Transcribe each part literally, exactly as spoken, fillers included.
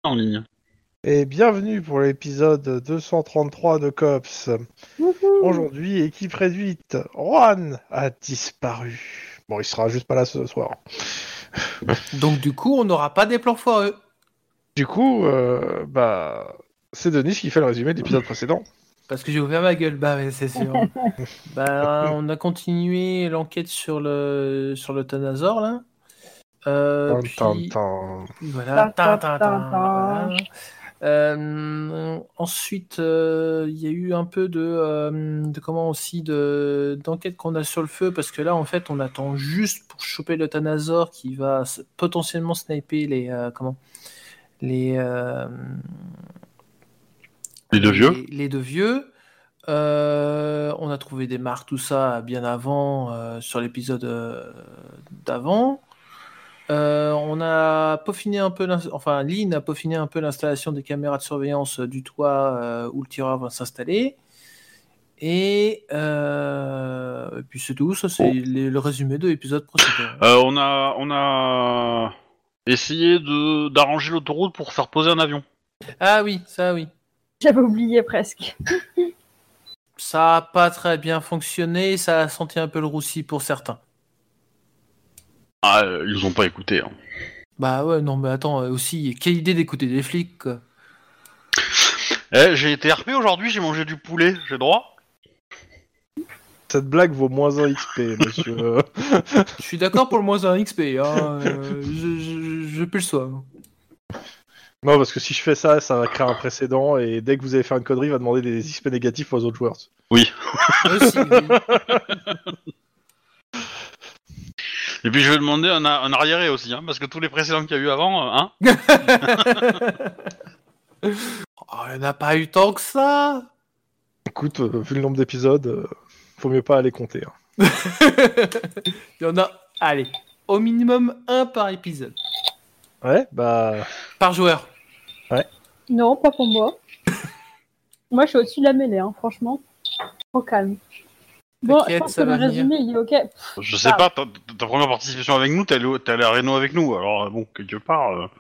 en ligne. Et bienvenue pour l'épisode deux cent trente-trois de Cops. Wouhou. Aujourd'hui, équipe réduite. Juan a disparu. Bon, il sera juste pas là ce soir. Donc du coup, on n'aura pas des plans foireux. Du coup, euh, bah, c'est Denis qui fait le résumé de l'épisode précédent. Parce que j'ai ouvert ma gueule, bah ouais, c'est sûr. Bah, on a continué l'enquête sur le sur le Thanazor là. Euh, Tin, puis tin, tin. voilà. Tin, tin, Tin, tin, tin, tin, tin. voilà. Euh, ensuite, il euh, y a eu un peu de, euh, de comment aussi de d'enquête qu'on a sur le feu parce que là, en fait, on attend juste pour choper le Thanazor qui va s- potentiellement sniper les euh, comment les euh, Les deux vieux. les, les deux vieux. Euh, on a trouvé des marques, tout ça, bien avant, euh, sur l'épisode euh, d'avant. Euh, on a peaufiné un peu, l'ins- enfin, Lynn a peaufiné un peu l'installation des caméras de surveillance du toit euh, où le tireur va s'installer. Et, euh, et puis c'est tout, ça c'est les- le résumé de l'épisode précédent. Euh, on a, on a essayé de d'arranger l'autoroute pour faire poser un avion. Ah oui, ça oui. J'avais oublié presque. Ça a pas très bien fonctionné, ça a senti un peu le roussi pour certains. Ah, euh, ils nous ont pas écoutés. Hein. Bah ouais, non mais attends, euh, aussi, quelle idée d'écouter des flics, quoi. Eh, j'ai été R P aujourd'hui, j'ai mangé du poulet, j'ai droit. Cette blague vaut moins un X P, monsieur. Je suis d'accord pour le moins un X P, hein, euh, je, je, je peux le soir. Non, parce que si je fais ça, ça va créer un précédent, et dès que vous allez faire une connerie, il va demander des X P négatifs aux autres joueurs. Oui. Aussi, oui. Et puis je vais demander un, a- un arriéré aussi, hein, parce que tous les précédents qu'il y a eu avant, euh, hein. Oh, il n'y en a pas eu tant que ça. Écoute, euh, vu le nombre d'épisodes, euh, faut mieux pas aller compter. hein. Il y en a, allez, au minimum un par épisode. Ouais, bah... Par joueur. Non, pas pour moi. Moi, je suis au-dessus de la mêlée, hein, franchement. Au calme. Bon, je T'inquiète, pense ça que le va venir. résumé, il est ok. Pff, Je sais pas, ta, ta première participation avec nous, t'es allé, au- t'es allé à Reno avec nous, alors euh, bon, quelque part... euh,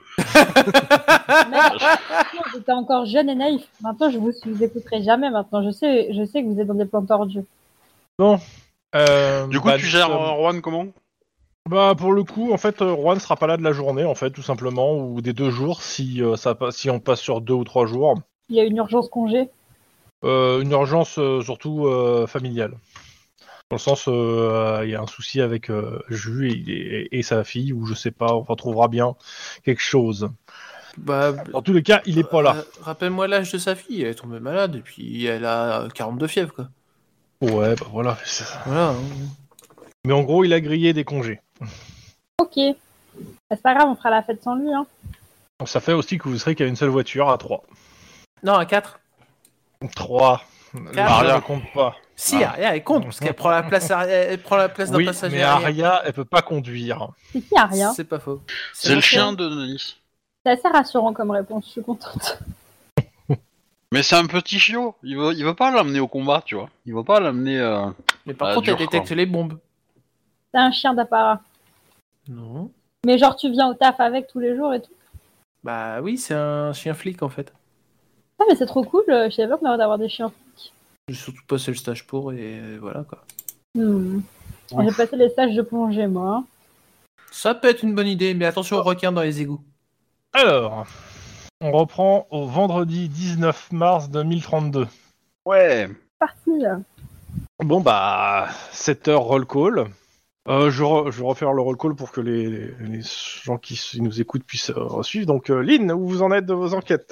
mec, franchement, j'étais encore jeune et naïf. Maintenant, je vous, je vous écouterai jamais. Maintenant, je sais, je sais que vous êtes dans des plans tordus. Euh, Du coup, bah, tu gères euh, euh, Juan comment? Bah pour le coup, en fait, euh, Juan sera pas là de la journée, en fait, tout simplement, ou des deux jours, si euh, ça pa- si on passe sur deux ou trois jours. Il y a une urgence congé. Euh, une urgence euh, surtout euh, familiale. Dans le sens, euh, il y a un souci avec euh, Ju et, et- et sa fille, ou je sais pas, on retrouvera bien quelque chose. Bah, Dans tous les cas, il est pas là. euh, rappelle-moi l'âge de sa fille, elle est tombée malade et puis elle a quarante-deux fièvres, quoi. Ouais, bah voilà. c'est ça. Voilà. hein. Mais en gros, il a grillé des congés. Ok. Bah, c'est pas grave, on fera la fête sans lui. Hein. Donc, ça fait aussi que vous serez qu'à une seule voiture à trois. Non, à quatre. Trois. Quatre. Aria ne compte pas. Si, Aria, elle compte, parce qu'elle prend la place, arri- elle prend la place d'un Oui, passager mais arrière. Aria, elle peut pas conduire. C'est qui, Aria? C'est pas faux. C'est le mon chien de Denis. C'est assez rassurant comme réponse, je suis contente. Mais c'est un petit chiot, il veut, il veut pas l'amener au combat, tu vois. Il veut pas l'amener... Euh... Mais par Ah, contre, dur, elle détecte quoi. les bombes. C'est un chien d'apparat. Non. Mais genre, tu viens au taf avec tous les jours et tout. Bah oui, c'est un chien flic en fait. Ah, mais c'est trop cool. Je savais pas qu'on avait d'avoir des chiens. J'ai surtout passé le stage pour et voilà quoi. Hmm. J'ai passé les stages de plongée, moi. hein. Ça peut être une bonne idée, mais attention aux requins dans les égouts. Alors, on reprend au vendredi dix-neuf mars deux mille trente-deux. Ouais. Parti. là. Bon bah, sept heures roll call. Euh, je, re- je vais refaire le roll call pour que les, les- les gens qui s- nous écoutent puissent euh, suivre. Donc euh, Lynn, où vous en êtes de vos enquêtes?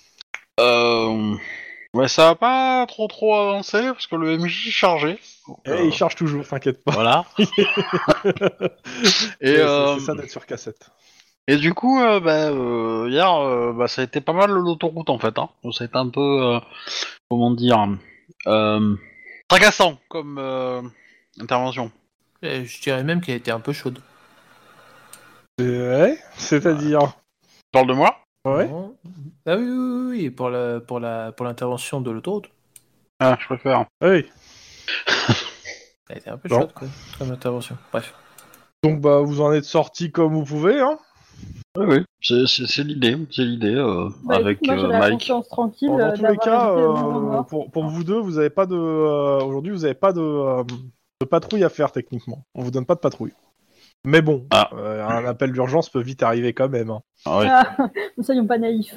Euh... Ouais, ça va pas trop trop avancer, parce que le M J est chargé. Donc, Eh, euh, il charge toujours, t'inquiète pas. Voilà. Et Et, euh, c'est ça d'être sur cassette. et du coup, euh, bah, euh, hier, euh, bah, ça a été pas mal l'autoroute en fait. Hein. Donc, ça a été un peu, euh, comment dire, euh, tracassant comme euh, intervention. Et je dirais même qu'elle était un peu chaude. Ouais, c'est-à-dire... Tu parles de moi? Ouais. Non. Ah oui, oui, oui, oui, pour la, pour la, pour l'intervention de l'autoroute. Ah, je préfère. Oui. Elle était un peu Bon. chaude quoi, comme intervention. Bref. Donc bah, vous en êtes sortis comme vous pouvez, hein. Oui, oui, c'est, c'est, c'est l'idée, c'est l'idée euh, Bah, avec écoute, moi, j'ai euh, la Mike. conscience tranquille Bon, dans euh, tous les d'avoir cas, évité le moindre euh, mort. pour, pour vous deux, vous avez pas de euh, aujourd'hui, vous n'avez pas de, euh, de patrouille à faire techniquement. On vous donne pas de patrouille. Mais bon, Ah. euh, un appel d'urgence peut vite arriver quand même. Hein. Ah, oui. Ah, ne soyons pas naïfs.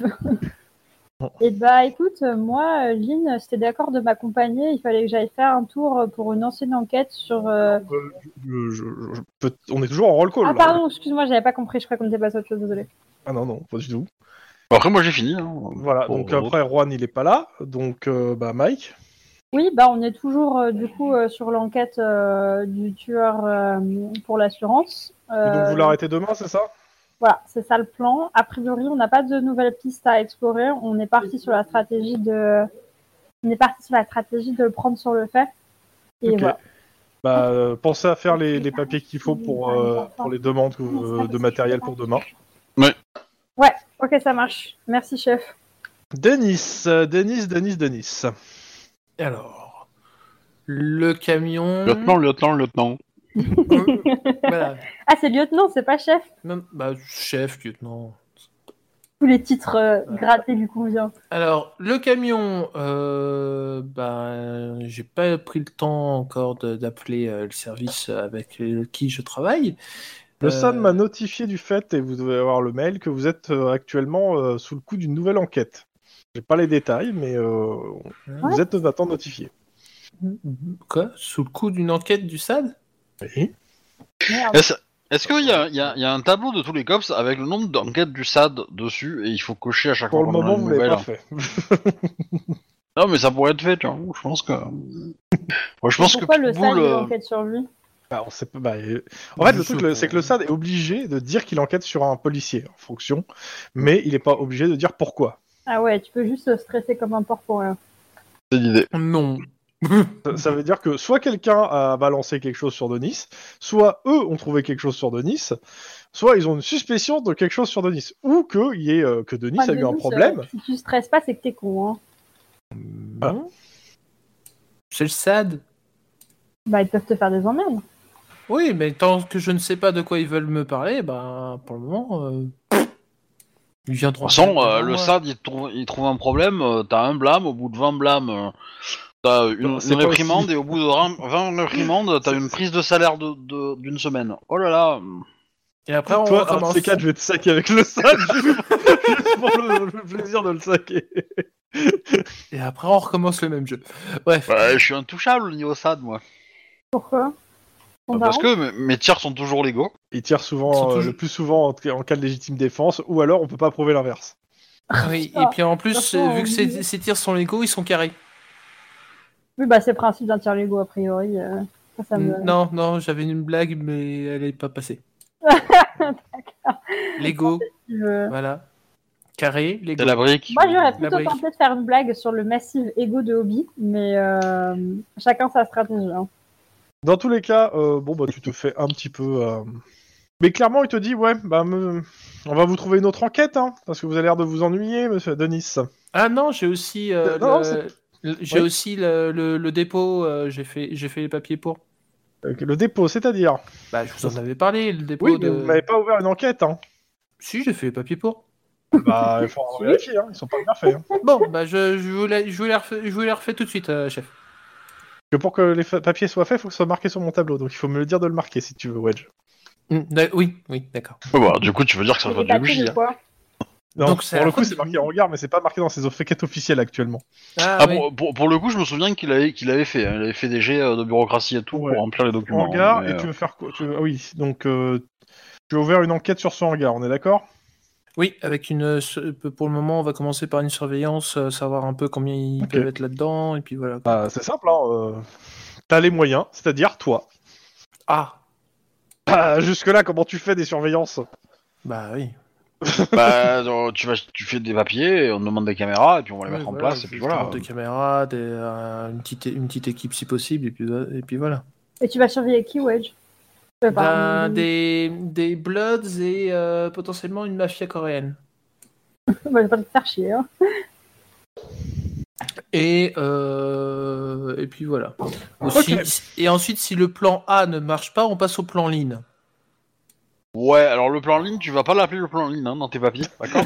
Et bah écoute, euh, moi, euh, Lynn, c'était d'accord de m'accompagner. Il fallait que j'aille faire un tour euh, pour une ancienne enquête sur. euh, Euh, je- je- je peux- on est toujours en roll call. Ah là. pardon, excuse-moi, j'avais pas compris. Je crois qu'on était passé à autre chose. Désolé. Ah non non, pas du tout. Après, moi j'ai fini. Hein, Voilà. pour Donc l'autre. après, Juan il est pas là. Donc euh, bah Mike. Oui, bah on est toujours euh, du coup euh, sur l'enquête euh, du tueur euh, pour l'assurance. Et donc Euh, vous l'arrêtez demain, c'est ça? Voilà, c'est ça le plan. A priori, on n'a pas de nouvelles pistes à explorer. On est parti sur la stratégie de, on est parti sur la stratégie de le prendre sur le fait. Et Ok. voilà. Bah euh, pensez à faire les, les papiers qu'il faut pour euh, pour les demandes euh, de matériel pour demain. Ouais, ok, ça marche. Merci, chef. Denis, euh, Denis, Denis, Denis. Alors, le camion. Lieutenant, lieutenant, lieutenant. Voilà. Ah, c'est lieutenant, c'est pas chef. Non, bah, chef, lieutenant. Tous les titres euh, grattés lui conviennent. Alors, le camion, euh, bah, j'ai pas pris le temps encore de- d'appeler euh, le service avec euh, qui je travaille. Le Euh, S A D m'a notifié du fait, et vous devez avoir le mail, que vous êtes euh, actuellement euh, sous le coup d'une nouvelle enquête. J'ai pas les détails, mais euh, vous êtes maintenant notifié. Quoi? Sous le coup d'une enquête du S A D? Oui. Merde. Est-ce, est-ce qu'il y a, il y, a, il y a un tableau de tous les cops avec le nombre d'enquêtes du S A D dessus et il faut cocher à chaque Pour fois le qu'on a moment, une vous l'avez nouvelle. pas fait. Non, mais ça pourrait être fait, tu vois. Je pense que. Moi, je pense Pourquoi que le Pitbull, S A D il euh, enquête sur lui? Bah, on sait pas, bah, euh, En fait, Je le sais truc, le- pas. c'est que le S A D est obligé de dire qu'il enquête sur un policier en fonction, mais il n'est pas obligé de dire pourquoi. Ah ouais, tu peux juste stresser comme un porc pour rien. c'est l'idée. Non. Ça, ça veut dire que soit quelqu'un a balancé quelque chose sur Denis, soit eux ont trouvé quelque chose sur Denis, soit ils ont une suspicion de quelque chose sur Denis, ou que, il y ait, euh, que Denis Ah, a eu un Denis, problème. euh, si tu stresses pas, c'est que t'es con. Hein. Non. C'est le S A D. Bah, ils peuvent te faire des emmerdes. Oui, mais tant que je ne sais pas de quoi ils veulent me parler, bah, pour le moment, euh, ils De viendront. toute façon, vers euh, le moi. S A D, il trouve, il trouve un problème, euh, t'as un blâme, au bout de vingt blâmes, euh, t'as une, Non, c'est une pas réprimande, aussi. et au bout de vingt réprimandes, t'as une prise de salaire de, de- d'une semaine. Oh là là. Et après, on Toi, un de recommence. ces quatre, je vais te saquer avec le S A D juste pour, juste pour le, le plaisir de le saquer. Et après, on recommence le même jeu. Bref. Bah, je suis intouchable au niveau S A D, moi. Pourquoi? Ton Parce daron que mes, mes tirs sont toujours légaux. Il tire Ils souvent, sont euh, toujours- le plus souvent en, en cas de légitime défense, ou alors on peut pas prouver l'inverse. Oui, Ah, et puis en plus, franchement, vu que oui. ces, ces tirs sont légaux, ils sont carrés. Oui, bah c'est le principe d'un tir Lego, a priori. euh, ça, ça me... Non, non, j'avais une blague, mais elle n'est pas passée. Lego, je- voilà. Carré, Lego. C'est la brique. Moi, j'aurais La plutôt brique. tenté de faire une blague sur le massif ego de Hobby, mais euh, chacun sa stratégie. Hein. Dans tous les cas, euh, bon bah tu te fais un petit peu. euh, Mais clairement, il te dit ouais, bah me- on va vous trouver une autre enquête, hein, parce que vous avez l'air de vous ennuyer, Monsieur Denis. Ah non, j'ai aussi, euh, Euh, non, le... c'est- le- j'ai Oui. aussi le, le- le dépôt. euh, j'ai fait, j'ai fait les papiers pour. Euh, Le dépôt, c'est-à-dire. Bah, je vous en avais parlé, le dépôt Oui, de. mais vous m'avez pas ouvert une enquête, hein. Si, j'ai fait les papiers pour. Bah, il faut en Si. vérifier, hein. Ils sont pas bien faits. Hein. Bon, bah, je, je, vous, les, je, vous les refais, je vous les refais tout de suite, euh, chef. Que pour que les fa- papiers soient faits, il faut que ce soit marqué sur mon tableau, donc il faut me le dire de le marquer si tu veux, Wedge. Mm, d'a- oui, oui, d'accord. Ouais, bah, du coup, tu veux dire que ça Et doit les être du papiers bougie. de Hein. quoi? Non, Donc, c'est pour la le coup, faute c'est du- marqué en regard, mais c'est pas marqué dans ses enquêtes officielles actuellement. Ah, Ah, oui. pour, pour, pour le coup, je me souviens qu'il avait, qu'il avait fait. hein. Il avait fait des jets euh, de bureaucratie et tout Ouais. pour remplir les documents. Hangar, mais, et euh, tu veux faire quoi tu veux- Ah oui, donc euh, tu as ouvert une enquête sur ce hangar, on est d'accord? Oui, avec une. euh, su- Pour le moment, on va commencer par une surveillance, euh, savoir un peu combien ils Ok. peuvent être là-dedans, et puis voilà. Bah, c'est simple, hein. euh, T'as les moyens, c'est-à-dire toi. Ah, Bah, jusque-là, comment tu fais des surveillances? bah oui. bah, euh, tu, vas, tu fais des papiers, on te demande des caméras, et puis on va les Oui, mettre en voilà, place, et je- puis je voilà. demande Des caméras, des, euh, une, petite, une petite équipe si possible, et puis, et puis voilà. Et tu vas surveiller qui, Wedge? Euh, Ben, pardon, des, des Bloods et euh, potentiellement une mafia coréenne. Bah, je vais pas te faire chier. Hein. Et, euh, et puis voilà. Aussi- Ok. Et ensuite, si le plan A ne marche pas, on passe au plan Lean. Ouais, alors le plan ligne, tu vas pas l'appeler le plan ligne hein, dans tes papiers, d'accord?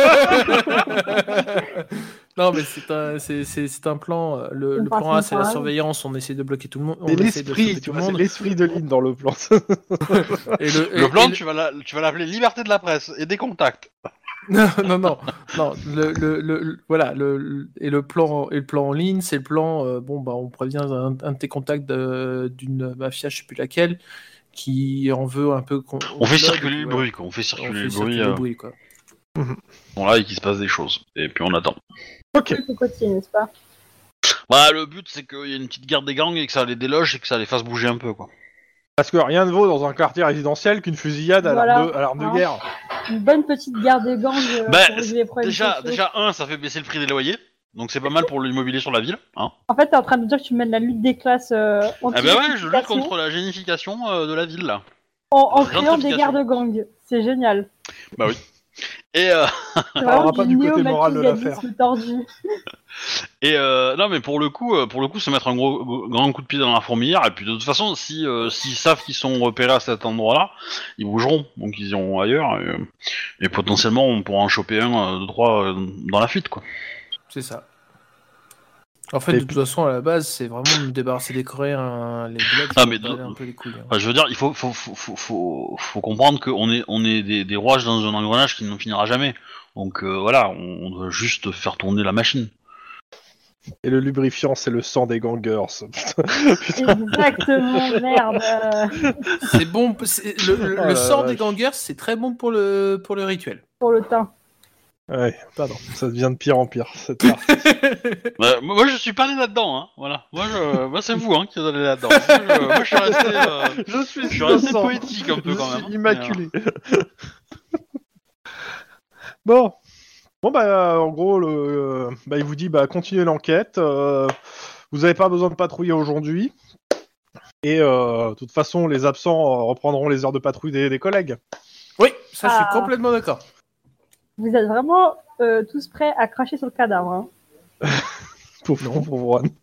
Non, mais c'est un, c'est, c'est, c'est un plan. euh, Le, Une le plan A, partie c'est la pareil. surveillance. On essaie de bloquer tout le monde. On C'est essaie de l'esprit, sauver tu tout le vois, c'est monde. l'esprit de Lynn dans le plan. Et le, et- Le plan, et tu vas la- tu vas l'appeler liberté de la presse et des contacts. Non, non, non, non. Le, le, le, le- voilà. Le, le- et le plan, et le plan en ligne, c'est le plan. euh, bon, bah, on prévient un, un de tes contacts de- d'une mafia, je sais plus laquelle, qui en veut un peu. qu'on- On fait blog, circuler et puis le voilà. bruit, quoi. On fait On circuler fait le circuler bruit. le euh, bruit, quoi. Bon, là, et qu'il se passe des choses. Et puis on attend. Ok. Plus cocotier, n'est-ce pas? Bah, le but, c'est qu'il y ait une petite guerre des gangs et que ça les déloge et que ça les fasse bouger un peu, quoi. Parce que rien ne vaut dans un quartier résidentiel qu'une fusillade à Voilà. l'arme de, à l'arme de Hein. guerre. Une bonne petite guerre des gangs euh, Bah, pour régler les problèmes Déjà, sociaux. déjà, un, ça fait baisser le prix des loyers. Donc c'est pas mal pour l'immobilier sur la ville, hein. En fait, t'es en train de dire que tu mènes la lutte des classes euh, Ah bah ouais, je lutte anti-gentrification contre la génification euh, de la ville, là. en, en créant des gentrification. guerres de gangs. C'est génial. Et, euh, C'est parlera vraiment pas du du côté moral de néo-machiavélisme tordu. et euh, non, mais pour le coup, euh, pour le coup, c'est mettre un gros, gros- grand coup de pied dans la fourmilière. Et puis de toute façon, si euh, s'ils savent qu'ils sont repérés à cet endroit-là, ils bougeront. Donc ils iront ailleurs. Et, euh, et potentiellement, on pourra en choper un euh, de trois euh, dans la fuite, quoi. C'est ça. En fait, Et de toute façon, à la base, c'est vraiment me débarrasser des Coréens, les Bloods, Ah, ça mais me donnait dans- un peu les couilles. hein. Enfin, je veux dire, il faut, faut, faut, faut, faut, faut comprendre qu'on est, on est des, des rouages dans un engrenage qui ne finira jamais. Donc euh, voilà, on, on doit juste faire tourner la machine. Et le lubrifiant, c'est le sang des gangers. Exactement, merde. euh, C'est bon, c'est- le, le, Oh le la sort des vache. gangers, c'est très bon pour le, pour le rituel. pour le teint. Ouais, pardon. Ça devient de pire en pire, cette partie. Bah, moi, moi, je suis pas allé là-dedans, hein. Voilà. Moi, je, moi, c'est vous, hein, qui êtes allé là-dedans. Moi, je, moi, je suis resté, euh, Je suis, je suis resté innocent. poétique un peu Je quand suis même. hein. immaculé. Bon. Bon, bah, euh, en gros, le, euh, bah, il vous dit, bah, continuez l'enquête. euh, vous n'avez pas besoin de patrouiller aujourd'hui. Et euh, de toute façon, les absents euh, reprendront les heures de patrouille des, des collègues. Oui, ça, je suis Ah. complètement d'accord. Vous êtes vraiment euh, tous prêts à cracher sur le cadavre. Hein. Pauvre, pauvre Juan.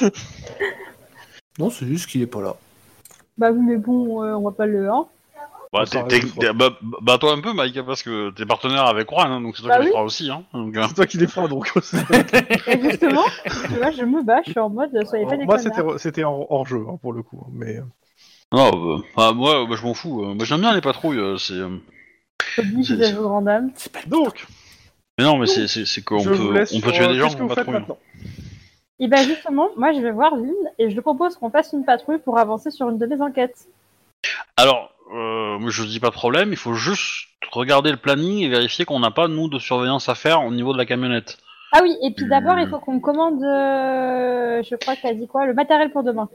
Non, c'est juste qu'il est pas là. Bah oui, mais bon, euh, on va pas le... Hein. Bah, Ça t'es, arrive, t'es, t'es- bah, bah, toi un peu, Mike, parce que t'es partenaire avec Juan, hein, donc c'est toi Bah qui le oui. feras aussi, hein. Donc, euh, C'est toi qui les prends, donc. Et justement, tu vois, je me bats, je suis en mode, soyez pas des Moi, connards. c'était, c'était hors, hors jeu, hein, pour le coup. Mais non, bah, bah, moi, bah, je m'en fous. euh, Moi, j'aime bien les patrouilles. euh, c'est, euh, Oblige c'est- des jeux grand dame. donc, mais non, mais c'est, c'est, c'est qu'on je peut, vous laisse on peut sur, tuer euh, des gens qu'est-ce que en vous faites patrouille. maintenant. Et bah justement, moi je vais voir Lynn et je lui propose qu'on fasse une patrouille pour avancer sur une de mes enquêtes. Alors, euh, moi, je dis pas de problème. Il faut juste regarder le planning et vérifier qu'on n'a pas nous de surveillance à faire au niveau de la camionnette. Ah oui, et puis d'abord Hmm. il faut qu'on commande, euh, je crois qu'elle a dit quoi, le matériel pour demain.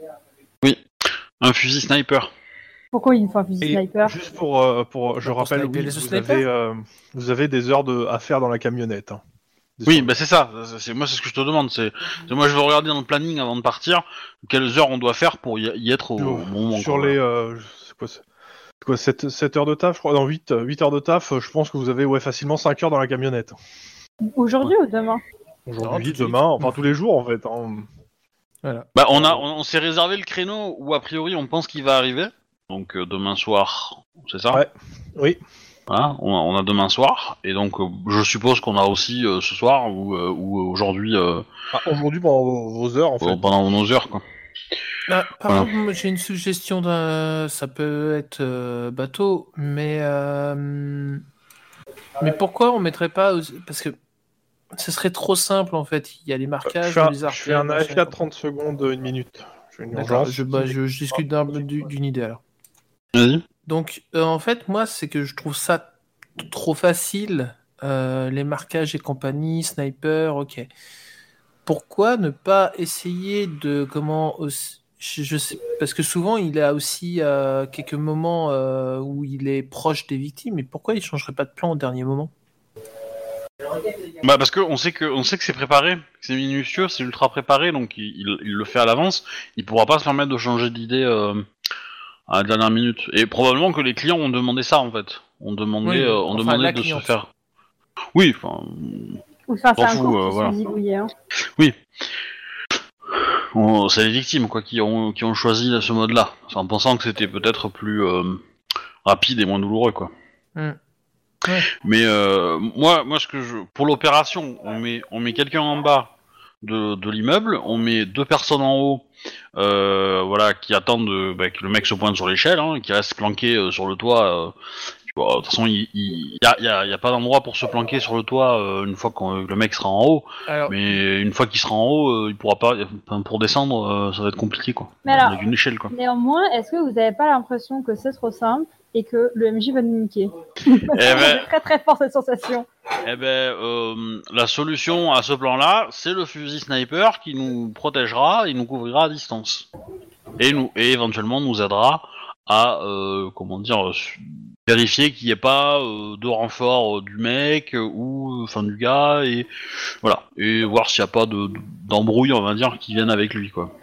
Un fusil sniper. Pourquoi il faut un fusil Et sniper? juste pour, euh, pour je Pour rappelle, sniper oui, les vous, snipers avez, euh, vous avez des heures de, à faire dans la camionnette. Hein. Des Oui, sur- bah c'est ça. C'est, c'est- moi, c'est ce que je te demande. C'est, c'est moi, je veux regarder dans le planning avant de partir quelles heures on doit faire pour y, y être au, Sur- au bon moment. Sur quoi. les. Euh, c'est quoi, c'est c'est quoi sept, sept heures de taf, je crois. Non, huit, huit heures de taf, je pense que vous avez ouais, facilement cinq heures dans la camionnette. Aujourd'hui ou demain? Aujourd'hui, Non, tout de suite. demain, enfin tous les jours en fait. Hein. Voilà. Bah, on a, on, on s'est réservé le créneau où a priori on pense qu'il va arriver. Donc euh, demain soir, c'est ça? Ouais. Oui. Voilà, on, a, on a demain soir et donc euh, je suppose qu'on a aussi euh, ce soir ou, euh, ou aujourd'hui euh, Ah, aujourd'hui, pendant vos, vos heures en fait. pendant nos heures quoi. Ah, par Voilà. contre, moi, j'ai une suggestion d'un. Ça peut être euh, bateau, mais. euh, Mais pourquoi on mettrait pas. aux- Parce que ce serait trop simple en fait. Il y a les marquages, je fais un, les je artères. fais un machin. A F K de trente secondes, une minute. J'ai une D'accord, urgence. je, bah, je, je discute d'un- du- d'une idée alors. Vas-y. Donc, euh, en fait, moi, c'est que je trouve ça t- trop facile, euh, les marquages et compagnie, sniper, ok. Pourquoi ne pas essayer de comment aussi- je, je sais parce que souvent il a aussi euh, quelques moments euh, où il est proche des victimes, mais pourquoi il changerait pas de plan au dernier moment? Bah parce que on sait que on sait que c'est préparé, que c'est minutieux, c'est ultra préparé, donc il, il, il le fait à l'avance. Il pourra pas se permettre de changer d'idée euh, à la dernière minute. Et probablement que les clients ont demandé ça en fait. On demandait, Oui, euh, on enfin, demandait la de se cliente. faire. Oui, enfin, Enfin, c'est T'en un fous, couple euh, qui voilà. se zigouillait, hein. on- c'est les victimes quoi qui ont qui ont choisi ce mode-là, en pensant que c'était peut-être plus euh, rapide et moins douloureux, quoi. Mm. Ouais. Mais euh, moi, moi, ce que je, pour l'opération, on met, on met quelqu'un en bas de, de l'immeuble, on met deux personnes en haut, euh, voilà, qui attendent euh, bah, que le mec se pointe sur l'échelle, hein, qui reste planqué euh, sur le toit. Euh, tu vois, de toute façon, il, il y, a, y, a, y a pas d'endroit pour se planquer sur le toit euh, une fois que le mec sera en haut. Alors, Mais une fois qu'il sera en haut, euh, il pourra pas. Enfin, pour descendre, euh, ça va être compliqué, quoi. Mais alors, avec une échelle, quoi. Néanmoins, est-ce que vous n'avez pas l'impression que c'est trop simple et que le M J va nous niquer? Eh ben, C'est très très fort cette sensation. Eh ben, euh, la solution à ce plan-là, c'est le fusil sniper qui nous protégera et nous couvrira à distance. Et, nous, et éventuellement nous aidera à, euh, comment dire, euh, vérifier qu'il n'y ait pas euh, de renfort euh, du mec euh, ou enfin du gars, et voilà. Et voir s'il n'y a pas de, de- d'embrouille, on va dire, qui viennent avec lui, quoi.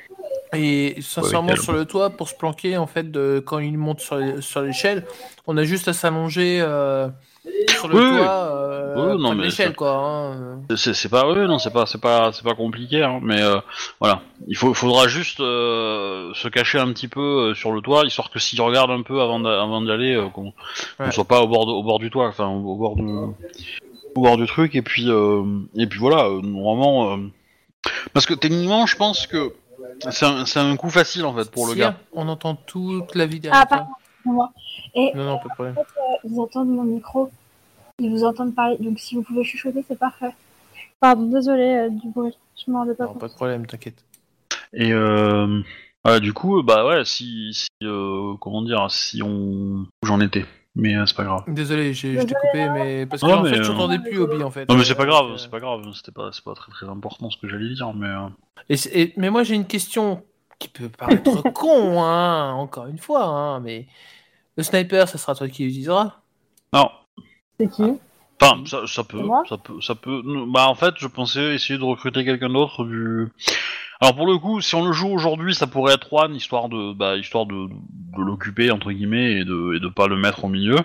et sincèrement, Ouais, sur le toit, pour se planquer, en fait, de, quand il monte sur, les- sur l'échelle, on a juste à s'allonger euh, sur le Oui, oui. toit, euh, Oui, non, près de mais l'échelle, ça- quoi. Hein. C'est, c'est pas, oui, non, c'est pas, c'est pas, c'est pas compliqué, hein, mais euh, voilà. Il faut, faudra juste euh, se cacher un petit peu euh, sur le toit, histoire que s'il regarde un peu avant, d'a- avant d'y aller, euh, qu'on, qu'on Ouais. soit pas au bord, de- au bord du toit, enfin au, au bord du, au bord du truc, et puis, euh, et puis voilà, euh, normalement, euh, parce que techniquement, je pense que c'est un, c'est un coup facile en fait pour le Sire, gars. on entend toute la vie derrière Ah, toi. pardon, excusez-moi. Et Non, non, pas de problème. ils entendent mon micro, ils vous entendent parler, donc si vous pouvez chuchoter, c'est parfait. Pardon, désolé euh, du bruit, je m'en rendais pas Non, compte. pas de problème, t'inquiète. Et euh, voilà, du coup, euh, bah ouais, si, si euh, comment dire, si on, où j'en étais, mais euh, c'est pas grave. Désolé, j'ai- je t'ai Désolé, coupé, mais parce que Non, en mais, fait, euh, je t'entendais plus, Obi, en fait. Non mais c'est pas Euh, grave, donc, euh, c'est pas grave, c'était pas, c'est pas très très important ce que j'allais dire, mais. Euh... Et, c'est- et- mais moi, j'ai une question qui peut paraître con, hein, encore une fois, hein, mais le sniper, ça sera toi qui l'utiliseras. Non. C'est qui? Enfin, ça, ça peut, C'est moi ça peut, ça peut. Bah en fait, je pensais essayer de recruter quelqu'un d'autre du. Alors pour le coup, si on le joue aujourd'hui, ça pourrait être Juan, histoire de, bah, histoire de, de l'occuper entre guillemets et de, et de pas le mettre au milieu.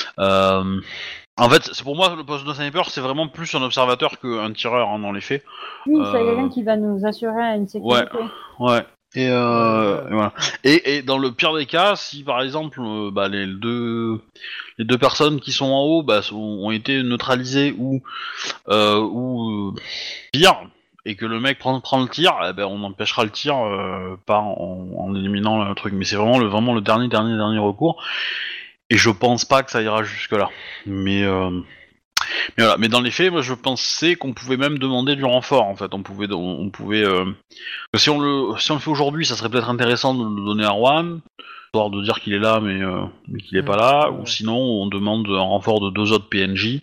Euh... En fait, c'est pour moi le poste de sniper, c'est vraiment plus un observateur qu'un tireur hein, dans les faits. Oui, c'est Euh, quelqu'un qui va nous assurer une sécurité. Ouais. Et, euh, Ouais, ouais. et voilà. Et, et dans le pire des cas, si par exemple, euh, bah, les deux, les deux personnes qui sont en haut, bah, sont- ont été neutralisées ou, euh, ou euh, pire, et que le mec prend, prend le tir, eh ben, on empêchera le tir euh, par en, en éliminant le truc. Mais c'est vraiment le, vraiment le dernier, dernier, dernier recours. Et je pense pas que ça ira jusque là. Mais euh, Mais voilà, mais dans les faits, moi je pensais qu'on pouvait même demander du renfort en fait. On pouvait, on, on pouvait. Euh... Si on le, si on le fait aujourd'hui, ça serait peut-être intéressant de le donner à Juan, histoire de dire qu'il est là, mais, euh, mais qu'il est Mmh, pas là. ouais. Ou sinon, on demande un renfort de deux autres P N J.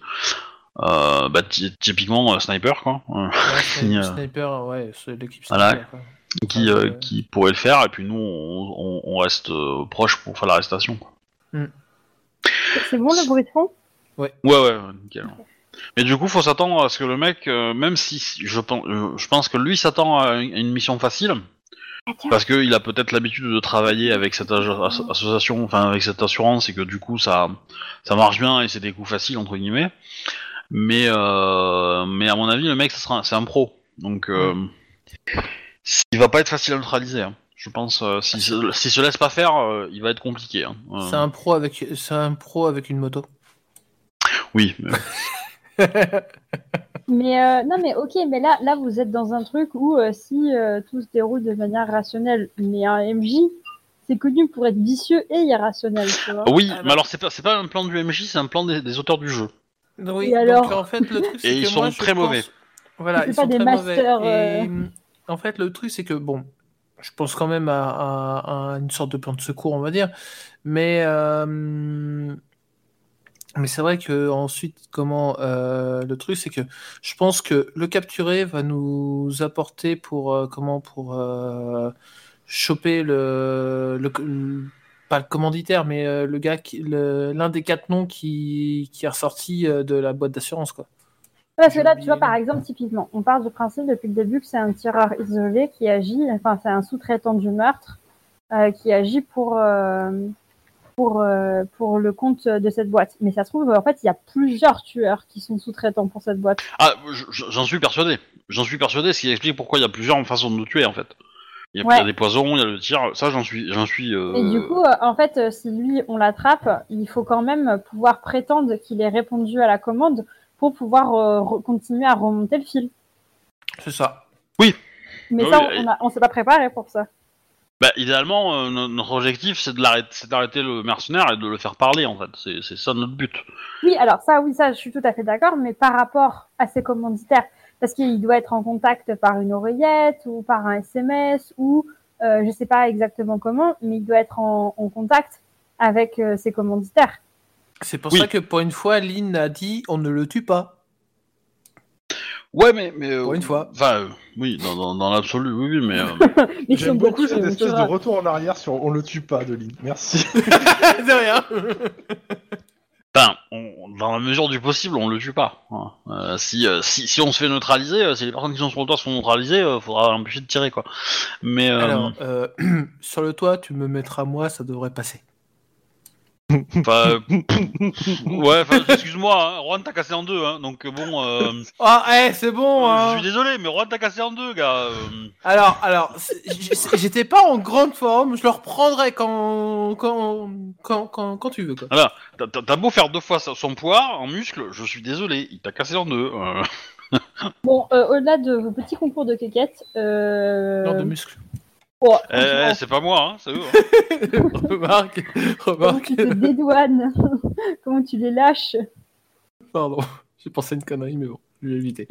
Euh, bah ty- typiquement euh, sniper quoi, euh, Ouais, Qui, sni- euh, sniper, ouais, c'est l'équipe Voilà. sniper. Quoi. qui, Ouais, euh, ouais. qui pourrait le faire. Et puis nous, on, on, on reste euh, proche pour faire l'arrestation. Quoi. C'est bon le bruit de fond? Ouais, ouais, ouais, nickel. Mais du coup, faut s'attendre à ce que le mec, euh, même si si- je pense, euh, je pense que lui s'attend à une, à une mission facile, Ah, tiens. parce qu'il a peut-être l'habitude de travailler avec cette ag- as- association, enfin avec cette assurance, et que du coup ça, ça marche bien et c'est des coups faciles entre guillemets. Mais, euh, mais à mon avis, le mec, ça sera, c'est un pro, donc euh, il va pas être facile à neutraliser. Hein. Je pense, euh, s'il se, s'il se laisse pas faire, euh, il va être compliqué. Hein. Euh, C'est un pro avec, c'est un pro avec une moto. Oui. mais- Mais euh, non, mais ok, mais là, là, vous êtes dans un truc où euh, si euh, tout se déroule de manière rationnelle, mais un M J, c'est connu pour être vicieux et irrationnel, tu vois. Oui, Ah, mais bah. alors c'est pas, c'est pas un plan du M J, c'est un plan des, des auteurs du jeu. Oui, Et donc alors en fait, le truc, c'est Et que ils sont moi, je très pense- mauvais. Voilà, C'est ils pas sont des très masters, mauvais. Et euh. en fait, le truc, c'est que, bon, je pense quand même à, à- à une sorte de plan de secours, on va dire. Mais, euh, mais c'est vrai que ensuite, comment euh, le truc, c'est que je pense que le capturer va nous apporter pour euh, comment pour euh, choper le, le, le- pas le commanditaire, mais euh, le gars qui le- l'un des quatre noms qui qui est ressorti euh, de la boîte d'assurance, quoi. Parce que J'ai là, oublié tu vois, le par nom. exemple, typiquement, on part du principe depuis le début que c'est un tireur isolé qui agit, enfin, c'est un sous-traitant du meurtre euh, qui agit pour, euh, pour, euh, pour le compte de cette boîte. Mais ça se trouve, en fait, il y a plusieurs tueurs qui sont sous-traitants pour cette boîte. Ah, je- je- j'en suis persuadé. J'en suis persuadé, ce qui explique pourquoi il y a plusieurs façons de nous tuer en fait. Il y, Ouais. a des poisons, il y a le tir. Ça, j'en suis, j'en suis. Euh... Et du coup, euh, en fait, euh, si lui, on l'attrape, il faut quand même pouvoir prétendre qu'il ait répondu à la commande pour pouvoir euh, re- continuer à remonter le fil. C'est ça. Mais Oui, ça, oui, on, a, on s'est pas préparé pour ça. Bah, idéalement, euh, no- notre objectif, c'est de l'arrêter, c'est d'arrêter le mercenaire et de le faire parler, en fait. C'est, c'est ça notre but. Oui, alors ça, oui, ça, je suis tout à fait d'accord, mais par rapport à ses commanditaires, parce qu'il doit être en contact par une oreillette ou par un S M S ou euh, je sais pas exactement comment, mais il doit être en, en contact avec euh, ses commanditaires. C'est pour Oui. ça que pour une fois, Lynn a dit on ne le tue pas. Ouais, mais, mais euh, Pour une fois. Enfin, euh, oui, dans, dans, dans l'absolu, oui, oui, mais. Euh... Mais si on J'aime doit beaucoup le cette tuer, on espèce de tuera. retour en arrière sur on le tue pas de Lynn. Merci. De rien. Enfin, on- dans la mesure du possible, on le tue pas. Hein. Euh, si, euh, si, si on se fait neutraliser, euh, si les personnes qui sont sur le toit sont neutralisées, euh, faudra empêcher de tirer, quoi. Mais euh, Alors, euh, sur le toit, tu me mettras moi, ça devrait passer. enfin, euh, ouais, enfin, excuse-moi, hein, Juan t'a cassé en deux, hein, donc euh, bon. Euh, Ah, eh, c'est bon, euh, hein. Je suis désolé, mais Juan t'a cassé en deux, gars. euh. Alors, alors, c'est- j- j'étais pas en grande forme, je le reprendrai quand, quand, quand, quand, quand tu veux, quoi. Voilà, t'as- t'as t'as beau faire deux fois son poids en muscle, je suis désolé, il t'a cassé en deux. euh. Bon, euh, au-delà de vos petits concours de quéquettes, euh... Non, de muscles. oh, Eh, franchement, eh, c'est pas moi, hein, c'est eux. Hein. remarque, comment remarque. tu te dédouanes, comment tu les lâches. Pardon, j'ai pensé à une connerie, mais bon, je vais éviter.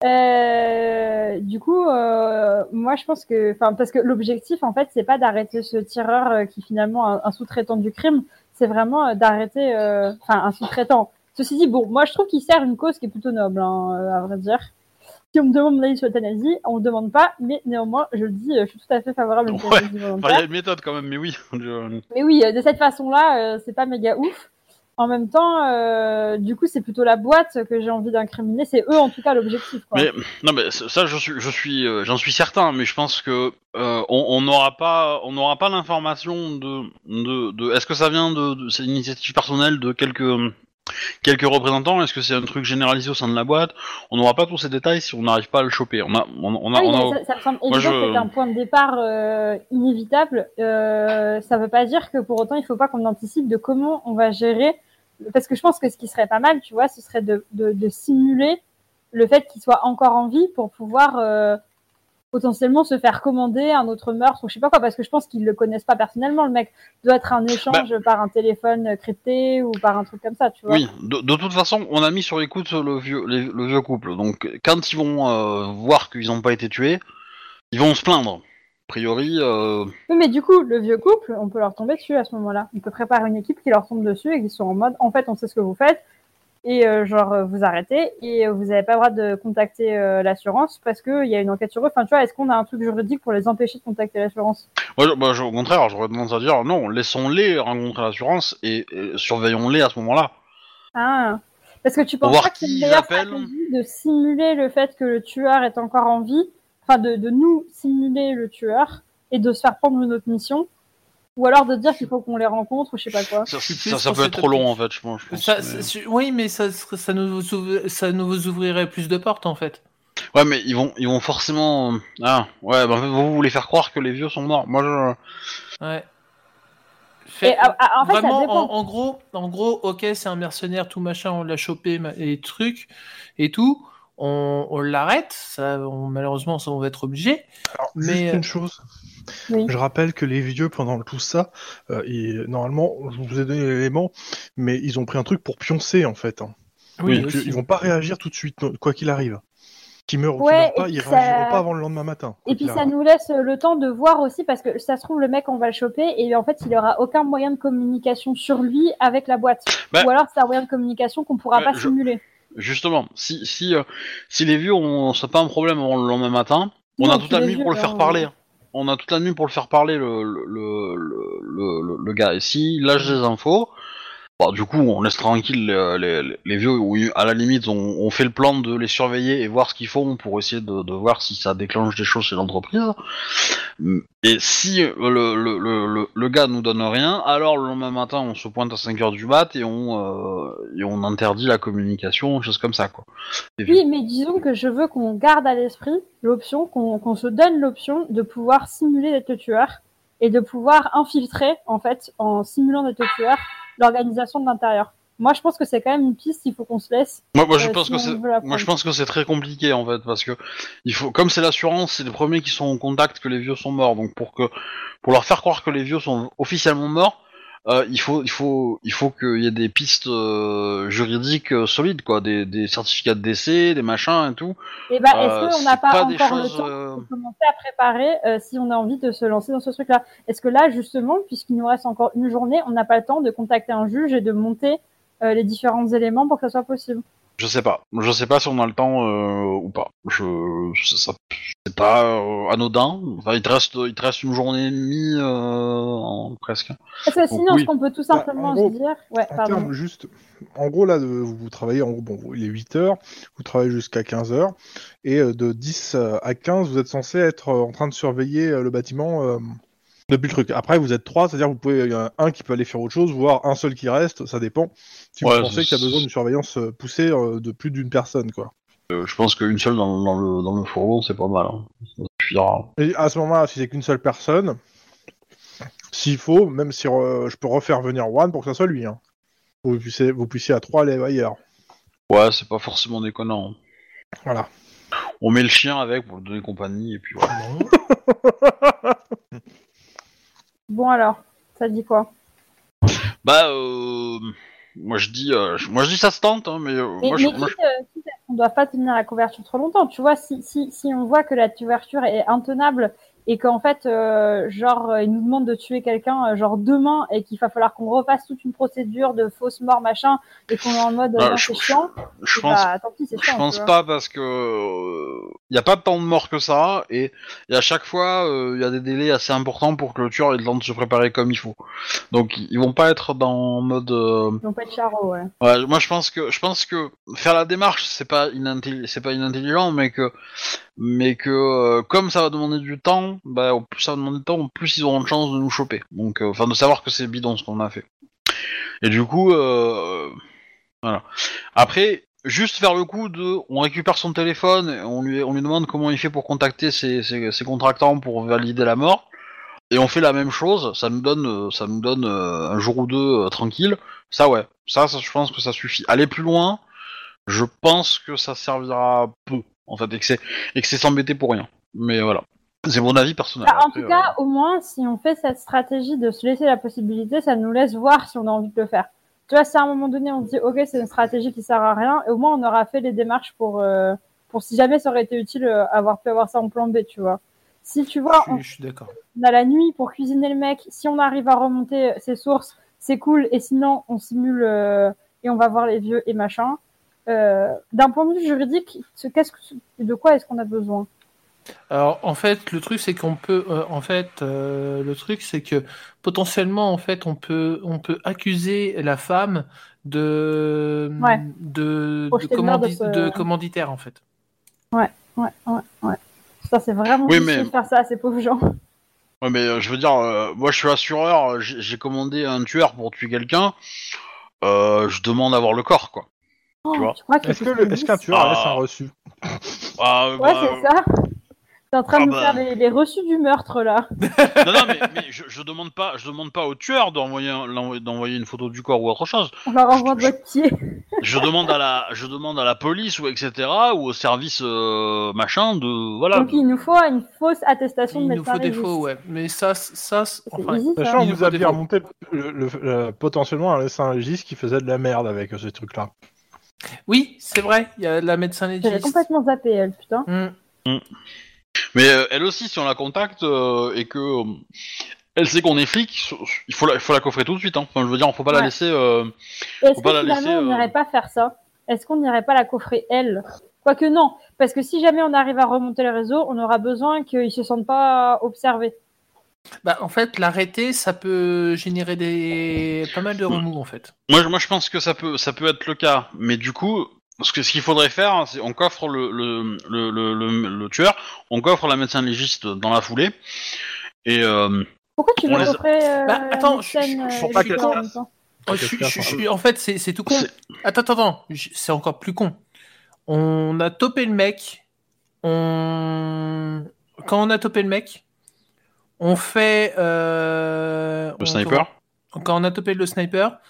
Euh, du coup, euh, moi je pense que, enfin, parce que l'objectif en fait, c'est pas d'arrêter ce tireur euh, qui finalement un, un sous-traitant du crime, c'est vraiment euh, d'arrêter, euh, enfin, un sous-traitant. Ceci dit, bon, moi je trouve qu'il sert une cause qui est plutôt noble, hein, euh, à vrai dire. Si on me demande mon avis sur l'euthanasie, on me demande pas, mais néanmoins, je le dis, euh, je suis tout à fait favorable à Ouais. l'euthanasie Enfin, il y volontaire. a une méthode quand même, mais oui. je- Mais oui, euh, de cette façon-là, euh, c'est pas méga ouf. En même temps, euh, du coup, c'est plutôt la boîte que j'ai envie d'incriminer. C'est eux, en tout cas, l'objectif, quoi. Mais non, mais ça, je suis, je suis, euh, j'en suis certain, mais je pense que euh, on on n'aura pas, on n'aura pas l'information de, de, de. Est-ce que ça vient de, de c'est une initiative personnelle de quelques quelques représentants? Est-ce que c'est un truc généralisé au sein de la boîte? On n'aura pas tous ces détails si on n'arrive pas à le choper. On a, on, on a, Ah oui, on a- mais ça, ça me semble Moi, évident je- que c'est un point de départ euh, inévitable. Euh, ça veut pas dire que pour autant, il faut pas qu'on anticipe de comment on va gérer. Parce que je pense que ce qui serait pas mal, tu vois, ce serait de, de, de simuler le fait qu'il soit encore en vie pour pouvoir euh, potentiellement se faire commander un autre meurtre ou je sais pas quoi, parce que je pense qu'ils le connaissent pas personnellement, le mec. Doit être un échange par un téléphone crypté ou par un truc comme ça, tu vois. Oui, de, de toute façon, on a mis sur écoute le vieux, les- le vieux couple. Donc, quand ils vont euh, voir qu'ils n'ont pas été tués, ils vont se plaindre. A priori, euh, Oui, mais du coup, le vieux couple, on peut leur tomber dessus à ce moment-là. On peut préparer une équipe qui leur tombe dessus et qui sont en mode, en fait, on sait ce que vous faites, et euh, genre, euh, vous arrêtez, et euh, vous n'avez pas le droit de contacter euh, l'assurance parce qu'il y a une enquête sur eux. Enfin, tu vois, est-ce qu'on a un truc juridique pour les empêcher de contacter l'assurance? moi, je- bah, je- au contraire, j'aurais tendance à dire non, laissons-les rencontrer l'assurance et, et surveillons-les à ce moment-là. Ah. Parce que tu Pour penses voir pas que c'est qui une ils meilleure appellent. stratégie de simuler le fait que le tueur est encore en vie, enfin, de, de nous simuler le tueur et de se faire prendre une autre mission, ou alors de dire qu'il faut qu'on les rencontre ou je sais pas quoi. Ça, suis plus ça, ça pour peut être cette trop long en optique. fait, je pense. je pense, Ça, mais- c'est- oui, mais ça, serait- ça, nous, ouvri- ça nous ouvrirait plus de portes, en fait. Ouais, mais ils vont, ils vont forcément. Ah, ouais, bah en fait, vous voulez faire croire que les vieux sont morts. Moi, je. Ouais. Et, Fait- ah, ah, en fait, ça Vraiment, dépend. en, en gros, en gros, ok, c'est un mercenaire, tout machin, on l'a chopé, ma- et trucs, et tout, on, on l'arrête, ça, on- malheureusement, ça, on va être obligé. Alors, Mais, juste euh, une chose. Oui. Je rappelle que les vieux, pendant tout ça, euh, ils- normalement, je vous ai donné l'élément, mais ils ont pris un truc pour pioncer, en fait. Hein. Oui, Donc, aussi. ils vont pas réagir tout de suite, non, quoi qu'il arrive. Qu'ils meurent ou Ouais, qu'ils meurent et pas, puis ils ça- réagiront pas avant le lendemain matin. quoi Et puis qu'il ça arrive. nous laisse le temps de voir aussi, parce que ça se trouve, le mec, on va le choper, et en fait, il aura aucun moyen de communication sur lui avec la boîte. Bah, Ou alors, c'est un moyen de communication qu'on pourra Ouais, pas je- simuler. Justement, si, si, euh, si les vieux ont c'est pas un problème avant le lendemain matin, on Non, a puis toute la les nuit vieux, pour le faire hein. parler. On a toute la nuit pour le faire parler, le, le, le, le, le, le gars. Et s'il lâche des infos, bah, du coup, on laisse tranquille les, les, les vieux, où à la limite, on, on fait le plan de les surveiller et voir ce qu'ils font pour essayer de, de voir si ça déclenche des choses chez l'entreprise. Et si le, le, le, le, le gars nous donne rien, alors le lendemain matin, on se pointe à cinq heures du mat et on, euh, et on interdit la communication, choses comme ça, quoi. Et Oui, mais disons que je veux qu'on garde à l'esprit l'option, qu'on qu'on se donne l'option de pouvoir simuler d'être le tueur et de pouvoir infiltrer, en fait, en simulant d'être le tueur, l'organisation de l'intérieur. Moi, je pense que c'est quand même une piste, il faut qu'on se laisse. Moi, moi, je euh, pense si que on c'est, veut la moi, je prendre. pense que c'est très compliqué en fait, parce que il faut, comme c'est l'assurance, c'est les premiers qui sont en contact que les vieux sont morts. Donc pour que, pour leur faire croire que les vieux sont officiellement morts, euh, il faut, il faut, il faut qu'il y ait des pistes euh, juridiques euh, solides, quoi, des, des certificats de décès, des machins et tout. Et bah, Euh, est-ce qu'on c'est n'a pas, pas des encore choses, le temps euh, de commencer à préparer euh, si on a envie de se lancer dans ce truc-là? Est-ce que là, justement, puisqu'il nous reste encore une journée, on n'a pas le temps de contacter un juge et de monter euh, les différents éléments pour que ça soit possible? Je sais pas. Je sais pas si on a le temps euh, ou pas. Je, ça, c'est pas euh, anodin. Enfin, il te reste, il te reste une journée et demie euh, en, presque. Parce que sinon, oui. ce qu'on peut tout Bah, simplement en gros, se dire... Ouais, En pardon. termes juste, en gros là, de- vous, vous travaillez, en gros, bon, il est huit heures, vous travaillez jusqu'à quinze heures, et euh, de dix à quinze, vous êtes censé être euh, en train de surveiller euh, le bâtiment euh, depuis le truc. Après, vous êtes trois, c'est-à-dire que vous pouvez, il y en a un qui peut aller faire autre chose, voire un seul qui reste, ça dépend. Si Ouais, vous pensez c'est- qu'il y a besoin d'une surveillance euh, poussée euh, de plus d'une personne, quoi. Euh, je pense qu'une seule dans, dans le dans le fourgon, c'est pas mal. Hein. Ça suffira. Et à ce moment-là, si c'est qu'une seule personne, s'il faut, même si euh, je peux refaire venir Juan pour que ça soit lui, hein. Vous puissiez, vous puissiez à trois aller ailleurs. Ouais, c'est pas forcément déconnant. Hein. Voilà. On met le chien avec pour lui donner compagnie et puis voilà. Bon alors, ça dit quoi? Bah, euh, moi je dis, euh, moi je dis ça se tente, hein, mais euh, Mais, moi, mais je, quitte, moi, je- euh, quitte à ce qu'on ne doit pas tenir la couverture trop longtemps, tu vois, si, si, si on voit que la couverture est intenable et qu'en fait, euh, genre, euh, ils nous demandent de tuer quelqu'un, euh, genre demain, et qu'il va falloir qu'on refasse toute une procédure de fausse mort, machin, et qu'on est en mode, Ah, non, je- c'est chiant, je et pense bah, tant pis, c'est Je chiant. pense tu vois. pas parce que il y a pas tant de morts que ça et, et à chaque fois il y a des délais assez importants pour que le tueur ait le temps de se préparer comme il faut. Donc ils vont pas être dans mode. Euh... Ils n'ont pas de charreau, ouais. Ouais, moi je pense que je pense que faire la démarche c'est pas inintelli- c'est pas inintelligent mais que mais que euh, comme ça va demander du temps, bah au plus ça va demander du temps, au plus ils auront de chance de nous choper. Donc euh, enfin de savoir que c'est bidon ce qu'on a fait. Et du coup euh, voilà. Après, juste faire le coup de, on récupère son téléphone, et on lui, on lui demande comment il fait pour contacter ses, ses, ses contractants pour valider la mort, et on fait la même chose, ça nous donne, euh, ça nous donne euh, un jour ou deux euh, tranquille. Ça ouais, ça, ça, je pense que ça suffit. Aller plus loin, je pense que ça servira peu, en fait, et que c'est, et que c'est s'embêter pour rien. Mais voilà, c'est mon avis personnel. Bah, en Après, tout cas, euh, au moins, si on fait cette stratégie de se laisser la possibilité, ça nous laisse voir si on a envie de le faire. Tu vois, si à un moment donné, on se dit, ok, c'est une stratégie qui sert à rien, et au moins, on aura fait les démarches pour, euh, pour si jamais ça aurait été utile, euh, avoir pu avoir ça en plan B, tu vois. Si tu vois, Je on, suis, je suis d'accord. on a la nuit pour cuisiner le mec, si on arrive à remonter ses sources, c'est cool, et sinon, on simule euh, et on va voir les vieux et machin. Euh, d'un point de vue juridique, ce- qu'est-ce que, de quoi est-ce qu'on a besoin? Alors en fait, le truc c'est qu'on peut, euh, en fait, euh, le truc c'est que potentiellement en fait on peut, on peut accuser la femme de, Ouais. de, de, Projeter le meurtre de commandi- ce- de commanditaire en fait. Ouais, ouais, ouais. Ça, c'est vraiment Oui, difficile mais- de faire ça à ces pauvres gens. ouais, mais euh, je veux dire, euh, moi je suis assureur, j'ai, j'ai commandé un tueur pour tuer quelqu'un, euh, je demande à voir le corps, quoi. Tu vois. Tu crois qu'il Est-ce que faut le- qu'on est-ce qu'un dise tueur Ah. laisse un reçu? Ah, Ouais, bah, c'est ça. T'es en train Ah de nous bah. faire les, les reçus du meurtre, là. Non, non, mais, mais je, je demande pas, je demande pas au tueur d'envoyer, un- l'envoyer- d'envoyer une photo du corps ou autre chose. On leur envoie de Je- votre pied. Je demande à la, je demande à la police ou et cetera ou au service euh, machin de, voilà. Donc, de- il nous faut une fausse attestation de Il nous médecin faut des légiste. faux, ouais. Mais ça, ça, c'est- C'est enfin, easy, ça. Sachant Il que nous vous faut des aviez faux. remonté le, le- le- potentiellement un médecin légiste qui faisait de la merde avec euh, ces trucs-là. oui, c'est vrai. Il y a la médecin J'avais légiste. complètement zappé, elle, putain. Hmm. Mais euh, elle aussi, si on la contacte euh, et que euh, elle sait qu'on est flic, il faut la, il faut la coffrer tout de suite. Hein. Enfin, je veux dire, faut pas la Ouais. laisser. Euh... Et est-ce Faut pas que la finalement, laisser, on euh, n'irait pas faire ça? Est-ce qu'on n'irait pas la coffrer, elle? Quoique non, parce que si jamais on arrive à remonter le réseau, on aura besoin qu'ils se sentent pas observés. Bah, en fait, l'arrêter, ça peut générer des pas mal de remous en fait. Moi, je- moi, je pense que ça peut, ça peut être le cas. Mais du coup, ce que ce qu'il faudrait faire, hein, c'est on coffre le le, le, le, le, le tueur, on coffre la médecin légiste dans la foulée. Et euh, Pourquoi tu veux On les a- coffrer euh, Bah, attends, les je- scènes, je- euh, faut pas et que- les en même temps Oh, je, suis- je suis- en fait, c'est, c'est tout con. C'est- Attends, attends, attends. Je- C'est encore plus con. On a topé le mec. On... Quand on a topé le mec, on fait... euh, le on- sniper. Quand on a topé le sniper,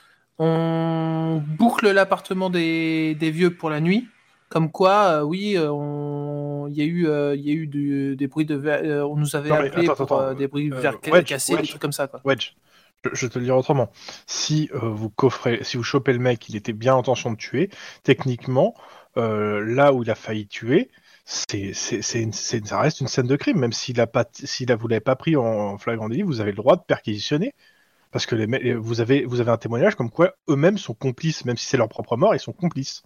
on boucle l'appartement des, des vieux pour la nuit. Comme quoi, euh, oui, euh, on... il y a eu, euh, il y a eu du- des bruits de verre. euh, on nous avait Non, mais appelé attends, pour attends, euh, des bruits de euh, verre ca- Wedge, cassés, des Wedge. trucs comme ça. Quoi. Wedge, je, je vais te le dire autrement. Si euh, vous coffrez, si vous chopez le mec, il était bien en intention de tuer, techniquement, euh, là où il a failli tuer, c'est, c'est, c'est une- c'est- ça reste une scène de crime. Même s'il a pas, s'il a, vous l'avez pas pris en, en flagrant délit, vous avez le droit de perquisitionner. Parce que les, me- vous, avez, vous avez un témoignage comme quoi eux-mêmes sont complices, même si c'est leur propre mort, ils sont complices.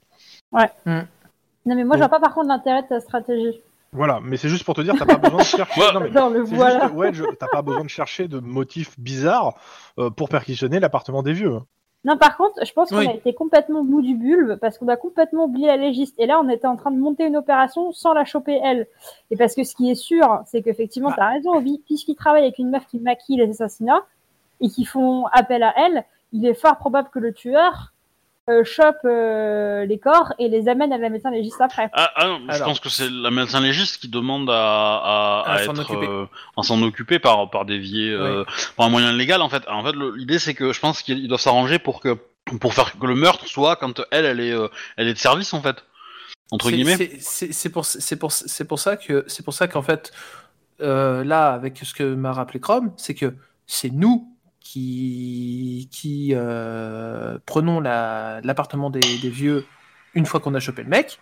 Non, mais moi, je vois pas par contre l'intérêt de ta stratégie. Voilà, mais c'est juste pour te dire, t'as pas besoin de chercher. Ouais. non, mais Dans le c'est voilà. juste, ouais, je- t'as pas besoin de chercher de motifs bizarres euh, pour perquisitionner l'appartement des vieux. Non, par contre, je pense qu'on Oui. a été complètement bout du bulbe parce qu'on a complètement oublié la légiste. Et là, on était en train de monter une opération sans la choper elle. Et parce que ce qui est sûr, c'est qu'effectivement, Bah. t'as raison, Obi, puisqu'il travaille avec une meuf qui maquille les assassinats et qui font appel à elle, il est fort probable que le tueur euh, chope euh, les corps et les amène à la médecin légiste après. Ah, ah non, je Alors. pense que c'est la médecin légiste qui demande à, à, À à s'en être occuper. euh, à s'en occuper par par des biais, euh, par un moyen légal en fait. En fait, le- l'idée c'est que je pense qu'ils doivent s'arranger pour que pour faire que le meurtre soit quand elle elle est euh, elle est de service en fait entre C'est- guillemets. c'est- C'est c'est pour, c'est pour, c'est pour ça que, c'est pour ça qu'en fait, euh, là, avec ce que m'a rappelé Chrome, c'est que c'est nous qui, qui euh, prenons la- l'appartement des, des vieux une fois qu'on a chopé le mec,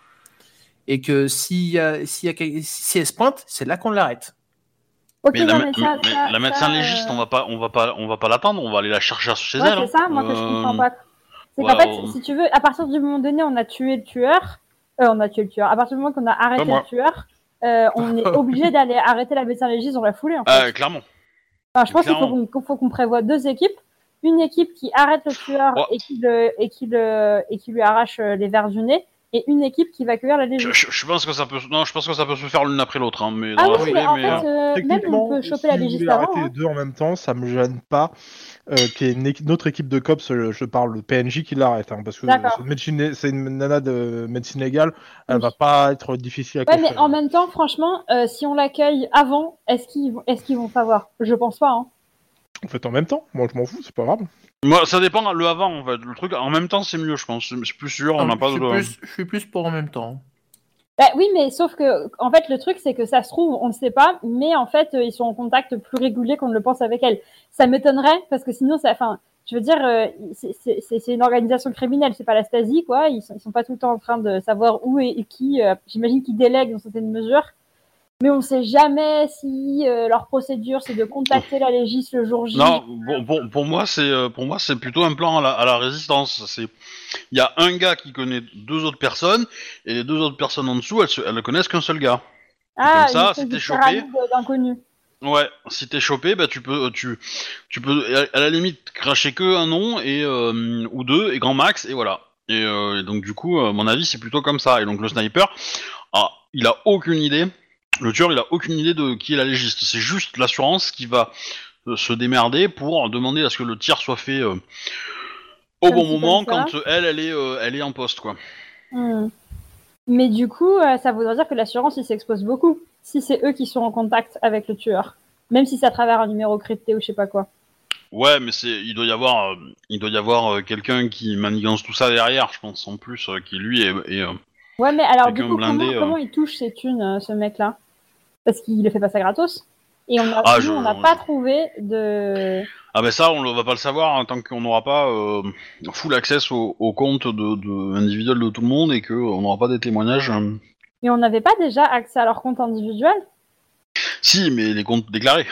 et que s'il y a, s'il y a, quel- si elle se pointe, c'est là qu'on l'arrête. Ok, Mais, la, non, mé- mais ça, mais ça- la médecin ça, légiste, euh, on va pas on va pas on va pas l'attendre, on va aller la chercher chez Ouais, elle. c'est ça, moi, que je Euh, comprends pas. C'est ouais, qu'en fait, ouais. si tu veux, à partir du moment donné, on a tué le tueur. Euh, on a tué le tueur. À partir du moment qu'on a arrêté Pas moi. le tueur, euh, on est obligé d'aller arrêter la médecin légiste dans la foulée, en fait. Euh, clairement. Enfin, je pense qu'il faut clairement. qu'on qu'il faut qu'on prévoit deux équipes. Une équipe qui arrête le tueur Ouais. et, qui le, et, qui le, et qui lui arrache euh, les verres du nez, et une équipe qui va cueillir la Je, légiste. je, je pense que ça peut non, je pense que ça peut se faire l'une après l'autre hein, mais Ah dans la oui, foulée, mais en mais, fait, euh, euh, même Techniquement, on peut choper si la vous légiste voulez avant. arrêter hein. les deux en même temps, ça me gêne pas euh, qu'il y ait une, équi- une autre équipe de cops, euh, je parle de P N J qui l'arrête, hein, parce que D'accord. c'est une, médecine- c'est une nana de médecine légale, elle Oui. va pas être difficile à Ouais, coffrer. mais en même temps, franchement, euh, si on l'accueille avant, est-ce qu'ils vont, est-ce qu'ils vont savoir? Je pense pas. Hein. En fait, en même temps, moi je m'en fous, c'est pas grave. moi ça dépend le avant en fait. Le truc en même temps c'est mieux je pense. C'est c'est plus sûr, on n'a pas je, suis de plus, je suis plus pour en même temps. Bah, oui, mais sauf que, en fait, le truc, c'est que ça se trouve, on ne sait pas, mais en fait, euh, ils sont en contact plus régulier qu'on ne le pense avec elle. Ça m'étonnerait, parce que sinon, ça, enfin, je veux dire, euh, c'est- c'est c'est- c'est une organisation criminelle, c'est pas la Stasi, quoi. Ils sont, ils sont pas tout le temps en train de savoir où et, et qui. euh, J'imagine qu'ils délèguent dans certaines mesures, mais on ne sait jamais si euh, leur procédure, c'est de contacter la légiste le jour J. Non, bon, bon, pour moi c'est euh, pour moi c'est plutôt un plan à la, à la résistance. C'est il y a un gars qui connaît deux autres personnes et les deux autres personnes en dessous elles, se- elles ne connaissent qu'un seul gars. Ah, comme ça, une espèce si de t'es chopé- pyramide d'inconnus. Ouais, si t'es chopé, bah tu peux tu tu peux à la limite cracher que un nom et euh, ou deux et grand max et voilà. Et, euh, et donc du coup, à mon avis c'est plutôt comme ça. Et donc le sniper, ah, il a aucune idée. Le tueur, il a aucune idée de qui est la légiste. C'est juste l'assurance qui va euh, se démerder pour demander à ce que le tir soit fait euh, au Comme bon ci, moment comme ça. quand euh, elle, elle est, euh, elle est en poste, quoi. Hmm. Mais du coup, euh, ça voudrait dire que l'assurance, il s'expose beaucoup. Si c'est eux qui sont en contact avec le tueur. Même si c'est à travers un numéro crypté ou je sais pas quoi. Ouais, mais c'est, il doit y avoir, euh, il doit y avoir euh, quelqu'un qui manigance tout ça derrière, je pense, en plus, euh, qui lui est, est, euh, Ouais, mais alors du Quelqu'un coup, blindé, comment, euh. comment il touche ces thunes, euh, ce mec-là? Parce qu'il le fait pas ça gratos. Et on a, Ah, nous, je- on n'a je- pas trouvé de... Ah ben ça, on ne va pas le savoir hein, tant qu'on n'aura pas euh, full access au, au compte de, de individuel de tout le monde et qu'on n'aura pas des témoignages. euh. Mais on n'avait pas déjà accès à leur compte individuel? Si, mais les comptes déclarés.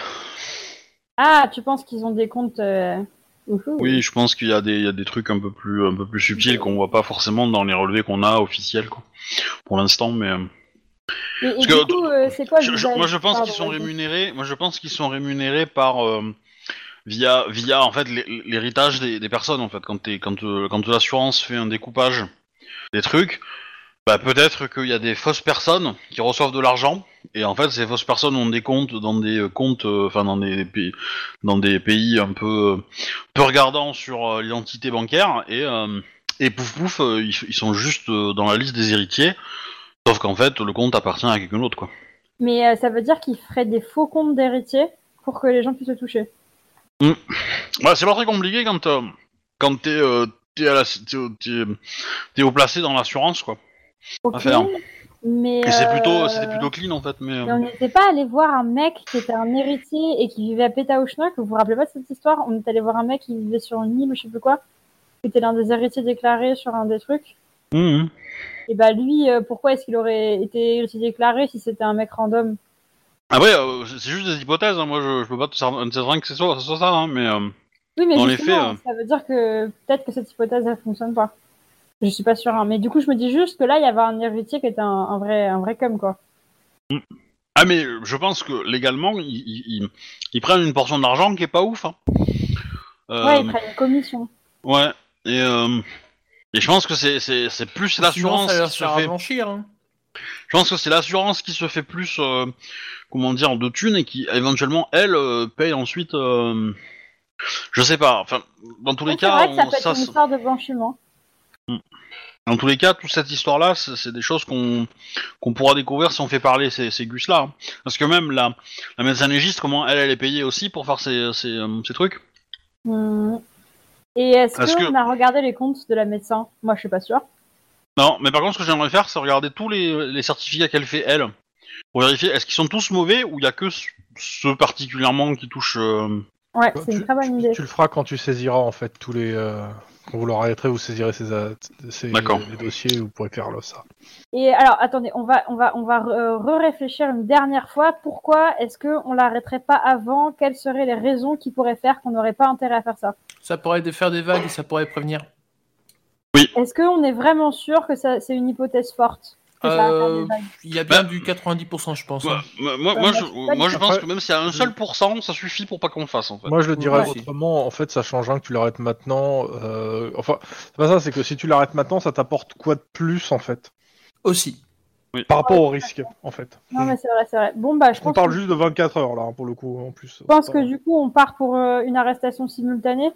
Ah, tu penses qu'ils ont des comptes... euh, ouhou. Oui, je pense qu'il y a des, il y a des trucs un peu plus, un peu plus subtils qu'on voit pas forcément dans les relevés qu'on a officiels, quoi. Pour l'instant, mais. euh, Et, et Parce du que- coup, euh, c'est quoi le je- je- visage moi, je pense Pardon, qu'ils sont vas-y. rémunérés. Moi, je pense qu'ils sont rémunérés par euh, via, via en fait l'hé- l'héritage des, des personnes en fait. Quand t'es, quand, euh, quand l'assurance fait un découpage des trucs. Bah peut-être qu'il y a des fausses personnes qui reçoivent de l'argent et en fait ces fausses personnes ont des comptes dans des euh, comptes, enfin euh, dans des pays, dans des pays un peu euh, peu regardants sur euh, l'identité bancaire et euh, et pouf pouf euh, ils, ils sont juste euh, dans la liste des héritiers, sauf qu'en fait le compte appartient à quelqu'un d'autre quoi. Mais euh, ça veut dire qu'ils feraient des faux comptes d'héritiers pour que les gens puissent le toucher. Mmh. Ouais, c'est pas très compliqué quand euh, quand t'es euh, t'es à la t'es, t'es, t'es haut placé dans l'assurance quoi. Ok. À faire. Mais Et c'est plutôt euh, c'était plutôt clean en fait mais. mais Euh... on n'était pas allé voir un mec qui était un héritier et qui vivait à Pétaouchnok. Vous vous rappelez pas de cette histoire? On est allé voir un mec qui vivait sur une île ou je sais plus quoi, qui était l'un des héritiers déclarés sur un des trucs. Mmh. Et bah lui, euh, pourquoi est-ce qu'il aurait été héritier déclaré si c'était un mec random? Après, euh, c'est juste des hypothèses, hein. Moi je, je peux pas te certain que c'est soit, soit ça, hein, mais euh, Oui, mais dans les justement, faits, euh, ça veut dire que peut-être que cette hypothèse elle fonctionne pas. Je suis pas sûre, hein. Mais du coup je me dis juste que là il y avait un héritier qui était un, un vrai un vrai cum quoi. ah mais je pense que légalement ils, ils, ils- ils prennent une portion d'argent qui est pas ouf. Hein. Euh, Ouais, ils prennent une commission. ouais. Et, euh, et je pense que c'est c'est c'est plus Sinon, l'assurance ça va qui se se faire fait. blanchir. Hein. Je pense que c'est l'assurance qui se fait plus, euh, comment dire, de thunes et qui éventuellement elle euh, paye ensuite. Euh, je sais pas. Enfin, dans tous les Donc, c'est cas, vrai que ça on- peut être ça, une c'est- histoire de blanchiment. dans tous les cas, toute cette histoire-là, c'est c'est des choses qu'on qu'on pourra découvrir si on fait parler ces, ces gus-là. Hein. Parce que même la, la médecin légiste, comment elle, elle est payée aussi pour faire ces, ces, euh, ces trucs. Hmm. Et est-ce Parce qu'on que- a regardé les comptes de la médecin? Moi je suis pas sûre. Non, mais par contre, ce que j'aimerais faire, c'est regarder tous les, les certificats qu'elle fait, elle, pour vérifier est-ce qu'ils sont tous mauvais ou il y a que ce- ceux particulièrement qui touchent... euh, Ouais, Bah, c'est tu, une très bonne tu- idée. tu le feras quand tu saisiras en fait tous les. Euh, quand vous leur arrêterez, vous saisirez ces, a- ces D'accord. les dossiers, vous pourrez faire là, ça. Et alors attendez, on va on va on va re- re-réfléchir une dernière fois. Pourquoi est-ce que on l'arrêterait pas avant? Quelles seraient les raisons qui pourraient faire qu'on n'aurait pas intérêt à faire ça? Ça pourrait de faire des vagues et ça pourrait prévenir. Est-ce qu'on est vraiment sûr que ça c'est une hypothèse forte? Que ça va faire Euh, des vagues Il y a bien Bah, du quatre-vingt-dix pour cent, je pense. Moi, hein. moi, moi, Ouais, moi, moi, je, je suis pas moi, je sûre. pense Après- que même s'il y a un seul pourcent, ça suffit pour pas qu'on le fasse, en fait. Moi, je le dirais Ouais. autrement. En fait, ça change rien que tu l'arrêtes maintenant. Euh, enfin, c'est pas ça. C'est que si tu l'arrêtes maintenant, ça t'apporte quoi de plus en fait, Aussi. par rapport au risque, en fait. Non mais c'est vrai, c'est vrai. Bon bah je On pense parle que, juste de vingt-quatre heures là, hein, pour le coup, en plus. je pense que du coup on part pour euh, une arrestation simultanée.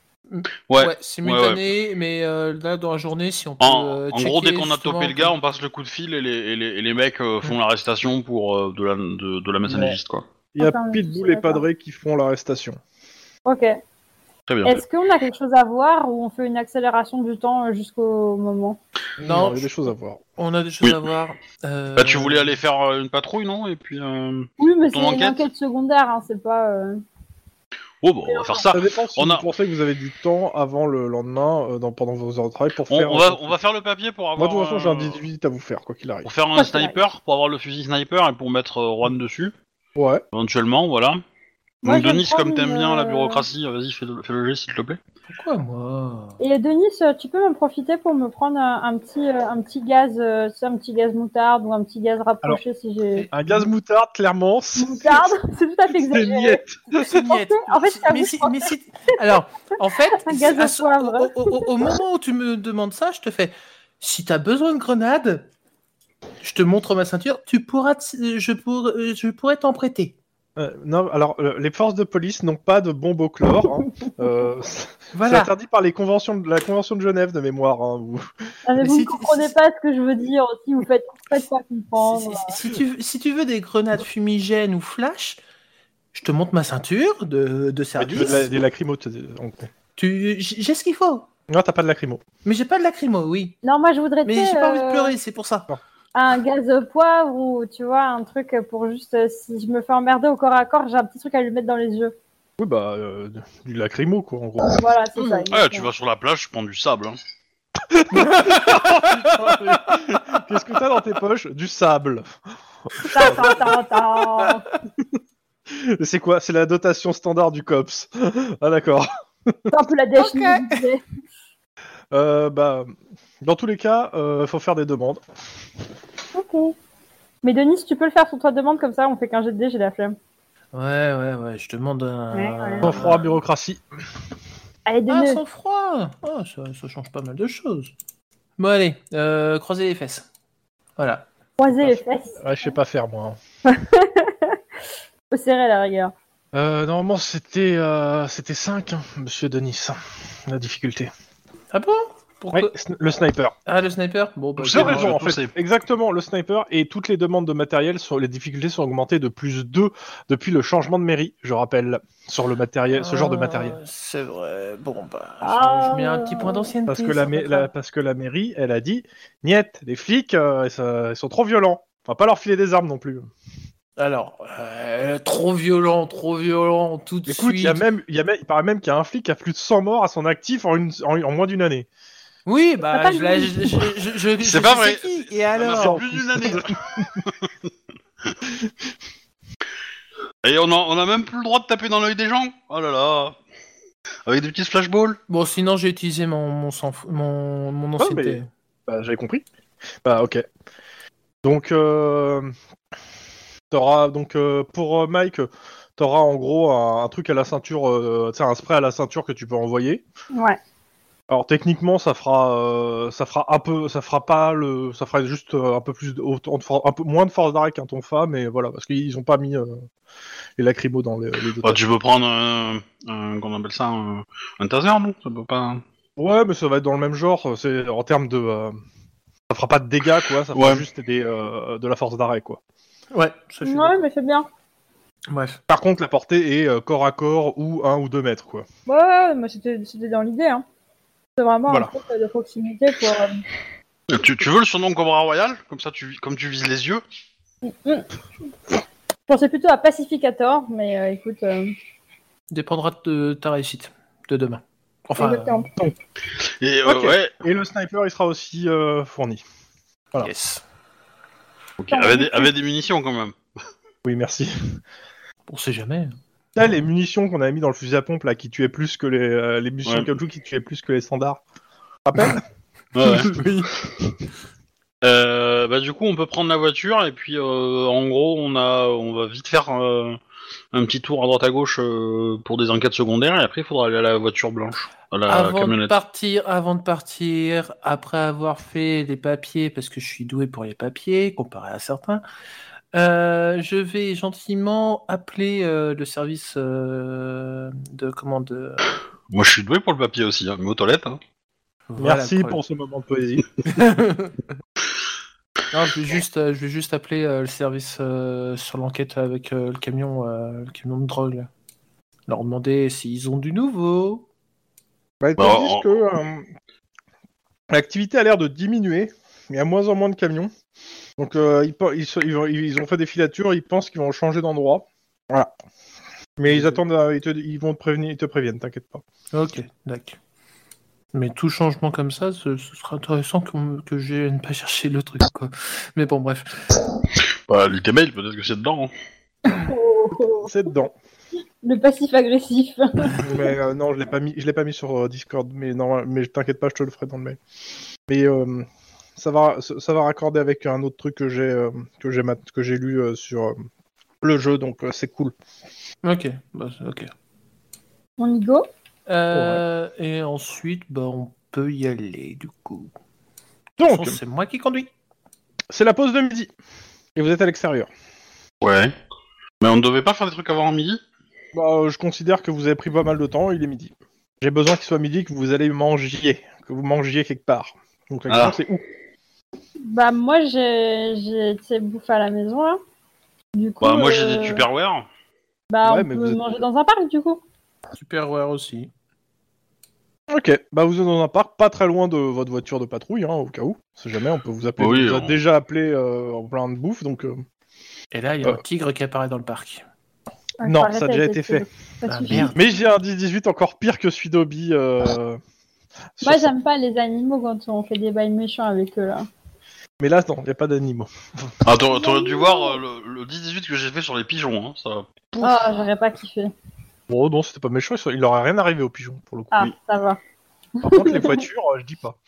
Ouais. Ouais, simultané, mais euh, là dans la journée, si on peut. En, euh, en gros, dès checker qu'on a justement topé le gars, on passe le coup de fil et les, et les, et les mecs euh, font l'arrestation pour euh, de la de, de la médecin Ouais. légiste, quoi. Il y a Enfin, je Pitbull sais et pas. Padré qui font l'arrestation. Ok. Très bien. Est-ce qu'on a quelque chose à voir ou on fait une accélération du temps euh, jusqu'au moment? Non, il y a des choses à voir. on a des choses Oui. à voir. Euh, Bah, tu voulais aller faire euh, une patrouille, non? Et puis. Euh... Oui, mais c'est Ton une enquête enquête secondaire, hein, c'est pas. euh, Oh, bon, on va faire ça. Ça dépend si on vous a- pensez que vous avez du temps avant le lendemain, euh, dans, pendant vos heures de travail, pour On, faire. on va, on va faire le papier pour Moi, avoir. de toute façon, j'ai un euh, dix-huit à vous faire, quoi qu'il arrive. Pour faire un Quoi qu'il sniper, pour avoir le fusil sniper et pour mettre euh, Juan dessus, Ouais. éventuellement, voilà. Moi, Donc je vais Denis, prendre comme t'aimes une, bien la euh, bureaucratie, vas-y, fais le, fais le jet, s'il te plaît. Pourquoi moi Et Denis, euh, tu peux m'en profiter pour me prendre un, un petit, euh, un petit gaz, euh, tu sais, un petit gaz moutarde ou un petit gaz rapproché si j'ai. Un gaz moutarde, clairement, c'est Moutarde, c'est tout à fait des exagéré. miettes. C'est niette. en fait, ça mais vous si, prend- mais si- Alors, en fait, Un gaz à au ce- poivre. au, au- au moment où tu me demandes ça, je te fais. Si t'as besoin de grenades, je te montre ma ceinture. Tu pourras, te- je pourrais, je pourrais t'en prêter. Euh, non, alors, euh, les forces de police n'ont pas de bombes au chlore. Hein. Euh, c'est Voilà. interdit par les conventions de la Convention de Genève, de mémoire. Hein, où- Ah, mais Mais vous si ne tu- comprenez si- pas ce que je veux dire aussi, vous faites, vous faites pas comprendre. Si, si- si tu, si tu veux des grenades fumigènes ou flash, je te montre ma ceinture de, de Mais tu veux de la- service. des lacrymos. tu- donc- Tu, j'ai j'ai ce qu'il faut. Non, t'as pas de lacrymo. Mais j'ai pas de lacrymo, oui. Non, moi je voudrais Mais tu sais, j'ai pas envie de euh, pleurer, c'est pour ça. un gaz au poivre ou tu vois un truc pour juste euh, si je me fais emmerder au corps à corps, j'ai un petit truc à lui mettre dans les yeux. Oui, bah, euh, du lacrymo, quoi, en gros. Voilà, c'est ça. Ouais, exactement. tu vas sur la plage, tu prends du sable. Hein. Qu'est-ce que t'as dans tes poches? Du sable. Ta, ta, ta, ta. C'est quoi? C'est la dotation standard du COPS. Ah, d'accord. C'est un peu la dèche Ok. du budget. Euh, bah, dans tous les cas, euh, faut faire des demandes. Ok. Mais Denis, tu peux le faire sur toi demande comme ça, on fait qu'un jet de dés, j'ai la flemme. Ouais, ouais, ouais, je demande un. Ouais, ouais. Sans froid, bureaucratie. Allez, Ah, Denis. sans froid. Oh, ça, ça change pas mal de choses. Bon, allez, euh, croisez les fesses. Voilà. Croiser les fesses. Ouais, je sais pas faire, moi. Faut serrer la rigueur. Euh, normalement, c'était euh, c'était cinq, hein, monsieur Denis, la difficulté. Ah bon? Pourquoi? Ouais, sn- le sniper. Ah, le sniper? Bon, bah, Vous J'ai C'est bon, raison, je en trouve fait. c'est- Exactement, le sniper et toutes les demandes de matériel, sur les difficultés sont augmentées de plus deux depuis le changement de mairie, je rappelle, sur le matériel, ce genre de matériel. Ah, c'est vrai. Bon, bah, je- Ah. je, mets un petit point d'ancienneté. Parce que, la, c'est ma- pas la- grave. parce que la mairie, elle a dit, niet, les flics, euh, ils, sont- ils sont trop violents. On va pas leur filer des armes non plus. Alors, euh, trop violent, trop violent, tout de Écoute, il suite. y a même, il y a même, il paraît même qu'il y a un flic qui a plus de cent morts à son actif en, une, en, en moins d'une année. Oui, T'as bah, pas je, le la- goût. je, je, je, je- je C'est pas sais vrai. qui. Et Ça alors fait plus d'une année. Et on a, on a même plus le droit de taper dans l'œil des gens. Oh là là. Avec des petits flashballs. Bon, sinon, j'ai utilisé mon, mon, sang- mon, mon ancienneté. mais- Bah, j'avais compris. Bah, ok. Donc, euh, t'auras donc euh, pour euh, Mike, t'auras en gros un, un truc à la ceinture, euh, tu sais, un spray à la ceinture que tu peux envoyer. Ouais. Alors techniquement, ça fera, euh, ça fera un peu, ça fera pas le, ça fera juste euh, un peu plus, de, autant de for- un peu moins de force d'arrêt qu'un tonfa, mais voilà, parce qu'ils ont pas mis euh, les lacrymos dans les, les deux. Bah, tu peux prendre un, un qu'on appelle ça un, un taser, non? Ça peut pas. Ouais, mais ça va être dans le même genre. C'est en termes de, euh, ça fera pas de dégâts quoi, ça fera Ouais. juste des, euh, de la force d'arrêt quoi. Ouais, ça, je suis Ouais, mais c'est bien. d'accord. Bref. Par contre, la portée est euh, corps à corps ou un ou deux mètres quoi. Ouais, ouais, mais c'était c'était dans l'idée. Hein. C'est vraiment Voilà. un truc de proximité pour. euh, Tu, tu veux le surnom Cobra Royal? Comme ça, tu, comme tu vises les yeux. Je pensais plutôt à pacificator, mais euh, écoute. euh, Dépendra de ta réussite de demain. Enfin, Exactement. Et euh, Ok. ouais. Et le sniper, il sera aussi euh, fourni. euh, Voilà. yes. Ok. Avec des, avec des munitions quand même. Oui, merci. On sait jamais. Là, les munitions qu'on avait mis dans le fusil à pompe là, qui tuaient plus que les, euh, les munitions Ouais. de caoutchouc qui tuaient plus que les standards. Rappelle Ouais, ouais. Oui. Euh, bah du coup, on peut prendre la voiture et puis euh, en gros, on a, on va vite faire euh, un petit tour à droite à gauche euh, pour des enquêtes secondaires et après, il faudra aller à la voiture blanche, à la Avant de camionnette. partir, avant de partir, après avoir fait les papiers, parce que je suis doué pour les papiers, comparé à certains, euh, je vais gentiment appeler euh, le service euh, de commande. euh, Moi, je suis doué pour le papier aussi, hein, mais aux toilettes. Hein. voilà Merci le pour problème. ce moment de poésie. Non, je vais juste, euh, je vais juste appeler euh, le service euh, sur l'enquête avec euh, le camion, euh, le camion de drogue. Là. Leur demander s'ils ont du nouveau. Bah, ils te Bah, disent en- que euh, l'activité a l'air de diminuer. Il y a moins en moins de camions. Donc euh, ils, pe- ils, se- ils, vont- ils ont fait des filatures, ils pensent qu'ils vont changer d'endroit. Voilà. Mais ils attendent, euh, ils, te, ils vont te prévenir, ils te préviennent, t'inquiète pas. Ok, d'accord. Mais tout changement comme ça, ce, ce sera intéressant qu'on- que je vienne pas chercher le truc, quoi. Mais bon, bref. Bah, lit tes mails, peut-être que c'est dedans. Hein. Oh, oh, C'est dedans. le passif agressif. Mais euh, non, je l'ai pas mis, je l'ai pas mis sur euh, Discord. Mais non, mais t'inquiète pas, je te le ferai dans le mail. Mais euh, ça va, ça va raccorder avec un autre truc que j'ai, euh, que j'ai, mat- que j'ai lu euh, sur euh, le jeu, donc euh, c'est cool. Ok, bah, ok. On y go. Euh, Et ensuite, bah, on peut y aller, du coup. De toute Donc, façon, c'est moi qui conduis. c'est la pause de midi et vous êtes à l'extérieur. Ouais. Mais on ne devait pas faire des trucs avant midi? Bah, euh, je considère que vous avez pris pas mal de temps. Il est midi. J'ai besoin qu'il soit midi, que vous allez manger, que vous mangiez quelque part. Donc la question Ah. c'est où? Bah, moi, j'ai j'ai été bouffer à la maison, là. Du coup. Bah, moi, j'ai euh, des Tupperware. Bah, Ouais, on mais peut vous êtes- manger dans un parc, du coup. Superware aussi. Ok, bah vous êtes dans un parc pas très loin de votre voiture de patrouille, hein, au cas où. Si jamais, on peut vous appeler. Oui, on vous a on- déjà appelé euh, en plein de bouffe, donc. euh, Et là, il y a Euh. un tigre qui apparaît dans le parc. Ah, Non, faut arrêter ça a déjà avec été les fait. trucs. Ça Ah, suffit. merde. Mais j'ai un dix dix-huit encore pire que celui d'Obi. Euh... sur Moi, ça. j'aime pas les animaux quand on fait des bails méchants avec eux, là. Mais là, non, y a pas d'animaux. Ah, t'aurais, t'aurais dû voir euh, le, le dix dix-huit que j'ai fait sur les pigeons. Hein, ça... Ah, j'aurais pas kiffé. Bon, non, c'était pas méchant. Il il leur a rien arrivé aux pigeons pour le coup. Ah, Oui. ça va. Par contre, les voitures, euh, je dis pas.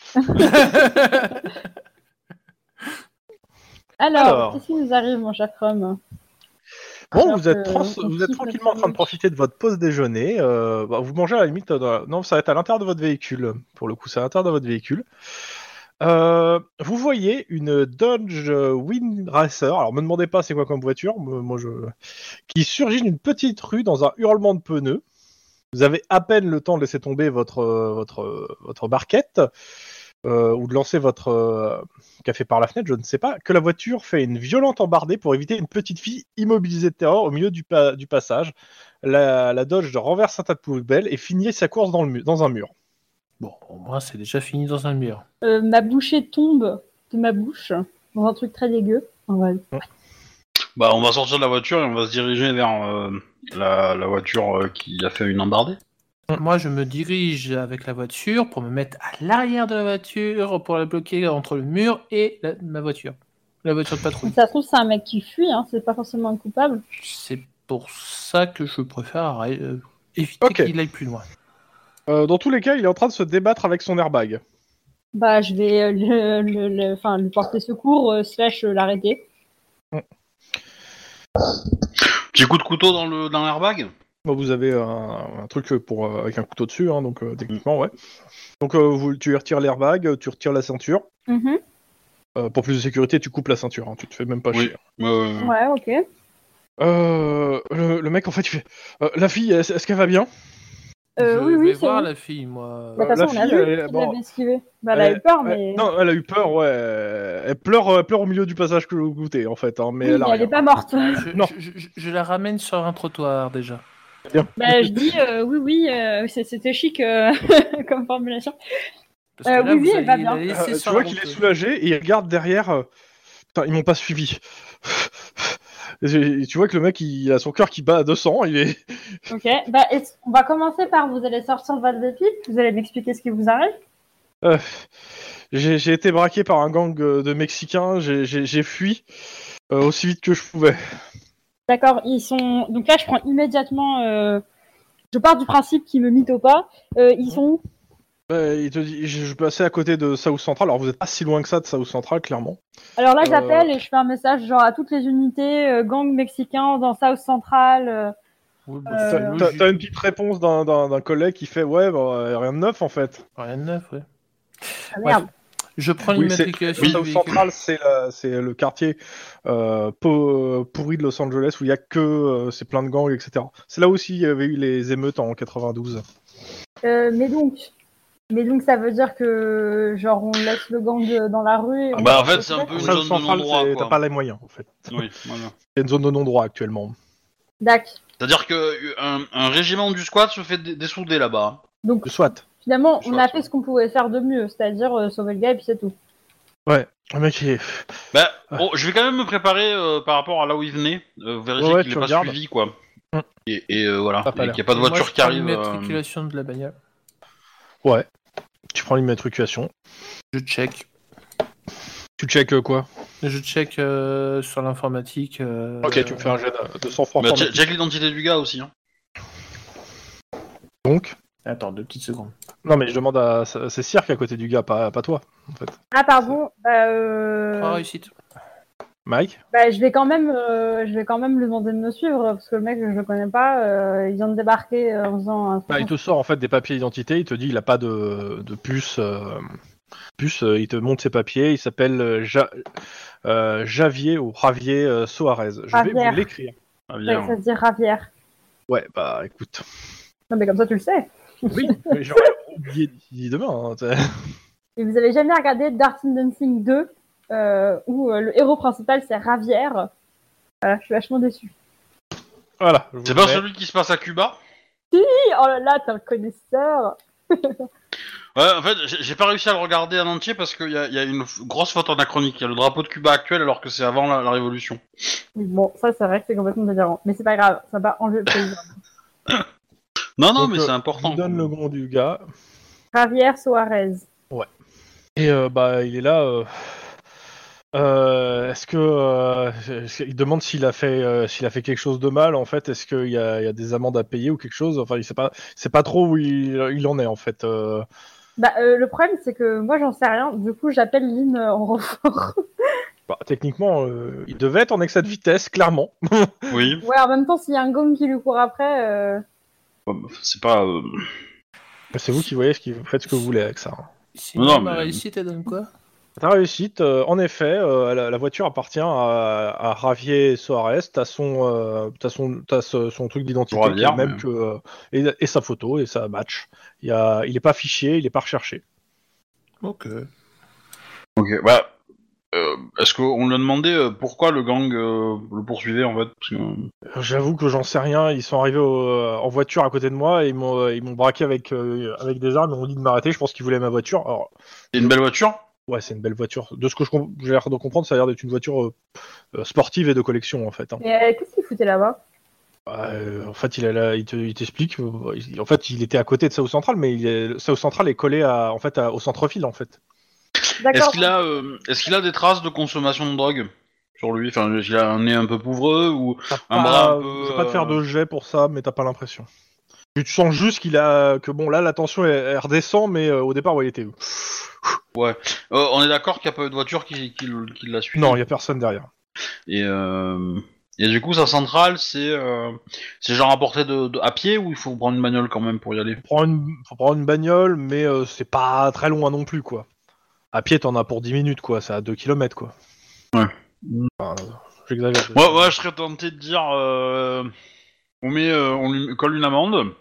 Alors, Alors. qu'est-ce qui nous arrive, mon cher Chrome? Bon, Alors vous êtes, que trans- on vous êtes kiffe tranquillement en train de notre profiter de votre pause déjeuner. Euh, bah, vous mangez à la limite. euh, dans- Non, ça va être à l'intérieur de votre véhicule. Pour le coup, c'est à l'intérieur de votre véhicule. Euh, vous voyez une Dodge Wind Racer. Alors, me demandez pas c'est quoi comme voiture. Moi, je qui surgit d'une petite rue dans un hurlement de pneus. Vous avez à peine le temps de laisser tomber votre votre votre barquette. Euh, ou de lancer votre euh, café par la fenêtre, je ne sais pas, que la voiture fait une violente embardée pour éviter une petite fille immobilisée de terreur au milieu du, pa- du passage. La, la Dodge renverse un tas de poubelles et finit sa course dans, le mu- dans un mur. Bon, au moins, c'est déjà fini dans un mur. Euh, ma bouchée tombe de ma bouche dans un truc très dégueu. En vrai. Bah, on va sortir de la voiture et on va se diriger vers euh, la, la voiture euh, qui a fait une embardée. Moi, je me dirige avec la voiture pour me mettre à l'arrière de la voiture pour la bloquer entre le mur et la- ma voiture. La voiture de patrouille. Ça se trouve, c'est un mec qui fuit, hein, c'est pas forcément un coupable. C'est pour ça que je préfère euh, éviter Ok. qu'il aille plus loin. Euh, dans tous les cas, il est en train de se débattre avec son airbag. Bah, je vais euh, le, le, le- enfin, lui porter secours, euh, slash euh, l'arrêter. Petit coup de couteau dans le dans l'airbag. Bon, vous avez un, un truc pour, euh, avec un couteau dessus, hein, donc euh, techniquement, ouais. Donc euh, vous, tu retires l'airbag, tu retires la ceinture. Mhm. Euh, pour plus de sécurité, tu coupes la ceinture, hein, tu te fais même pas Oui. chier. Euh, Ouais, ok. Euh, le, le mec, en fait, il fait euh, la fille, est-ce, est-ce qu'elle va bien? Euh, je oui, oui, vais c'est voir bon. la fille, moi. Bah, de toute la façon, on a fille, vu elle- qu'il bon, avait esquivé. Bah, elle a eu peur, elle- mais... Non, elle a eu peur, ouais. Elle pleure, elle pleure au milieu du passage que vous goûtez, en fait. Hein, mais oui, elle a mais elle rien. est pas morte. Je, Non. je- je- je la ramène sur un trottoir déjà. Bah, je dis euh, oui, oui, euh, c'est- c'était chic euh, comme formulation. Parce Euh, que là, oui, vous oui, elle va allez la bien. laisser Euh, sur tu vois la qu'il est route. soulagé et il regarde derrière. euh, Putain, ils m'ont pas suivi. Et tu vois que le mec, il a son cœur qui bat à deux cents. Il est. Ok, bah, est-ce- on va commencer par vous allez sortir de votre véhicule, vous allez m'expliquer ce qui vous arrive. Euh, j'ai, j'ai été braqué par un gang euh, de Mexicains. J'ai, j'ai, j'ai fui euh, aussi vite que je pouvais. D'accord, ils sont. Donc là, je prends immédiatement. euh, Je pars du principe qu'ils me mythent pas. Euh, ils sont où? Ouais, il te dit, je, je passais à côté de South Central. Alors vous êtes pas si loin que ça de South Central, clairement. Alors là, Euh, j'appelle et je fais un message genre à toutes les unités euh, gang mexicain dans South Central. euh, Oui, bah, Euh, c'est T'as, logique. t'as- t'as une petite réponse d'un, d'un, d'un collègue qui fait ouais, bah, euh, rien de neuf en fait. Rien de neuf, ouais. Ah, merde. Je prends Oui, c'est, l'immatriculation oui, du South véhicule. Central, c'est, la- c'est le quartier euh, po- pourri de Los Angeles où il y a que euh, c'est plein de gangs, et cetera. C'est là aussi il y avait eu les émeutes en quatre-vingt-douze. Euh, mais donc, mais donc ça veut dire que genre on laisse le gang euh, dans la rue. Et on Bah, en va- fait, c'est un peu une South zone de Central, non-droit, c'est- quoi. t'as pas les moyens en fait. Oui, voilà. C'est une zone de non-droit actuellement. D'accord. C'est-à-dire que euh, un, un régiment du squad se fait dé- dessouder là-bas. Donc Soit. finalement, on Soit, a soit. fait ce qu'on pouvait faire de mieux, c'est-à-dire euh, sauver le gars et puis c'est tout. Ouais. Le mec il est. Bah, Ah. bon, je vais quand même me préparer euh, par rapport à là où il venait, euh, vérifier Ouais, ouais, qu'il tu n'est pas regardes. suivi, quoi. Hum. Et, et, euh, voilà, Ça a pas et l'air. qu'il n'y a pas de Et moi, voiture je qui prends arrive. euh, l'immatriculation de la bagnole. Ouais. Tu prends l'immatriculation. Je check. Tu check euh, quoi? Je check euh, sur l'informatique. euh, Ok, tu me fais un jet de, de sang-froid. Bah, check, informatique. check l'identité du gars aussi. Hein. Donc. Attends, deux petites secondes. Non mais je demande à. C'est Cirque à côté du gars, pas, pas toi, en fait. Ah pardon. Bah, euh... Trois réussites. Mike? bah, je vais quand même, euh, je vais quand même lui demander de me suivre parce que le mec je le connais pas. euh, il vient de débarquer euh, en faisant un. Bah, il te sort en fait des papiers d'identité, il te dit il a pas de, de puce. euh, puce, euh, il te montre ses papiers, il s'appelle euh, Ja- euh, Javier ou Javier euh, Soares. Je vais Javier. vous l'écrire. Ah, Ouais, bien. ça se dit Ravière. Ouais, bah écoute. Non mais comme ça tu le sais. Oui, mais j'aurais oublié d'ici demain. Hein, t'sais. Et vous avez jamais regardé Dancing Dancing deux euh, où euh, le héros principal c'est Ravière. Voilà, je suis vachement déçue. Voilà. je vous C'est le pas mets. celui qui se passe à Cuba? Oui, oh là là, t'es un connaisseur. Ouais, en fait, j'ai j'ai pas réussi à le regarder en entier parce qu'il y a, y a une f- grosse faute anachronique. Il y a le drapeau de Cuba actuel alors que c'est avant la, la Révolution. Bon, ça c'est vrai que c'est complètement délirant. Mais c'est pas grave, ça va enlever le plaisir. Non, non, Donc, mais euh, c'est Je important. vous donne le nom du gars. Javier Soares. Et euh, bah il est là. euh, euh, est-ce que euh, est-ce- il demande s'il a fait euh, s'il a fait quelque chose de mal en fait. Est-ce qu'il y a, il y a des amendes à payer ou quelque chose. Enfin il sait pas. C'est pas trop où il, il en est en fait. euh. Bah, euh, le problème c'est que moi j'en sais rien. Du coup, j'appelle Lynn euh, en renfort. Bah, techniquement, euh, il devait être en excès de vitesse, clairement. Oui. Ouais, en même temps, s'il y a un gang qui lui court après. Euh... Ouais, bah, c'est pas. euh, C'est vous qui voyez ce qui faites ce que vous voulez avec ça. hein. Sinon, Non, ma mais- réussite, elle donne quoi? Ta réussite, euh, en effet, euh, la, la voiture appartient à, à Javier Soares. T'as son, euh, t'as son, t'as ce- son truc d'identité Pour qui est le dire, même mais- que euh, et, et sa photo et ça match. Il y a, il est pas fiché, il est pas recherché. Ok. Ok, bah. Euh, est-ce qu'on lui a demandé euh, pourquoi le gang euh, le poursuivait en fait parce que, euh, J'avoue que j'en sais rien. Ils sont arrivés au- euh, en voiture à côté de moi et ils m'ont, ils m'ont braqué avec euh, avec des armes. Ils m'ont dit de m'arrêter. Je pense qu'ils voulaient ma voiture. Alors, C'est je- une belle voiture. ouais, c'est une belle voiture. De ce que je com- j'ai l'air de comprendre, ça a l'air d'être une voiture euh, euh, sportive et de collection en fait. hein. Et euh, qu'est-ce qu'il foutait là-bas? Euh, en fait, il, a la- il te- il t'explique. euh, il- En fait, il était à côté de South Central, mais il est, South Central est collé à, en fait, à- au centre-ville, en fait. Est-ce D'accord. qu'il a euh, est-ce qu'il a des traces de consommation de drogue sur lui? Enfin, est-ce qu'il a un nez un peu pouvreux ou T'as un bras un pas, peu. je vais pas te faire euh, de jet pour ça, mais t'as pas l'impression. Tu tu sens juste qu'il a, que bon, là, la tension elle, elle redescend, mais euh, au départ, ouais, il était. Ouais. Euh, on est d'accord qu'il n'y a pas eu de voiture qui, qui, le- qui l'a suivi. Non, il y a personne derrière. Et euh, et du coup, sa centrale, c'est euh, c'est genre à portée de, de- à pied ou il faut prendre une bagnole quand même pour y aller? Faut prendre une, faut prendre une bagnole, mais euh, c'est pas très loin non plus, quoi. À pied, t'en as pour dix minutes, quoi. C'est à deux kilomètres, quoi. Ouais. Enfin, j'exagère. Moi, moi, je serais tenté de dire, euh, on met, euh, on lui colle une amende,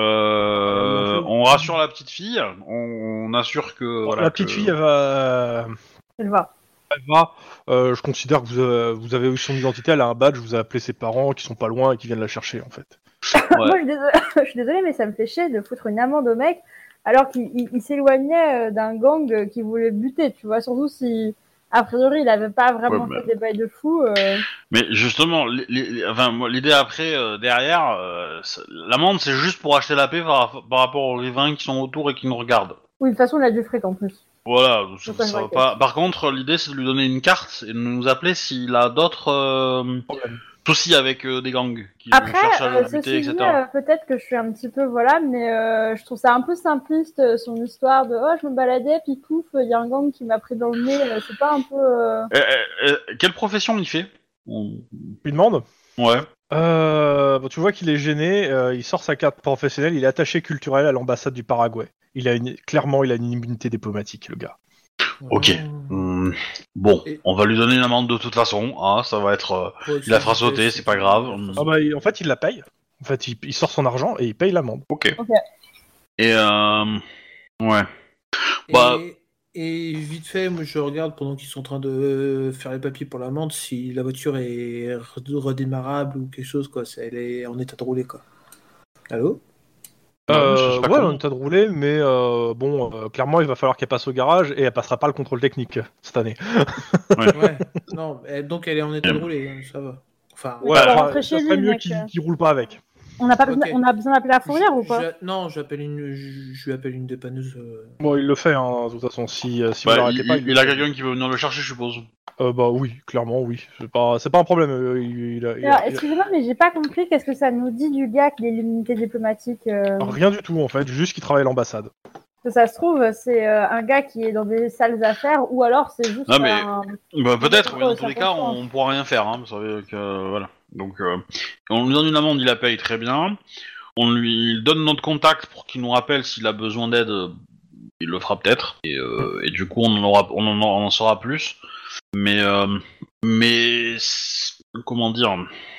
euh, on rassure la petite fille, on, on assure que voilà. La petite que- fille, elle va. Je le vois. Elle va. Euh, je considère que vous avez, vous avez eu son identité, elle a un badge, vous avez appelé ses parents qui sont pas loin et qui viennent la chercher, en fait. Moi, je suis, désolée, je suis désolée, mais ça me fait chier de foutre une amende au mec alors qu'il il- il s'éloignait euh, d'un gang euh, qui voulait buter, tu vois. Surtout si, a priori, il avait pas vraiment Ouais, fait mais- des bails de fou. euh. Mais justement, li- li- enfin, moi, l'idée après, euh, derrière, euh, c'est- l'amende, c'est juste pour acheter la paix par, par rapport aux riverains qui sont autour et qui nous regardent. Oui, de toute façon, il a du fric en plus. Voilà. Ça, C'est pas ça va vrai. pas... Par contre, l'idée, c'est de lui donner une carte et de nous appeler s'il a d'autres euh, soucis avec euh, des gangs qui Après, cherchent à euh, le buter, ceci et dit, cetera. euh, peut-être que je suis un petit peu, voilà, mais euh, je trouve ça un peu simpliste, euh, son histoire de « Oh, je me baladais, puis pouf, il y a un gang qui m'a pris dans le nez. » C'est pas un peu... euh, Eh, eh, eh, quelle profession il fait? On- Tu lui demandes Ouais. euh, bon, tu vois qu'il est gêné, euh, il sort sa carte professionnelle, il est attaché culturel à l'ambassade du Paraguay. Il a une... Clairement, il a une immunité diplomatique, le gars. Ok. Hum, Bon, Et- on va lui donner une amende de toute façon. Hein, ça va être. euh, Ouais, Il la c'est- fera sauter, c'est pas grave. Ah bah, il- en fait, il la paye. En fait, il, il sort son argent et il paye l'amende. Ok. Ok. Et euh... ouais. Et, Bah- et vite fait, moi je regarde pendant qu'ils sont en train de faire les papiers pour l'amende si la voiture est re- redémarrable ou quelque chose, quoi. C'est- Elle est en état de rouler, quoi. Allô? Ouais, mais je Euh, sais pas ouais, comment. on est de rouler, mais euh, bon, euh, clairement, il va falloir qu'elle passe au garage et elle passera pas le contrôle technique cette année. Ouais. Non, elle- donc elle est en état de rouler, hein, ça va. Enfin, Ouais, Ouais, faut enfin, rentrer ça chez serait lui, mieux mec. qu'il qu'il roule pas avec. On a, pas besoin, Ok. on a besoin d'appeler la fourrière ou pas? je- Non, j'appelle une, je, je lui appelle une dépanneuse. euh, Bon, il le fait, hein, de toute façon. Si, euh, si vous Bah, l'arrêtez il, pas, il- le il a fait. quelqu'un qui veut venir le chercher, je suppose. Euh, bah oui, clairement, oui. C'est pas, c'est pas un problème. euh, il, il a- il a- Alors, il a- excusez-moi, mais j'ai pas compris qu'est-ce que ça nous dit du gars qui a l'immunité diplomatique. euh, Rien du tout, en fait. Juste qu'il travaille à l'ambassade. que ça se trouve, c'est euh, un gars qui est dans des sales affaires, ou alors c'est juste Non, mais- un... Bah, peut-être, mais dans Ouais, tous les cas, cinquante on, on pourra rien faire. Hein, vous savez que euh, voilà. Donc, euh, on lui donne une amende, il la paye très bien. On lui donne notre contact pour qu'il nous rappelle s'il a besoin d'aide. euh, Il le fera peut-être. Et, euh, et du coup, on en aura, on en, on en saura plus. Mais, euh, mais c'est- comment dire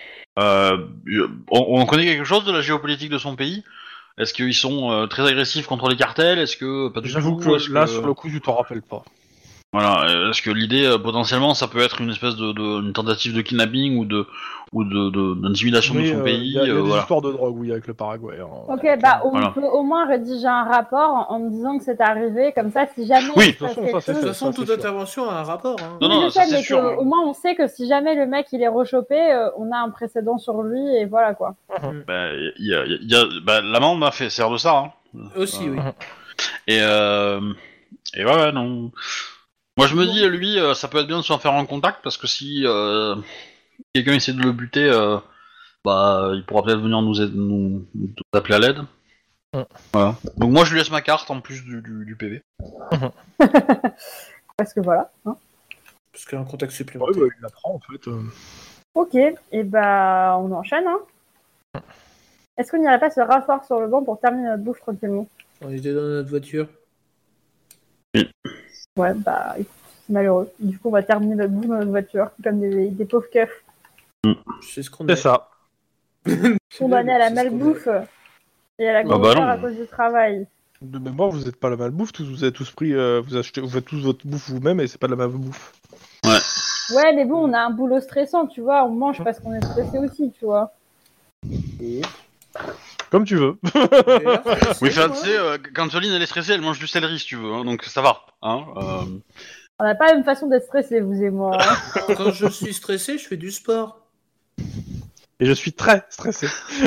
euh, on, on connaît quelque chose de la géopolitique de son pays? Est-ce qu'ils sont euh, très agressifs contre les cartels? Est-ce que pas du J'avoue tout? que Est-ce là, que- sur le coup, tu t'en rappelles pas. Voilà, euh, est-ce que l'idée euh, potentiellement ça peut être une espèce de, de une tentative de kidnapping ou de ou de de- d'intimidation Oui, de son euh, pays? il y a, il y a euh, des voilà. histoires de drogue, oui, avec le Paraguay. hein. Ok, bah on Voilà. peut au moins rédiger un rapport en, en me disant que c'est arrivé, comme ça, si jamais Oui, il de se toute passe façon, quelque ça, c'est De chose... toute façon, ça, toute c'est sûr. intervention a un rapport. Hein. Non, Oui, non, je ça, sais, c'est mais sûr, que, hein. au moins on sait que si jamais le mec il est rechopé, euh, on a un précédent sur lui, et voilà quoi. Bah, il y a, il y a, bah, l'amende m'a fait sert de ça. Hein. Aussi, Euh, oui. Et euh, et ouais, ouais, non. Moi je me dis lui, euh, ça peut être bien de s'en faire en contact parce que si euh, quelqu'un essaie de le buter, euh, bah il pourra peut-être venir nous, aider, nous, nous appeler à l'aide. Mm. Voilà. Donc moi je lui laisse ma carte en plus du, du, du P V. Parce que voilà. Hein. Parce qu'il y a un contact Ouais, supplémentaire. bah, il l'apprend, en fait. euh. Ok, et bah on enchaîne. Hein. Est-ce qu'on n'irait pas se rasseoir sur le banc pour terminer notre bouffe tranquillement? On était dans notre voiture. Ouais, bah écoute, malheureux. Du coup, on va terminer notre bouffe dans notre voiture, comme des, des pauvres keufs. C'est ce qu'on C'est est. ça. Condamnés à la C'est ce qu'on malbouffe et à la Ah bah grosseur non. à cause du travail. De mémoire, vous êtes pas la malbouffe, tous, vous avez tous pris, euh, vous achetez, vous faites tous votre bouffe vous-même et c'est pas de la malbouffe. Ouais, mais bon, on a un boulot stressant, tu vois. On mange parce qu'on est stressé aussi, tu vois. Comme tu veux. D'ailleurs, Oui, c'est enfin, quoi tu sais, euh, quand Soline elle est stressée, elle mange du céleri si tu veux, hein, donc ça va. Hein, euh... On n'a pas la même façon d'être stressé, vous et moi. hein. Quand je suis stressé, je fais du sport. Et je suis très stressé.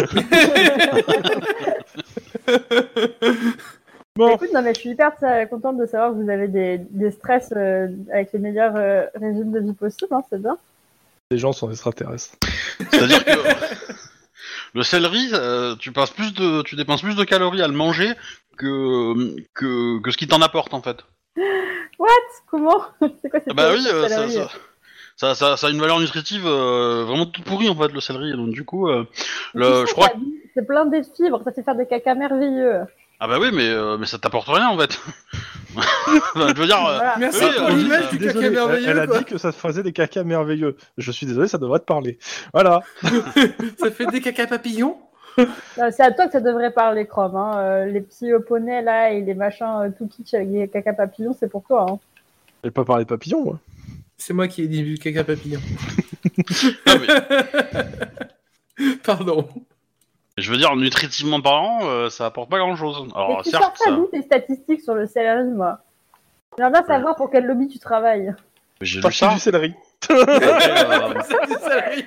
Bon, Écoute, non, mais je suis hyper euh, contente de savoir que vous avez des, des stress euh, avec les meilleurs euh, régimes de vie possibles, hein, c'est bien. les gens sont extraterrestres. C'est-à-dire que le céleri, euh, tu passes plus de, tu dépenses plus de calories à le manger que que, que ce qui t'en apporte en fait. Comment C'est quoi cette Ah bah oui, calorie, euh, ça, calorie ça, ça, ça, ça a une valeur nutritive euh, vraiment toute pourrie en fait le céleri. Donc du coup, euh, Mais le, tu sais, je crois. ça- C'est plein de fibres, ça fait faire des caca merveilleux. Ah bah oui, mais euh, mais ça t'apporte rien en fait. Enfin, je veux dire. euh, Voilà. Merci Oui, pour euh, l'image euh, du caca Désolé, elle, merveilleux. elle a quoi. dit que ça faisait des cacas merveilleux. Je suis désolé, ça devrait te parler. Voilà. Ça fait des caca papillons. Non, c'est à toi que ça devrait parler, Chrome. Hein. Euh, les petits euh, poneys là et les machins euh, tout kitsch avec des caca papillons, c'est pour toi. Hein. J'ai pas parlé de papillons, moi. C'est moi qui ai dit du caca papillon. ah, mais, Pardon. je veux dire, nutritivement parlant, euh, ça apporte pas grand-chose. Mais Alors tu certes, sors pas ça... d'où tes statistiques sur le céleri, moi. J'aimerais bien savoir pour quel lobby tu travailles. j'ai lu Parce que ça. du céleri. Et, euh, C'est du salarié.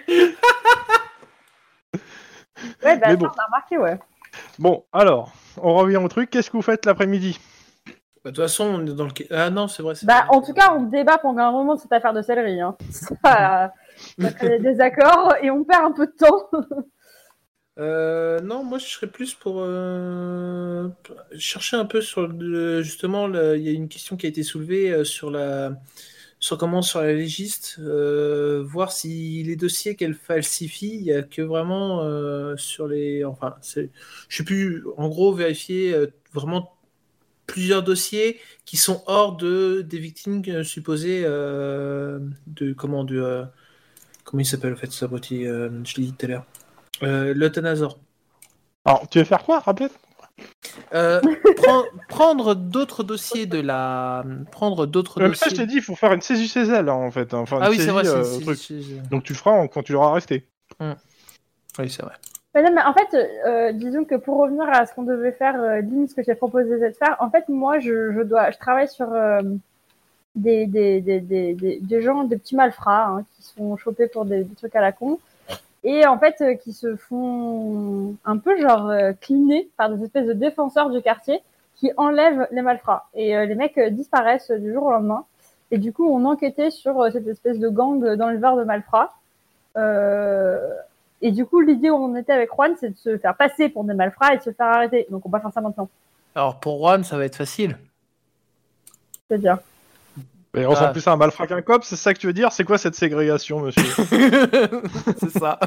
Ouais, bah Mais ça, bon. on a remarqué, ouais. Bon, alors, on revient au truc. Qu'est-ce que vous faites l'après-midi? Bah, de toute façon, on est dans le. Ah non, c'est vrai. c'est Bah, vrai. en tout cas, on débat pendant un moment de cette affaire de céleri. Hein. Ça, ça crée des désaccords et on perd un peu de temps. Euh, non, moi je serais plus pour euh, chercher un peu sur le, justement, le- il y a une question qui a été soulevée euh, sur la, sur comment sur la légiste, euh, voir si les dossiers qu'elle falsifie, il y a que vraiment euh, sur les, enfin, c'est, je sais plus, en gros vérifier euh, vraiment plusieurs dossiers qui sont hors de des victimes euh, supposées euh, de comment de euh, comment il s'appelle en fait ce abruti, euh, je l'ai dit tout à l'heure. Euh, l'euthanasie. Alors, tu veux faire quoi, rappelle? Euh, prend- prendre d'autres dossiers de la. Prendre d'autres Euh, mais ça, je dossiers. t'ai dit, il faut faire une saisie chez elle, hein, en fait. hein. Enfin, Ah une oui, c'est saisie, vrai, euh, c'est. au truc. c'est- c'est- Donc tu le feras en- quand tu l'auras resté. Oui, c'est vrai. Mais non, mais en fait, euh, disons que pour revenir à ce qu'on devait faire, euh, Lynn, ce que j'ai proposé de faire, en fait, moi, je, je dois, je travaille sur euh, des, des, des, des, des, des gens, des petits malfrats, hein, qui se font choper pour des, des trucs à la con, et en fait, euh, qui se font un peu genre euh, cleaner par des espèces de défenseurs du quartier qui enlèvent les malfrats. Et euh, les mecs euh, disparaissent du jour au lendemain. Et du coup, on enquêtait sur euh, cette espèce de gang d'enleveurs de malfrats. Euh, Et du coup, l'idée où on était avec Juan, c'est de se faire passer pour des malfrats et de se faire arrêter. Donc, on va faire ça maintenant. Alors, pour Juan, ça va être facile. C'est-à-dire. Mais on ressemble Ah. plus à un malfrat qu'un cop, c'est ça que tu veux dire? C'est quoi cette ségrégation, monsieur? C'est ça.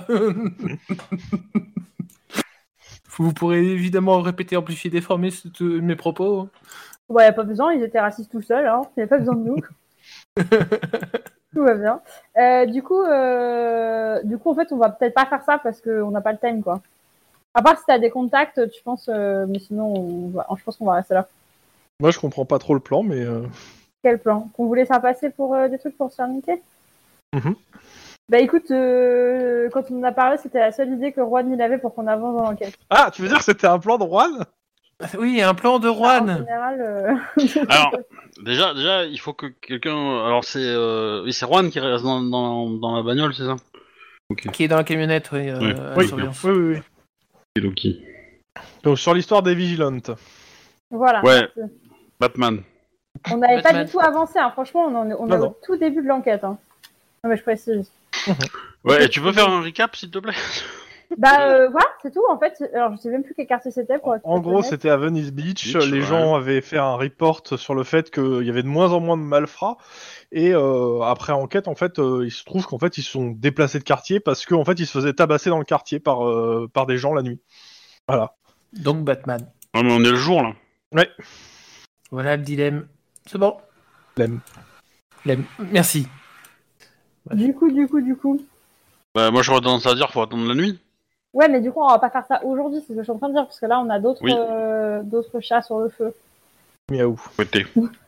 Vous pourrez évidemment répéter, amplifier, déformer ce- tous mes propos. Ouais, y a pas besoin, ils étaient racistes tout seuls. Hein. Il n'y a pas besoin de nous. Tout va bien. Euh, du coup, euh, du coup, en fait, on va peut-être pas faire ça parce qu'on n'a pas le time, quoi. À part si t'as des contacts, tu penses, euh, mais sinon, on va, je pense qu'on va rester là. Moi, je comprends pas trop le plan, mais... euh, Quel plan? Qu'on voulait faire passer pour euh, des trucs pour se faire niquer? Mhm. Bah écoute, euh, quand on en a parlé, c'était la seule idée que Juan il avait pour qu'on avance dans l'enquête. Ah, tu veux dire que c'était un plan de Juan? Oui, un plan de En Juan. général, euh... Alors, déjà, déjà, il faut que quelqu'un. Alors c'est, euh... oui, c'est Juan qui reste dans, dans, dans la bagnole, c'est ça? Ok. Qui est dans la camionnette, oui. euh, Oui. à la Oui, surveillance. oui, oui, oui. Ok. Donc, sur l'histoire des vigilantes. voilà. Ouais. merci. Batman. On n'avait pas Batman. du tout avancé, hein. Franchement, on, en est, on Non, est non. au tout début de l'enquête. Hein. Non mais je précise. Ouais, et tu peux faire un recap, s'il te plaît? Bah euh, voilà, c'est tout en fait. Alors je sais même plus quel quartier c'était pour être En tout gros, honnête. c'était à Venice Beach. Beach, les ouais. gens avaient fait un report sur le fait qu'il y avait de moins en moins de malfrats. Et euh, après enquête, en fait, euh, il se trouve qu'en fait, ils se sont déplacés de quartier parce qu'en fait, ils se faisaient tabasser dans le quartier par, euh, par des gens la nuit. Voilà. Donc Batman. Non, mais on est le jour là. Ouais. Voilà le dilemme. C'est bon. Lemme. La- Merci. Du coup, du coup, du coup. Bah, moi, j'aurais tendance à dire qu'il faut attendre la nuit. Ouais, mais du coup, on va pas faire ça aujourd'hui, c'est ce que je suis en train de dire, parce que là, on a d'autres Oui. euh, d'autres chats sur le feu. Miaou. Fouetté.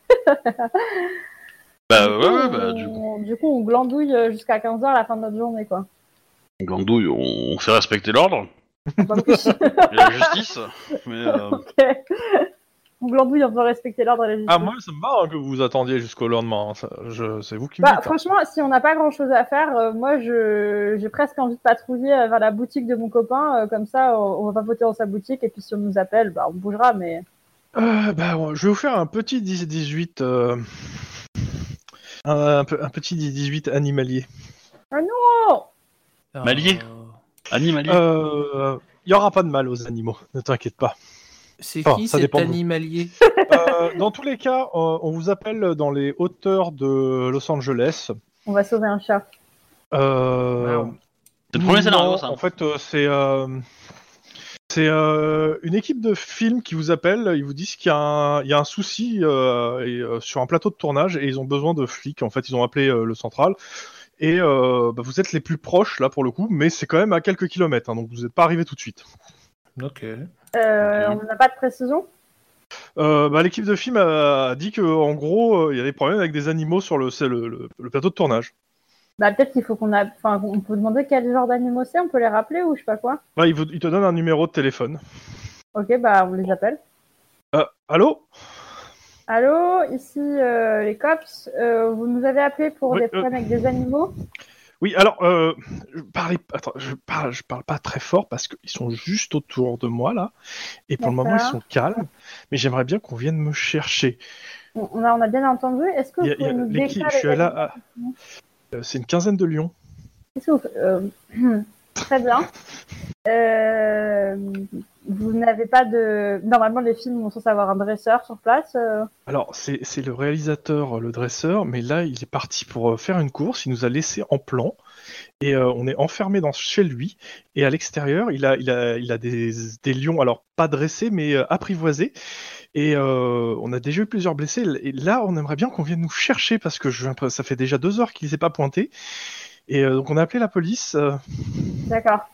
Bah, du, ouais, coup, ouais, on, bah, du coup. du coup, on glandouille euh, jusqu'à quinze heures à la fin de notre journée, quoi. Glandouille, on fait respecter l'ordre Enfin, oui. et la justice. Mais, euh... Ok. On glandouille en faisant respecter l'ordre et la justice. Ah, moi, ça me va hein, que vous attendiez jusqu'au lendemain. hein, ça, je... C'est vous qui me Bah, dites. hein. franchement, si on n'a pas grand chose à faire, euh, moi, je j'ai presque envie de patrouiller euh, vers la boutique de mon copain. euh, comme ça, on, on va papoter dans sa boutique, et puis si on nous appelle, bah, on bougera, mais. Euh, bah, ouais, je vais vous faire un petit dix dix-huit. Euh... Un, un, peu- un petit dix dix-huit animalier. Oh Malier. Animalier. Euh. Il y aura pas de mal aux animaux, ne t'inquiète pas. C'est Oh, qui ça cet dépend de vous. animalier? Euh, dans tous les cas, euh, on vous appelle dans les hauteurs de Los Angeles. On va sauver un chat. Euh, Wow. C'est le premier non, scénario, ça. En fait, euh, c'est euh, c'est euh, une équipe de films qui vous appelle. Ils vous disent qu'il y a un, il y a un souci euh, et, euh, sur un plateau de tournage et ils ont besoin de flics. En fait, ils ont appelé euh, le central. Et euh, bah, vous êtes les plus proches là pour le coup, mais c'est quand même à quelques kilomètres, hein, donc vous n'êtes pas arrivé tout de suite. Ok. Euh, Ok. On n'a pas de précision. Euh, bah, l'équipe de film a, a dit que en gros euh, il y a des problèmes avec des animaux sur le, c'est le, le, le plateau de tournage. Bah, peut-être qu'il faut qu'on a. Enfin, on peut demander quel genre d'animaux c'est, on peut les rappeler ou je sais pas quoi. Bah, il, vous- il te donne un numéro de téléphone. Ok, bah, on les appelle. Euh, allô? Allô, ici euh, les cops. Euh, vous nous avez appelé pour Oui, des euh. problèmes avec des animaux. Oui, alors, euh, je parlais, attends, je parle, je parle pas très fort parce qu'ils sont juste autour de moi là, et pour le moment ils D'accord. sont calmes. Mais j'aimerais bien qu'on vienne me chercher. On on a, on a bien entendu. Est-ce que Il y vous a- il y pouvez a nous l'équipe, décrire je suis les là. animaux à- euh, c'est une quinzaine de lions. Qu'est-ce que vous faites euh, Très bien. Euh, vous n'avez pas de. Normalement, les films vont censés avoir un dresseur sur place. euh. Alors, c'est c'est le réalisateur, le dresseur, mais là, il est parti pour euh, faire une course. Il nous a laissé en plan et euh, on est enfermé dans chez lui. Et à l'extérieur, il a, il a, il a des, des lions, alors pas dressés, mais euh, apprivoisés. Et euh, on a déjà eu plusieurs blessés. Et là, on aimerait bien qu'on vienne nous chercher parce que je, ça fait déjà deux heures qu'il s'est pas pointé. Et euh, donc, on a appelé la police. euh, D'accord.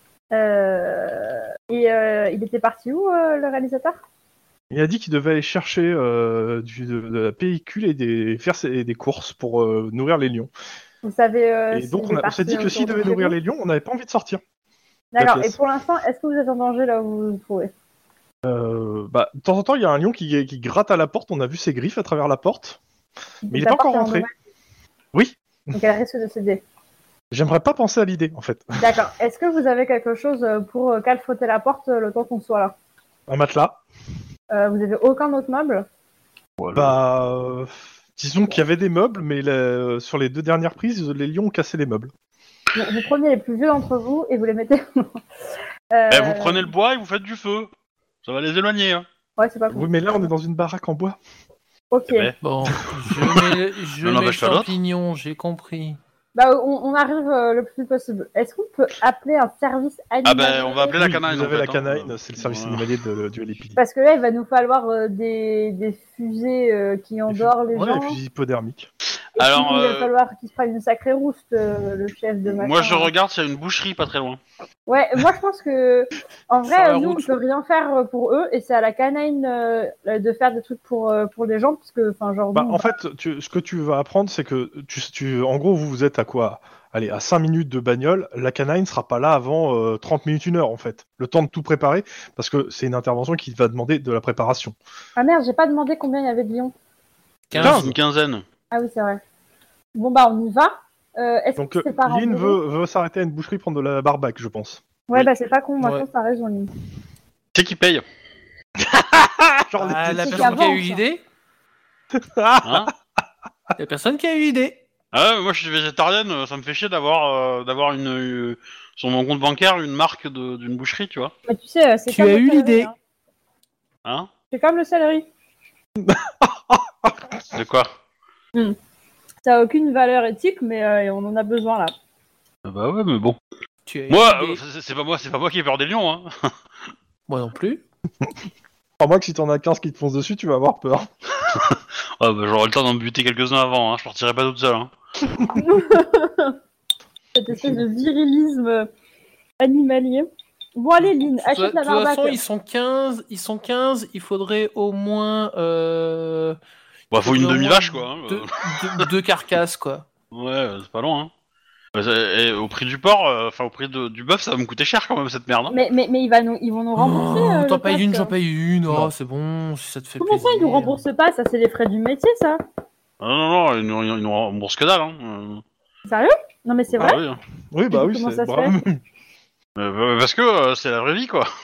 Euh, Et euh, il était parti où, euh, le réalisateur? Il a dit qu'il devait aller chercher euh, du, de, de la pellicule et des, faire ses- des courses pour euh, nourrir les lions. Vous savez. Euh, et s'il donc, est on, a- on parti s'est dit que autour s'il de devait chez nourrir vous les lions, on n'avait pas envie de sortir. D'accord. pièce. Et pour l'instant, est-ce que vous êtes en danger là où vous vous trouvez? Euh, bah, de temps en temps, il y a un lion qui, qui gratte à la porte. On a vu ses griffes à travers la porte. Mais il est Ta pas encore porte est rentré. endommagée, Oui, donc elle risque de céder. j'aimerais pas penser à l'idée, en fait. D'accord. Est-ce que vous avez quelque chose euh, pour euh, calfeuter la porte euh, le temps qu'on soit là? Un matelas. Euh, Vous avez aucun autre meuble? Voilà. Bah, euh, disons qu'il y avait des meubles, mais la- sur les deux dernières prises, les lions ont cassé les meubles. Bon, vous prenez les plus vieux d'entre vous et vous les mettez. euh... Eh, vous prenez le bois et vous faites du feu. Ça va les éloigner. Hein. Ouais, c'est pas cool. Oui, mais là, on est dans une baraque en bois. Ok. Eh ben, Bon, je mets, je On mets n'empêche pas l'autre. champignons, j'ai compris. Bah, on, on arrive euh, le plus vite possible. Est-ce qu'on peut appeler un service animalier? Ah ben, on va appeler la Oui, canine. Vous en avez fait, la canine, hein. c'est le service Voilà. animalier de, du L A P D. Parce que là, il va nous falloir euh, des, des fusées euh, qui endorment les Ouais, gens. les fusils hypodermiques. Et Alors, puis, il va euh, falloir qu'il se prenne une sacrée rouste, euh, le chef de machin. Moi, je regarde s'il y a une boucherie pas très loin. Ouais, moi je pense que en Sur la vrai, nous route. on peut rien faire pour eux et c'est à la canine euh, de faire des trucs pour euh, pour les gens parce que enfin genre Bah, nous, en fait, tu, ce que tu vas apprendre, c'est que tu, tu, en gros, vous, vous êtes à quoi? Allez, à cinq minutes de bagnole, la canine sera pas là avant euh, trente minutes, une heure en fait. Le temps de tout préparer, parce que c'est une intervention qui va demander de la préparation. ah merde, j'ai pas demandé combien il y avait de lions. quinze. Une quinzaine. Ah oui c'est vrai. Bon bah on y va. Euh, Est-ce Donc, que c'est pas Lynn rendez-vous? veut, veut s'arrêter à une boucherie prendre de la barbac, je pense. Ouais Oui. bah c'est pas con, moi Ouais. je pense que t'as raison Lynn. C'est qui paye Genre, Ah, les- la c'est personne qui a qu'avant, eu ça. l'idée hein La personne qui a eu l'idée Ah ouais, moi je suis végétarienne, ça me fait chier d'avoir euh, d'avoir une euh, sur mon compte bancaire une marque de- d'une boucherie, tu vois. Mais tu sais, euh, c'est Tu comme as le eu céleri, l'idée. hein. Hein C'est comme le céleri. De quoi Ça a aucune valeur éthique mais euh, on en a besoin là. Ah Bah ouais, mais bon. Tu as eu Moi, l'idée. euh, c'est c'est pas moi, c'est pas moi qui ai peur des lions, hein. Moi non plus. À moins que si t'en as quinze qui te foncent dessus, tu vas avoir peur. Ouais, bah, j'aurai le temps d'en buter quelques-uns avant, hein. Je partirai pas toute seule. Hein. Cette espèce de virilisme animalier. Bon, allez, Lynn, achète la De toute façon, barbaque. ils sont quinze, ils sont quinze, il faudrait au moins. Euh... Bah, faut une faudrait au demi-vache, moins quoi. Hein. Deux, deux- deux carcasses, quoi. Ouais, c'est pas loin. Hein. Bah, c'est- et au prix du porc, enfin au prix de, du bœuf, ça va me coûter cher quand même cette merde. Hein. Mais, mais, mais il va nous, ils vont nous rembourser. Oh, euh, t'en le payes une, taxe. j'en paye une. Oh, Non. c'est bon, si ça te fait Comment plaisir. ça, ils nous remboursent pas? Ça, c'est les frais du métier, ça. Ah, non, non, non, ils nous, ils nous remboursent que dalle. Hein. Euh, Sérieux? Non, mais c'est bah vrai. oui, hein. Oui, bah Et oui, comment c'est ça se bravo. Euh, bah, parce que euh, c'est la vraie vie, quoi.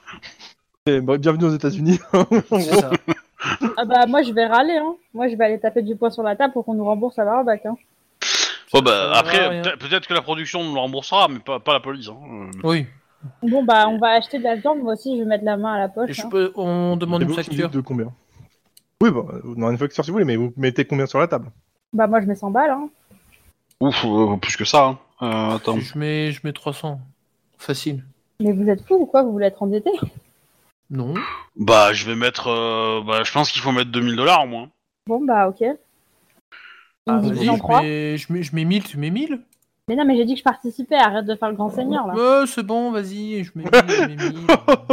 Et, bah, bienvenue aux États-Unis. C'est ça. Ah bah, moi, je vais râler, hein. Moi, je vais aller taper du poing sur la table pour qu'on nous rembourse la barbaque, hein. Bon, Ça bah, sert à après, rien. peut- peut-être que la production nous le remboursera, mais pas, pas la police. Hein. Euh, Oui. Bon, bah, on va acheter de la viande. Moi aussi, je vais mettre la main à la Et poche. je hein. peux... On demande Et une vous, vous facture. dites de combien? Oui, bah, on a une facture si vous voulez, mais vous mettez combien sur la table? Bah, moi, je mets cent balles, hein. Ouf, euh, plus que ça. Hein. Euh, attends. Je mets, je mets trois cents. Facile. Mais vous êtes fous ou quoi? Vous voulez être endetté? Non. Bah, je vais mettre. Euh, bah, je pense qu'il faut mettre deux mille dollars au moins. Bon, bah, ok. Ah, On vas-y, divise en je trois. mets, je, mets, je mets mille, tu mets mille? Mais non, mais j'ai dit que je participais. Arrête de faire le grand seigneur, là. Ouais, c'est bon, vas-y, je mets mille, je mets mille.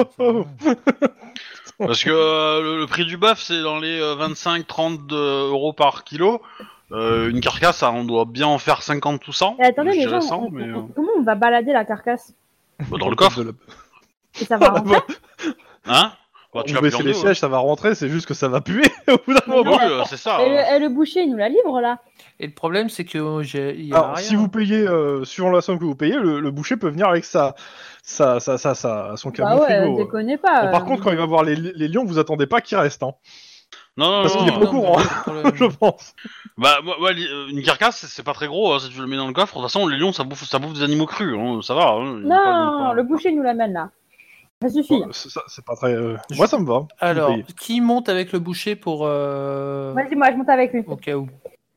Ça va. Parce que euh, le, le prix du bœuf, c'est dans les euh, vingt-cinq à trente euros par kilo. Euh, une carcasse, ça, on doit bien en faire cinquante ou cent. Et attendez, Je les dirais gens, cent, on- mais, on- euh, comment on va balader la carcasse? bah, dans le coffre. De la- Et ça va rentrer? Hein bah, tu Vous vas baissez plier les en deux, sièges, ça va rentrer, c'est juste que ça va puer au bout d'un Mais moment. non, Oui, mais euh, attends. c'est ça. Et le, euh. et le boucher, il nous la livre, là? Et le problème, c'est que j'ai, il y a Alors, rien. si vous payez, euh, suivant la somme que vous payez, le, le boucher peut venir avec sa, sa, sa, sa, sa- son Bah camion ouais, frigo. déconnez pas. Bon, par euh, contre, quand il va voir les, les lions, vous attendez pas qu'ils restent, hein. Non, non, Parce non. qu'il est non. pas au courant, mais pas de problème. je pense. Bah, moi, moi, li- euh, une carcasse, c'est- c'est pas très gros. Hein, si tu le mets dans le coffre, de toute façon, les lions, ça bouffe, ça bouffe des animaux crus. Hein, ça va. Hein, il y a Non, pas- non, non, le boucher nous l'amène, là. Ça suffit. Bon, c'est ça, c'est pas très. euh, Je- Moi, ça me va. Vous Alors, payez. qui monte avec le boucher pour. Euh... Vas-y, moi, je monte avec lui. Au cas où.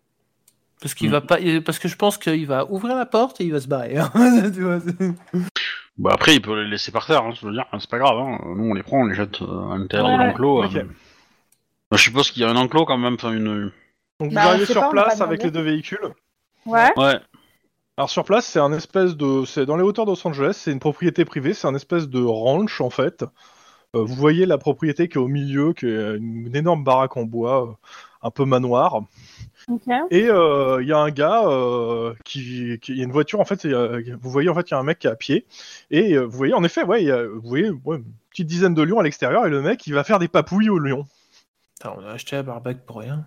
Parce qu'il Mm. va pas. Parce que je pense qu'il va ouvrir la porte et il va se barrer. hein. Tu vois, c'est- Bah, après, il peut les laisser par terre. Hein, je veux dire, c'est pas grave. Hein. Nous, on les prend, on les jette euh, à l'intérieur Ouais, de l'enclos. ok. euh. Bah, je suppose qu'il y a un enclos quand même. Enfin, une. Donc, vous Bah, on arrivez sait sur pas, on va place pas avec demander. les deux véhicules. Ouais. Ouais. Alors sur place, c'est un espèce de, c'est dans les hauteurs de Los Angeles, c'est une propriété privée, c'est un espèce de ranch en fait. Euh, vous voyez la propriété qui est au milieu, qui est une, une énorme baraque en bois, euh, un peu manoir. Ok. Et euh, il y a un gars euh, qui, qui, il y a une voiture en fait. Et, euh, vous voyez en fait, il y a un mec qui est à pied. Et euh, vous voyez en effet, ouais, il y a, vous voyez, ouais, une petite dizaine de lions à l'extérieur. Et le mec, il va faire des papouilles aux lions. Putain, on a acheté la barbaque pour rien.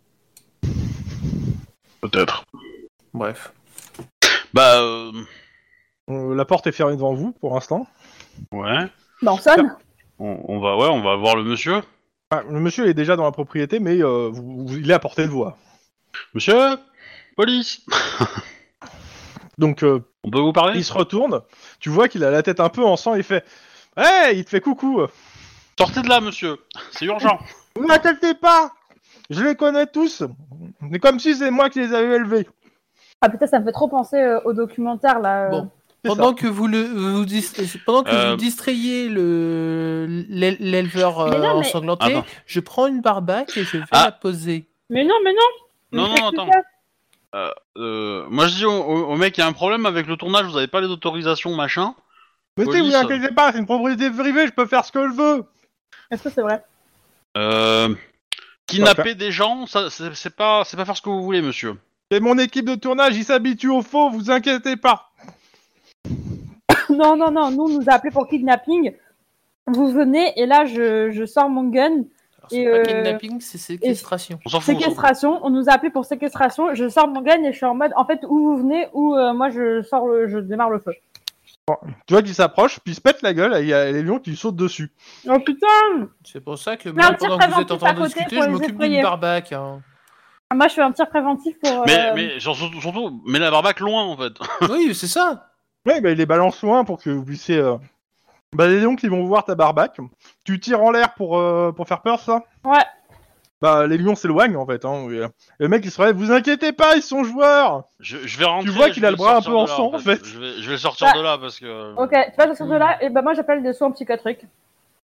Peut-être. Bref. Bah, euh, Euh, la porte est fermée devant vous pour l'instant. ouais. Bah, on sonne. On, on va, ouais, on va voir le monsieur. Ah, le monsieur est déjà dans la propriété, mais euh, vous- vous- il est à portée de voix. Monsieur, police. Donc euh, On peut vous parler? il se retourne. Tu vois qu'il a la tête un peu en sang. Il fait, hey, il te fait coucou. Sortez de là, monsieur. C'est urgent. Vous m'inquiétez pas, je les connais tous. C'est comme si c'est moi qui les avais élevés. Ah putain, ça me fait trop penser euh, au documentaire, là. euh. Bon. C'est Pendant ça. que vous le vous dis- pendant que Euh. vous distrayez le l'é- l'éleveur Mais euh, non, mais- ensanglanté, Attends. je prends une barbaque et je vais Ah. la poser. Mais non, mais non. Non, Ne non, faites plus attends. ça. Euh, euh, moi, je dis au, au- au mec, il y a un problème avec le tournage. Vous avez pas les autorisations, machin. Mais tu sais, vous Police. inquiétez pas, c'est une propriété privée, je peux faire ce que je veux. Est-ce que c'est vrai? Euh, kidnapper des gens, ça, c'est c'est pas, c'est pas faire ce que vous voulez, monsieur. C'est mon équipe de tournage, ils s'habituent au faux, vous inquiétez pas. Non, non, non. Nous, on nous a appelé pour kidnapping. Vous venez, et là, je, je sors mon gun. Alors, c'est Et, pas euh, kidnapping, c'est séquestration. On s'en fout. on s'en fout. Séquestration. On nous a appelé pour séquestration. Je sors mon gun et je suis en mode, en fait, où vous venez, ou euh, moi, je sors le, je démarre le feu. Tu vois qu'il s'approche, puis il se pète la gueule, et il y a les lions qui lui sautent dessus. Oh putain! C'est pour ça que Mais un moi, tir pendant que vous êtes en préventif train à de côté discuter, pour je les m'occupe effrayer. d'une barbaque. hein. Moi, je fais un tir préventif pour. Mais, euh, mais genre, surtout, surtout, mets la barbaque loin, en fait. Oui, c'est ça. Ouais, bah il les balance loin pour que vous puissiez... euh, Bah les lions qui vont voir ta barbaque. Tu tires en l'air pour, euh, pour faire peur, ça? Ouais. Bah les lions s'éloignent, en fait. Hein. Et, euh, le mec, il se relève, vous inquiétez pas, ils sont joueurs. Je, je vais rentrer. Tu vois je qu'il vais a le bras un sortir peu en de là, sang, en fait. Je vais, je vais le sortir Bah. de là parce que. Ok, tu vas sortir de là, et ben moi, j'appelle des soins psychiatriques.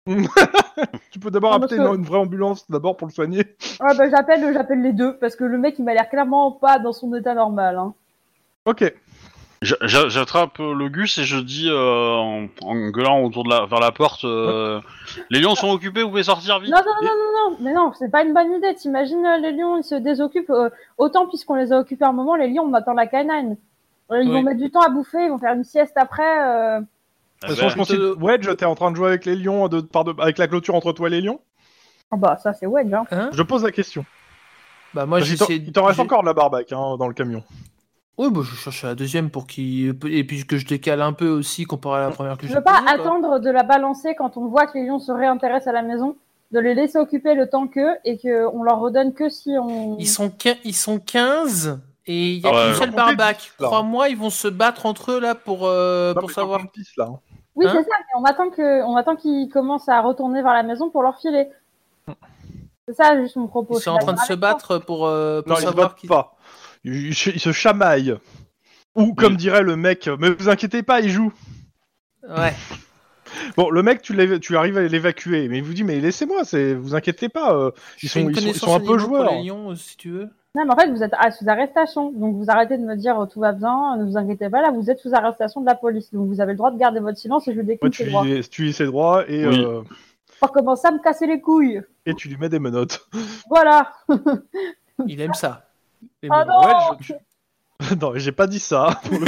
Tu peux d'abord Non, appeler parce que- une, une vraie ambulance d'abord pour le soigner. Ouais, bah, j'appelle, j'appelle les deux, parce que le mec, il m'a l'air clairement pas dans son état normal. Hein. Ok. J'a- j'a- J'attrape euh, le Gus et je dis euh, en, en gueulant autour de la, vers la porte euh, les lions sont occupés, vous pouvez sortir vite. Non, non, non, non, non, mais non, c'est pas une bonne idée. T'imagines, euh, les lions, ils se désoccupent. euh, autant, puisqu'on les a occupés un moment, les lions, on attend la canine. Euh, Ils Oui. vont mettre du temps à bouffer, ils vont faire une sieste après. Euh... De Eh toute ben, façon, je pense que Wedge, t'es en train de jouer avec les lions, de, par de- avec la clôture entre toi et les lions. Oh, bah, ça, c'est Wedge, hein. Hein Je pose la question. Bah moi Parce j'ai qu'il t'en- essayé. il t'en reste j'ai- encore de la barbaque hein, dans le camion. Oui, bah je cherche la deuxième pour qu'il et puis que je décale un peu aussi comparé à la première que Je j'ai veux pas posée, quoi. attendre de la balancer quand on voit que les lions se réintéressent à la maison, de les laisser occuper le temps qu'eux et qu'on leur redonne que si on. Ils sont quin- ils sont quinze et il y a Ah ouais. qu'une seule Ils vont compter barbaque. dix, là. Crois-moi, ils vont se battre entre eux là pour euh, Non, pour mais savoir. t'en comptes dix, là. hein. Oui, Hein c'est ça, mais on attend que, on attend qu'ils commencent à retourner vers la maison pour leur filer. C'est ça, juste mon propos. Ils Je suis sont en train de d'accord se avec toi. battre pour euh, pour Non, ils se savoir battent qui. pas. Ils, ils se- ils se chamaillent. Ou comme Oui. dirait le mec, mais vous inquiétez pas, il joue. Ouais. Bon, le mec, tu, l'éva- tu arrives à l'évacuer, mais il vous dit, mais laissez-moi, c'est, vous inquiétez pas. euh, Je ils fais sont, une ils sont, ils connaissance sont un peu animaux pour joueurs. les lions, euh, si tu veux. Non, mais en fait, vous êtes à- sous arrestation. Donc, vous arrêtez de me dire euh, tout va bien, ne vous inquiétez pas. Là, vous êtes sous arrestation de la police. Donc, vous avez le droit de garder votre silence et je Ouais, décline tu, ses droits. lui, tu lui ses droits et, Oui. euh, Pas commencer à me casser les couilles. et tu lui mets des menottes. Voilà. Il aime ça. Les Ah melons. non. Ouais, je- tu- non, j'ai pas dit ça. Pour le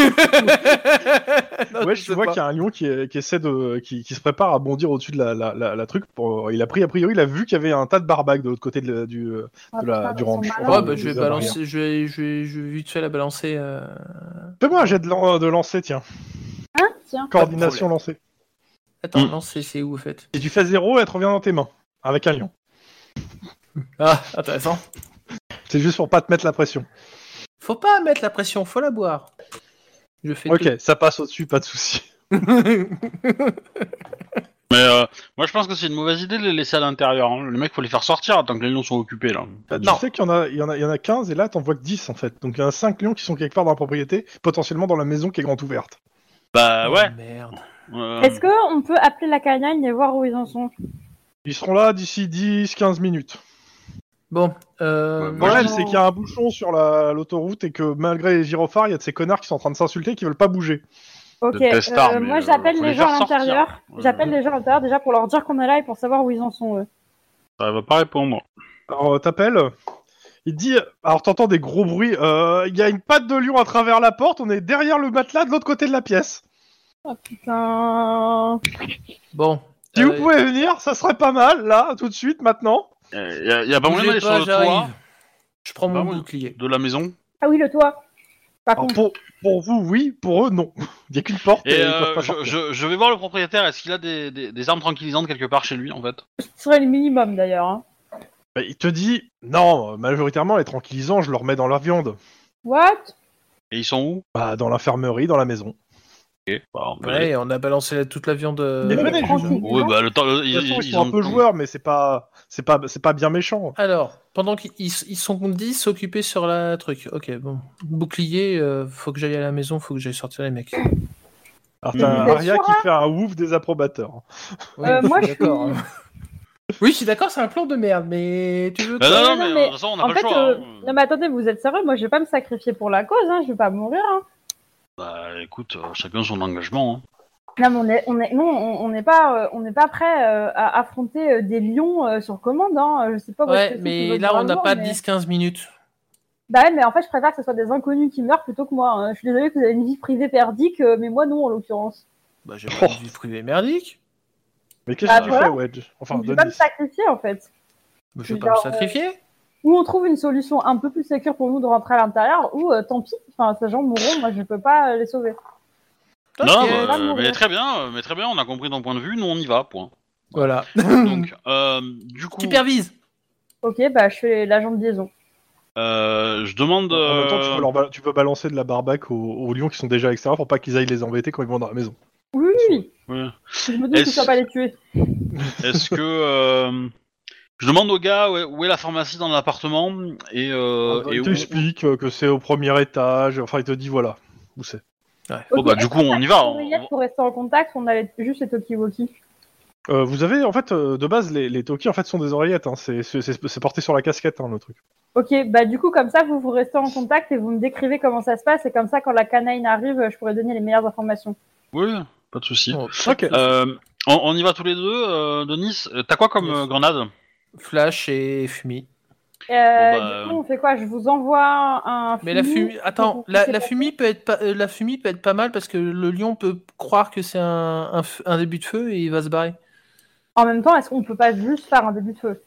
Non, Ouais, je tu sais vois pas. qu'il y a un lion qui, est- qui essaie de, qui, qui se prépare à bondir au-dessus de la, la, la, la truc. Pour, il a pris a priori, il a vu qu'il y avait un tas de barbaques de l'autre côté de la- du, euh, Ah, de la, putain, du ils sont ranch. malins. Enfin, Ouais, bah de- je vais des abris. balancer, je vais, je vais, je vais vite fait la balancer. Euh... Fais-moi un jet de, lan- de lancer, tiens. Hein, tiens. Coordination lancée. Attends, Mm. non, c'est c'est où, au fait? Si tu fais zéro, elle te revient dans tes mains. Avec un lion. Ah, intéressant. C'est juste pour pas te mettre la pression. Faut pas mettre la pression, faut la boire. Je fais Ok, ça passe au-dessus, pas de souci. tout. Mais euh, moi je pense que c'est une mauvaise idée de les laisser à l'intérieur. Hein. Les mecs faut les faire sortir tant que les lions sont occupés là. Tu Non. sais qu'il y en a, il y en a, il y en a quinze et là t'en vois que dix en fait. Donc il y en a cinq lions qui sont quelque part dans la propriété, potentiellement dans la maison qui est grande ouverte. Bah Oh, ouais. merde. Euh, Est-ce qu'on peut appeler la canine et voir où ils en sont? Ils seront là d'ici dix quinze minutes. Bon, euh... Ouais, Le moi, problème non. c'est qu'il y a un bouchon sur la- l'autoroute et que malgré les gyrophares, il y a de ces connards qui sont en train de s'insulter qui veulent pas bouger. Ok, de testards, euh, mais, moi euh, j'appelle faut les les gens faire à sortir. l'intérieur. Ouais. J'appelle les gens à l'intérieur déjà pour leur dire qu'on est là et pour savoir où ils en sont eux. Ça va pas répondre. Alors euh, t'appelles, il te dit, alors t'entends des gros bruits, euh, il y a une patte de lion à travers la porte, on est derrière le matelas de l'autre côté de la pièce. Oh putain. Bon. Si euh, vous pouvez venir, ça serait pas mal, là, tout de suite, maintenant. Il y, a- y a pas moyen bougez d'aller sur pas, le j'arrive. toit Je prends Bah, mon moi- bouclier. de la maison. Ah oui, le toit. Par Alors, contre. pour, pour vous, oui, pour eux, non. Il y a qu'une porte et, Et ils peuvent euh, pas je, sortir. je, je vais voir le propriétaire. Est-ce qu'il a des, des, des armes tranquillisantes quelque part chez lui en fait? Ce serait le minimum d'ailleurs. Hein. Bah, il te dit, non, majoritairement, les tranquillisants, je leur mets dans la viande. What? Et ils sont où? Bah, dans l'infirmerie, dans la maison. Ok, bah, on peut aller. Ouais, on a balancé la- toute la viande. euh, Mais Mais venez, tranquille. Oui, bah le temps. le- De ils, toute façon, ils- ils ils sont ont un peu joueurs, mais c'est pas, c'est pas, c'est pas bien méchant. Alors, pendant qu'ils ils- ils sont dix occupés sur la truc. Ok, bon. Bouclier, euh, faut que j'aille à la maison, faut que j'aille sortir les mecs. Alors, Mais t'as vous êtes Aria sûr, qui hein fait un ouf des approbateurs. Oui, Euh, je moi, suis je d'accord. suis- hein. Oui, je suis d'accord, c'est un plan de merde, mais tu veux Bah, quoi non, non, non, mais, mais de toute façon, on n'a En pas fait, le choix. euh, hein. non mais attendez, vous êtes sérieux? Moi, je vais pas me sacrifier pour la cause. Hein. Je vais pas mourir. Hein. Bah écoute, euh, chacun son engagement. Hein. Non, mais on est, on est, non, on on n'est pas, euh, on n'est pas prêt euh, à affronter euh, des lions euh, sur commande. Hein. Je sais pas. où est-ce Ouais, que c'est qu'ils mais veulent là, voir on le n'a monde, pas mais- dix quinze minutes. Bah ouais, mais en fait, je préfère que ce soit des inconnus qui meurent plutôt que moi. Hein. Je suis désolée que vous avez une vie privée perdique, euh, mais moi non, en l'occurrence. Bah, j'ai pas une vie privée merdique. Mais qu'est-ce Bah, que tu voilà. fais, Wedge? Enfin, Donc, je vais pas me Denis. sacrifier en fait. Bah, je vais Genre, pas me sacrifier. Ou on trouve une solution un peu plus sécure pour nous de rentrer à l'intérieur, ou euh, tant pis. Enfin, ces gens mourront. Moi, je peux pas euh, les sauver. Ok. Non, va bah, mourir. mais très bien, euh, mais très bien, on a compris ton point de vue, nous on y va, point. Voilà. Donc, euh, du coup, Supervise. Ok, bah je fais l'agent de liaison. euh, je demande. En même temps, tu euh, peux, leur ba- tu peux balancer de la barbaque aux, aux lions qui sont déjà à l'extérieur pour pas qu'ils aillent les embêter quand ils vont dans la maison. Oui, oui, oui. ouais. Je me doute que Est-ce- tu vas pas les tuer. Est-ce que euh, je demande au gars où est, où est la pharmacie dans l'appartement et, euh, et il où... t'explique euh, que c'est au premier étage. Enfin, il te dit voilà où c'est. Oh, bah, du est-ce coup, qu'on on a y une va, on- oreillette pour rester en contact, on a les- juste les talkie-walkie. Euh, vous avez en fait euh, de base les, les Toki en fait sont des oreillettes, hein. c'est, c'est, c'est, c'est porté sur la casquette hein, le truc. Ok, bah du coup comme ça vous vous restez en contact et vous me décrivez comment ça se passe et comme ça quand la canine arrive je pourrais donner les meilleures informations. Oui, pas de souci. Bon, Ok. Euh, on, on y va tous les deux, euh, Denis. T'as quoi comme Yes. euh, grenade? Flash et Fumi. Euh, bah, Du coup on fait quoi? Je vous envoie un. Mais la fumée fumée, attends, pour que la, vous puissiez la passer. fumée peut être pas, euh, la fumée peut être pas mal parce que le lion peut croire que c'est un, un, f- un début de feu et il va se barrer. En même temps, est-ce qu'on peut pas juste faire un début de feu?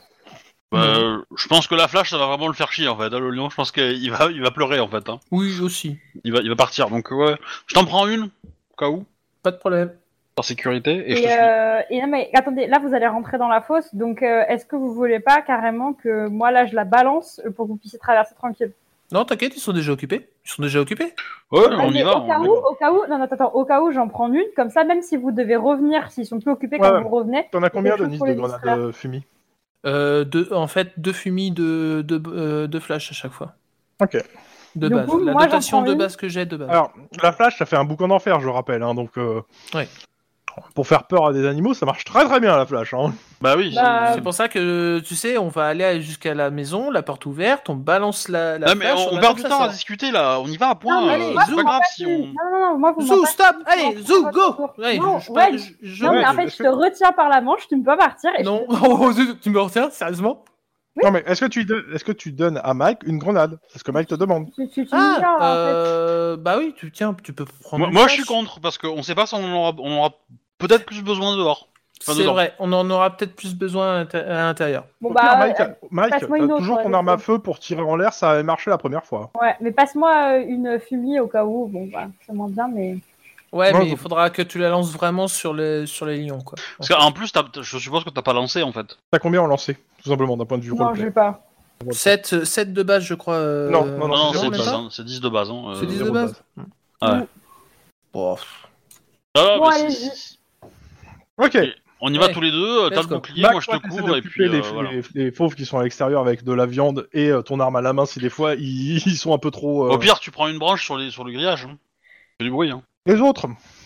bah, euh, je pense que la flash, ça va vraiment le faire chier en fait. hein, le lion, je pense qu'il va, il va pleurer en fait. Hein. Oui, aussi. Il va, il va partir. Donc ouais, je t'en prends une, au cas où, Pas de problème. par sécurité, et, Et, je te suis. euh, et non mais attendez, là vous allez rentrer dans la fosse, donc euh, est-ce que vous voulez pas carrément que moi là je la balance pour que vous puissiez traverser tranquille? Non, t'inquiète, ils sont déjà occupés. Ils sont déjà occupés. Ouais, Ah, on mais y va. Au cas on y où, va. au cas où, non, non, attends, attends, au cas où j'en prends une, comme ça même si vous devez revenir, s'ils sont plus occupés Ouais, quand ouais. vous revenez. T'en as combien quelque chose Denis pour de les grenades distraire. euh, Fumi? Euh, deux, en fait, deux fumis de, de, euh, de flash à chaque fois. Ok. De Du base. coup, La moi, j'en dotation prends de une. base que j'ai de base. Alors la flash ça fait un boucan d'enfer je rappelle hein, donc euh, Ouais. pour faire peur à des animaux ça marche très très bien la flash hein. Bah oui. Bah, C'est pour ça que, tu sais, on va aller jusqu'à la maison, la porte ouverte, on balance la, la Non mais flash, on, on attend perd que du ça temps à sorte. discuter là. On y va à point. Non, mais allez, euh, moi, c'est vous pas m'en grave passez si une. on. Non, non, non, moi vous m'en Zou, passez stop, une. allez, Non, Zou, votre go. tour. Ouais, Non, je, je, ouais, je, je- Non, Ouais, mais en je- fait, est-ce je te retiens par la manche, tu ne peux pas partir. Et Non, je te- oh, tu me retiens, sérieusement? Oui. Non mais est-ce que tu don- est-ce que tu donnes à Mike une grenade? C'est ce que Mike te demande. Tu, tu, tu Ah, m'ignores, en fait. euh, bah oui, tu tiens, tu peux prendre Moi, une moi, je flash. suis contre parce qu'on sait pas si on en aura, on aura peut-être plus besoin dehors. Enfin, C'est dedans. vrai, on en aura peut-être plus besoin à l'inté- à l'intérieur. Bon, Au pire, bah, Mike, euh, Mike passe-moi t'as une autre, toujours ouais, ton je arme à sais. feu pour tirer en l'air, ça avait marché la première fois. ouais, mais passe-moi euh, une fumée au cas où. Bon, bah, c'est moins bien, mais. Ouais, Non, mais je- il faudra que tu la lances vraiment sur les, sur les lions, quoi. Parce qu'en plus, t'as- je suppose que t'as pas lancé en fait. T'as combien en lancé? Tout simplement d'un point de vue Non, roleplay. je vais pas. sept, sept de base, je crois. euh, Non, non, Non, non, c'est c'est zéro, dix, même pas. hein, c'est dix de base. Hein, C'est euh, dix zéro de de base. Ouais. Bon. Ah, Bon, mais allez, c'est- y c'est- Ok. Et on y va Ouais. tous les deux, t'as Let's le go. bouclier, Max, moi je te toi, t'essaies couvre et d'occuper puis les, euh, voilà. les, les fauves qui sont à l'extérieur avec de la viande et euh, ton arme à la main si des fois ils, ils sont un peu trop. euh, Au pire, tu prends une branche sur, les, sur le grillage. Hein. Fais du bruit. Hein. Les autres,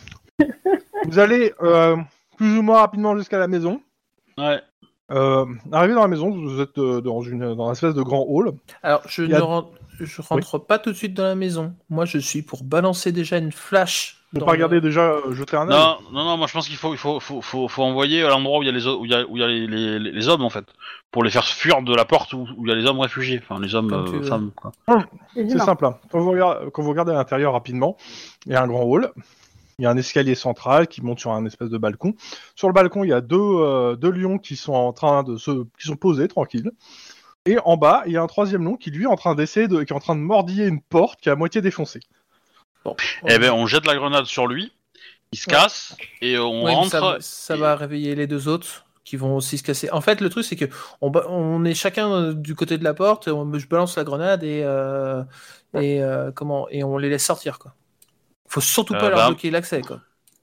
vous allez euh, plus ou moins rapidement jusqu'à la maison. Ouais. Euh, arrivé dans la maison, vous êtes euh, dans une dans un espèce de grand hall. Alors, je Il y ne a- rentre, je rentre pas tout de suite dans la maison. Moi, je suis pour balancer déjà une flash. Vous dans pas le- regarder déjà euh, jeter un œil. Non, non, non, moi je pense qu'il faut, il faut, faut, faut, faut envoyer à l'endroit où il y a les, o- où il y a, où il y a les, les, les- les hommes en fait, pour les faire fuir de la porte où, où il y a les hommes réfugiés, enfin les hommes, Comme tu euh, veux. femmes. Quoi. C'est Évidemment. simple. Hein. Quand, vous regardez, quand vous regardez à l'intérieur rapidement, il y a un grand hall. Il y a un escalier central qui monte sur un espèce de balcon. Sur le balcon, il y a deux, euh, deux lions qui sont en train de se, qui sont posés tranquilles. Et en bas, il y a un troisième lion qui lui est en train d'essayer de, qui est en train de mordiller une porte qui est à moitié défoncée. Bon. Eh ben, on jette la grenade sur lui, il se Ouais. casse et on Ouais, mais rentre. ça, va- ça et- va réveiller les deux autres qui vont aussi se casser. En fait, le truc, c'est que on, ba- on est chacun euh, du côté de la porte. On, je balance la grenade et, euh, et, euh, comment, et on les laisse sortir, quoi. Faut surtout pas Euh, leur bah. bloquer l'accès, quoi.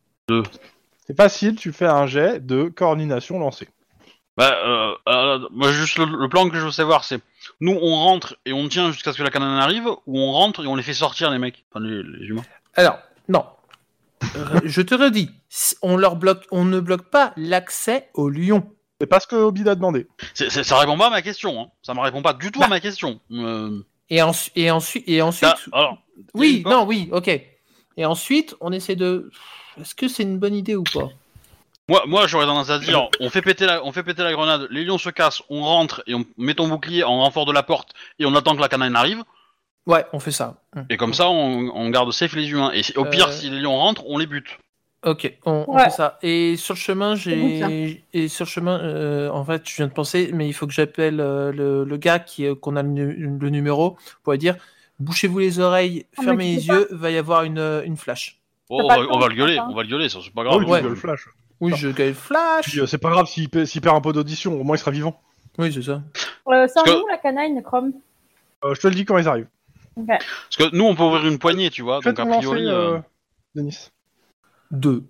C'est facile, tu fais un jet de coordination lancé. Bah, euh, euh, moi juste le, le plan que je veux savoir, c'est nous on rentre et on tient jusqu'à ce que la canonne arrive, ou on rentre et on les fait sortir les mecs, enfin les, les humains. Alors, non. Euh, je te redis, si on leur bloque, on ne bloque pas l'accès aux lions. C'est pas ce que Obi a demandé. C'est, c'est, ça répond pas à ma question, hein. Ça me répond pas du tout Bah. à ma question. Euh, Et, ensu- et ensuite, et ensuite, ça- alors, oui, et- non, oui, ok. Et ensuite, on essaie de. Est-ce que c'est une bonne idée ou pas? Moi, moi j'aurais tendance à dire, on fait péter la, on fait péter la grenade, les lions se cassent, on rentre et on met ton bouclier en renfort de la porte et on attend que la canine arrive. Ouais, on fait ça. Et comme ça, on, on garde safe les humains. Et si- au pire, Euh. si les lions rentrent, on les bute. Ok, on, on Ouais. fait ça. Et sur le chemin, C'est bon, j'ai. Et sur le chemin, euh, en fait, je viens de penser, mais il faut que j'appelle euh, le, le gars qui, euh, qu'on a le, nu- le numéro pour lui dire bouchez-vous les oreilles, Ah, mais fermez tu les sais yeux, va y avoir une, euh, une flash. Oh, T'as on pas va, le on va temps, le gueuler, hein. on va le gueuler, ça c'est pas Oh, grave. oui, tu ouais. veux le flash. Oui, je gagne flash. Puis, euh, c'est pas grave s'il, pa- s'il perd un peu d'audition, au moins il sera vivant. Oui, c'est ça. Euh, c'est Parce en que- où la canine, Chrome? Euh, je te le dis quand ils arrivent. Ok. Parce que nous, on peut ouvrir une poignée, tu vois. Faites Donc a lancer, priori, euh, euh, Denis. Deux.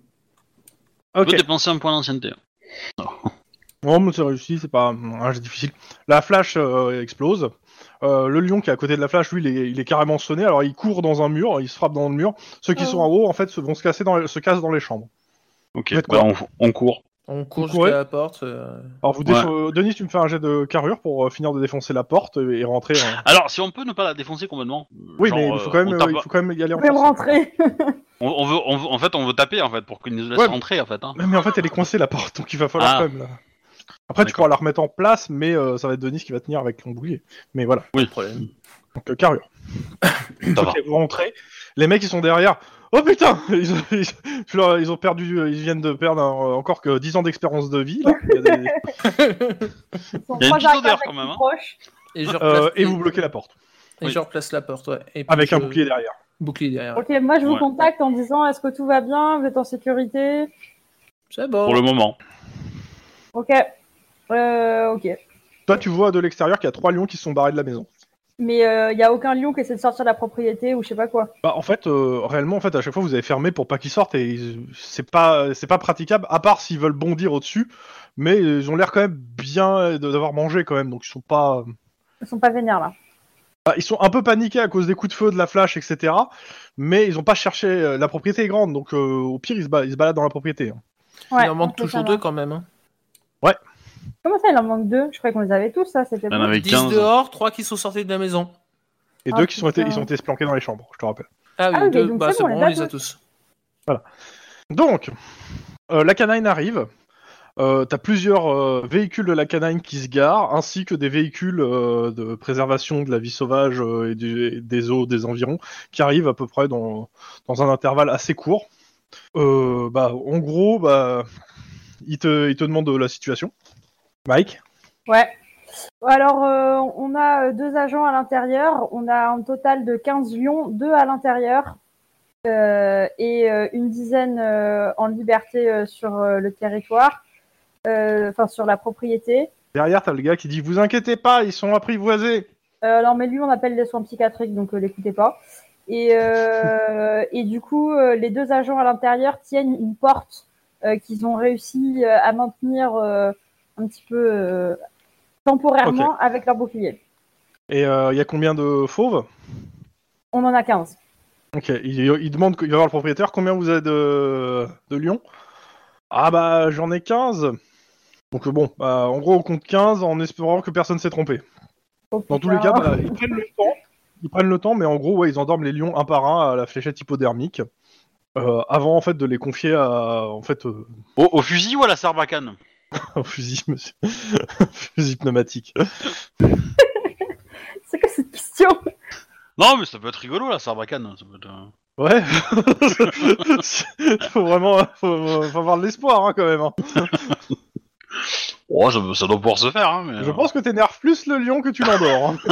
on Ok. peut dépenser un point d'ancienneté. Non, mais c'est réussi, c'est pas un jeu difficile. La flash euh, explose. Euh, le lion qui est à côté de la flash, lui, il est, il est carrément sonné. Alors il court dans un mur, il se frappe dans le mur. Ceux qui Oh. sont en haut, en fait, se, vont se casser dans, les- se cassent dans les chambres. Ok, Faites bah, quoi on, on court. On court Vous jusqu'à courez la porte. euh, Alors, vous défo- Denis, tu me fais un jet de carrure pour euh, finir de défoncer la porte et rentrer. hein. Alors, si on peut ne pas la défoncer complètement. Oui, genre, mais il faut euh, quand même, on, euh, tape- il faut quand même y aller Je en vais me force. rentrer. on, on veut, on veut- en fait, on veut taper en fait pour qu'ils nous laissent Ouais. rentrer en fait. Hein. Mais en fait, elle est coincée la porte, donc il va falloir Ah. quand même. Là. Après, tu D'accord. pourras la remettre en place, mais euh, ça va être Denis qui va tenir avec son bouclier. Mais voilà. Oui. problème. Donc, euh, carrure. Ça va. Ok, vous rentrez. Les mecs, ils sont derrière. Oh putain ils, ils, je leur- ils ont perdu, ils viennent de perdre un- encore que dix ans d'expérience de vie. Là. Il y a des- Ils sont Il y a une trois petite à odeur, quatre quand même, hein. proches. Et je replace, Euh, et vous bloquez la porte. et Oui. je replace la porte, ouais. Et puis Avec un je- bouclier derrière. Bouclier derrière. Ok, moi je vous Ouais. contacte en disant est-ce que tout va bien, vous êtes en sécurité. C'est bon. Pour le moment. Ok. Euh, ok. Toi, tu vois de l'extérieur qu'il y a trois lions qui se sont barrés de la maison. Mais il euh, y a aucun lion qui essaie de sortir de la propriété ou je sais pas quoi. Bah, en fait, euh, réellement, en fait, à chaque fois, vous avez fermé pour pas qu'ils sortent et ils- c'est pas, c'est pas praticable, à part s'ils veulent bondir au-dessus. Mais ils ont l'air quand même bien de- d'avoir mangé quand même, donc ils sont pas, Ils sont pas vénères là. bah, ils sont un peu paniqués à cause des coups de feu, de la flash, et cetera. Mais ils ont pas cherché. euh, La propriété est grande, donc euh, au pire, ils se, ba- ils se baladent dans la propriété. hein. Ouais, Il en manque ok, toujours ça deux va. quand même. Hein. Comment ça, il en manque deux? Je croyais qu'on les avait tous, ça, c'était Il y en bon. avait dix quinze. dehors, trois qui sont sortis de la maison. Et Ah, deux qui sont été, putain. ils ont été planqués dans les chambres, je te rappelle. Ah oui, Ah oui, deux, donc bah c'est c'est bon, bon, on on les les a a tous. Donc, euh, la canine arrive. Euh, T'as plusieurs euh, véhicules de la canine qui se garent, ainsi que des véhicules euh, de préservation de la vie sauvage euh, et, du- et des eaux, des environs, qui arrivent à peu près dans, dans un intervalle assez court. Euh, bah, en gros, bah, ils te, ils te demandent la situation. Mike. Ouais. Alors, euh, on a euh, deux agents à l'intérieur. On a un total de quinze lions, deux à l'intérieur euh, et euh, une dizaine euh, en liberté euh, sur euh, le territoire, euh, enfin sur la propriété. Derrière, t'as le gars qui dit « Vous inquiétez pas, ils sont apprivoisés !» Euh, non, mais lui, on appelle les soins psychiatriques, donc euh, l'écoutez pas. Et, euh, et du coup, euh, les deux agents à l'intérieur tiennent une porte euh, qu'ils ont réussi euh, à maintenir euh, un petit peu euh, temporairement avec leur bouclier. Et il euh, y a combien de fauves? On en a quinze. Ok, il, il demande, il va voir le propriétaire, combien vous avez de, de lions? Ah bah j'en ai quinze. Donc bon, bah, en gros on compte quinze en espérant que personne s'est trompé. Oh, Dans tous les cas, bah, ils prennent le temps, ils prennent le temps, mais en gros ouais, ils endorment les lions un par un à la fléchette hypodermique, euh, avant en fait de les confier à, en fait, euh, Au, au fusil ou à la sarbacane? au fusil, monsieur, fusil pneumatique. C'est quoi cette question? Non, mais ça peut être rigolo la sarbacane. Ça peut être, euh, Ouais, faut vraiment, faut, faut avoir de l'espoir hein, quand même. Hein. Oh, ça, ça doit pouvoir se faire. Hein, mais, Je euh, pense que t'énerves plus le lion que tu l'endors. Hein.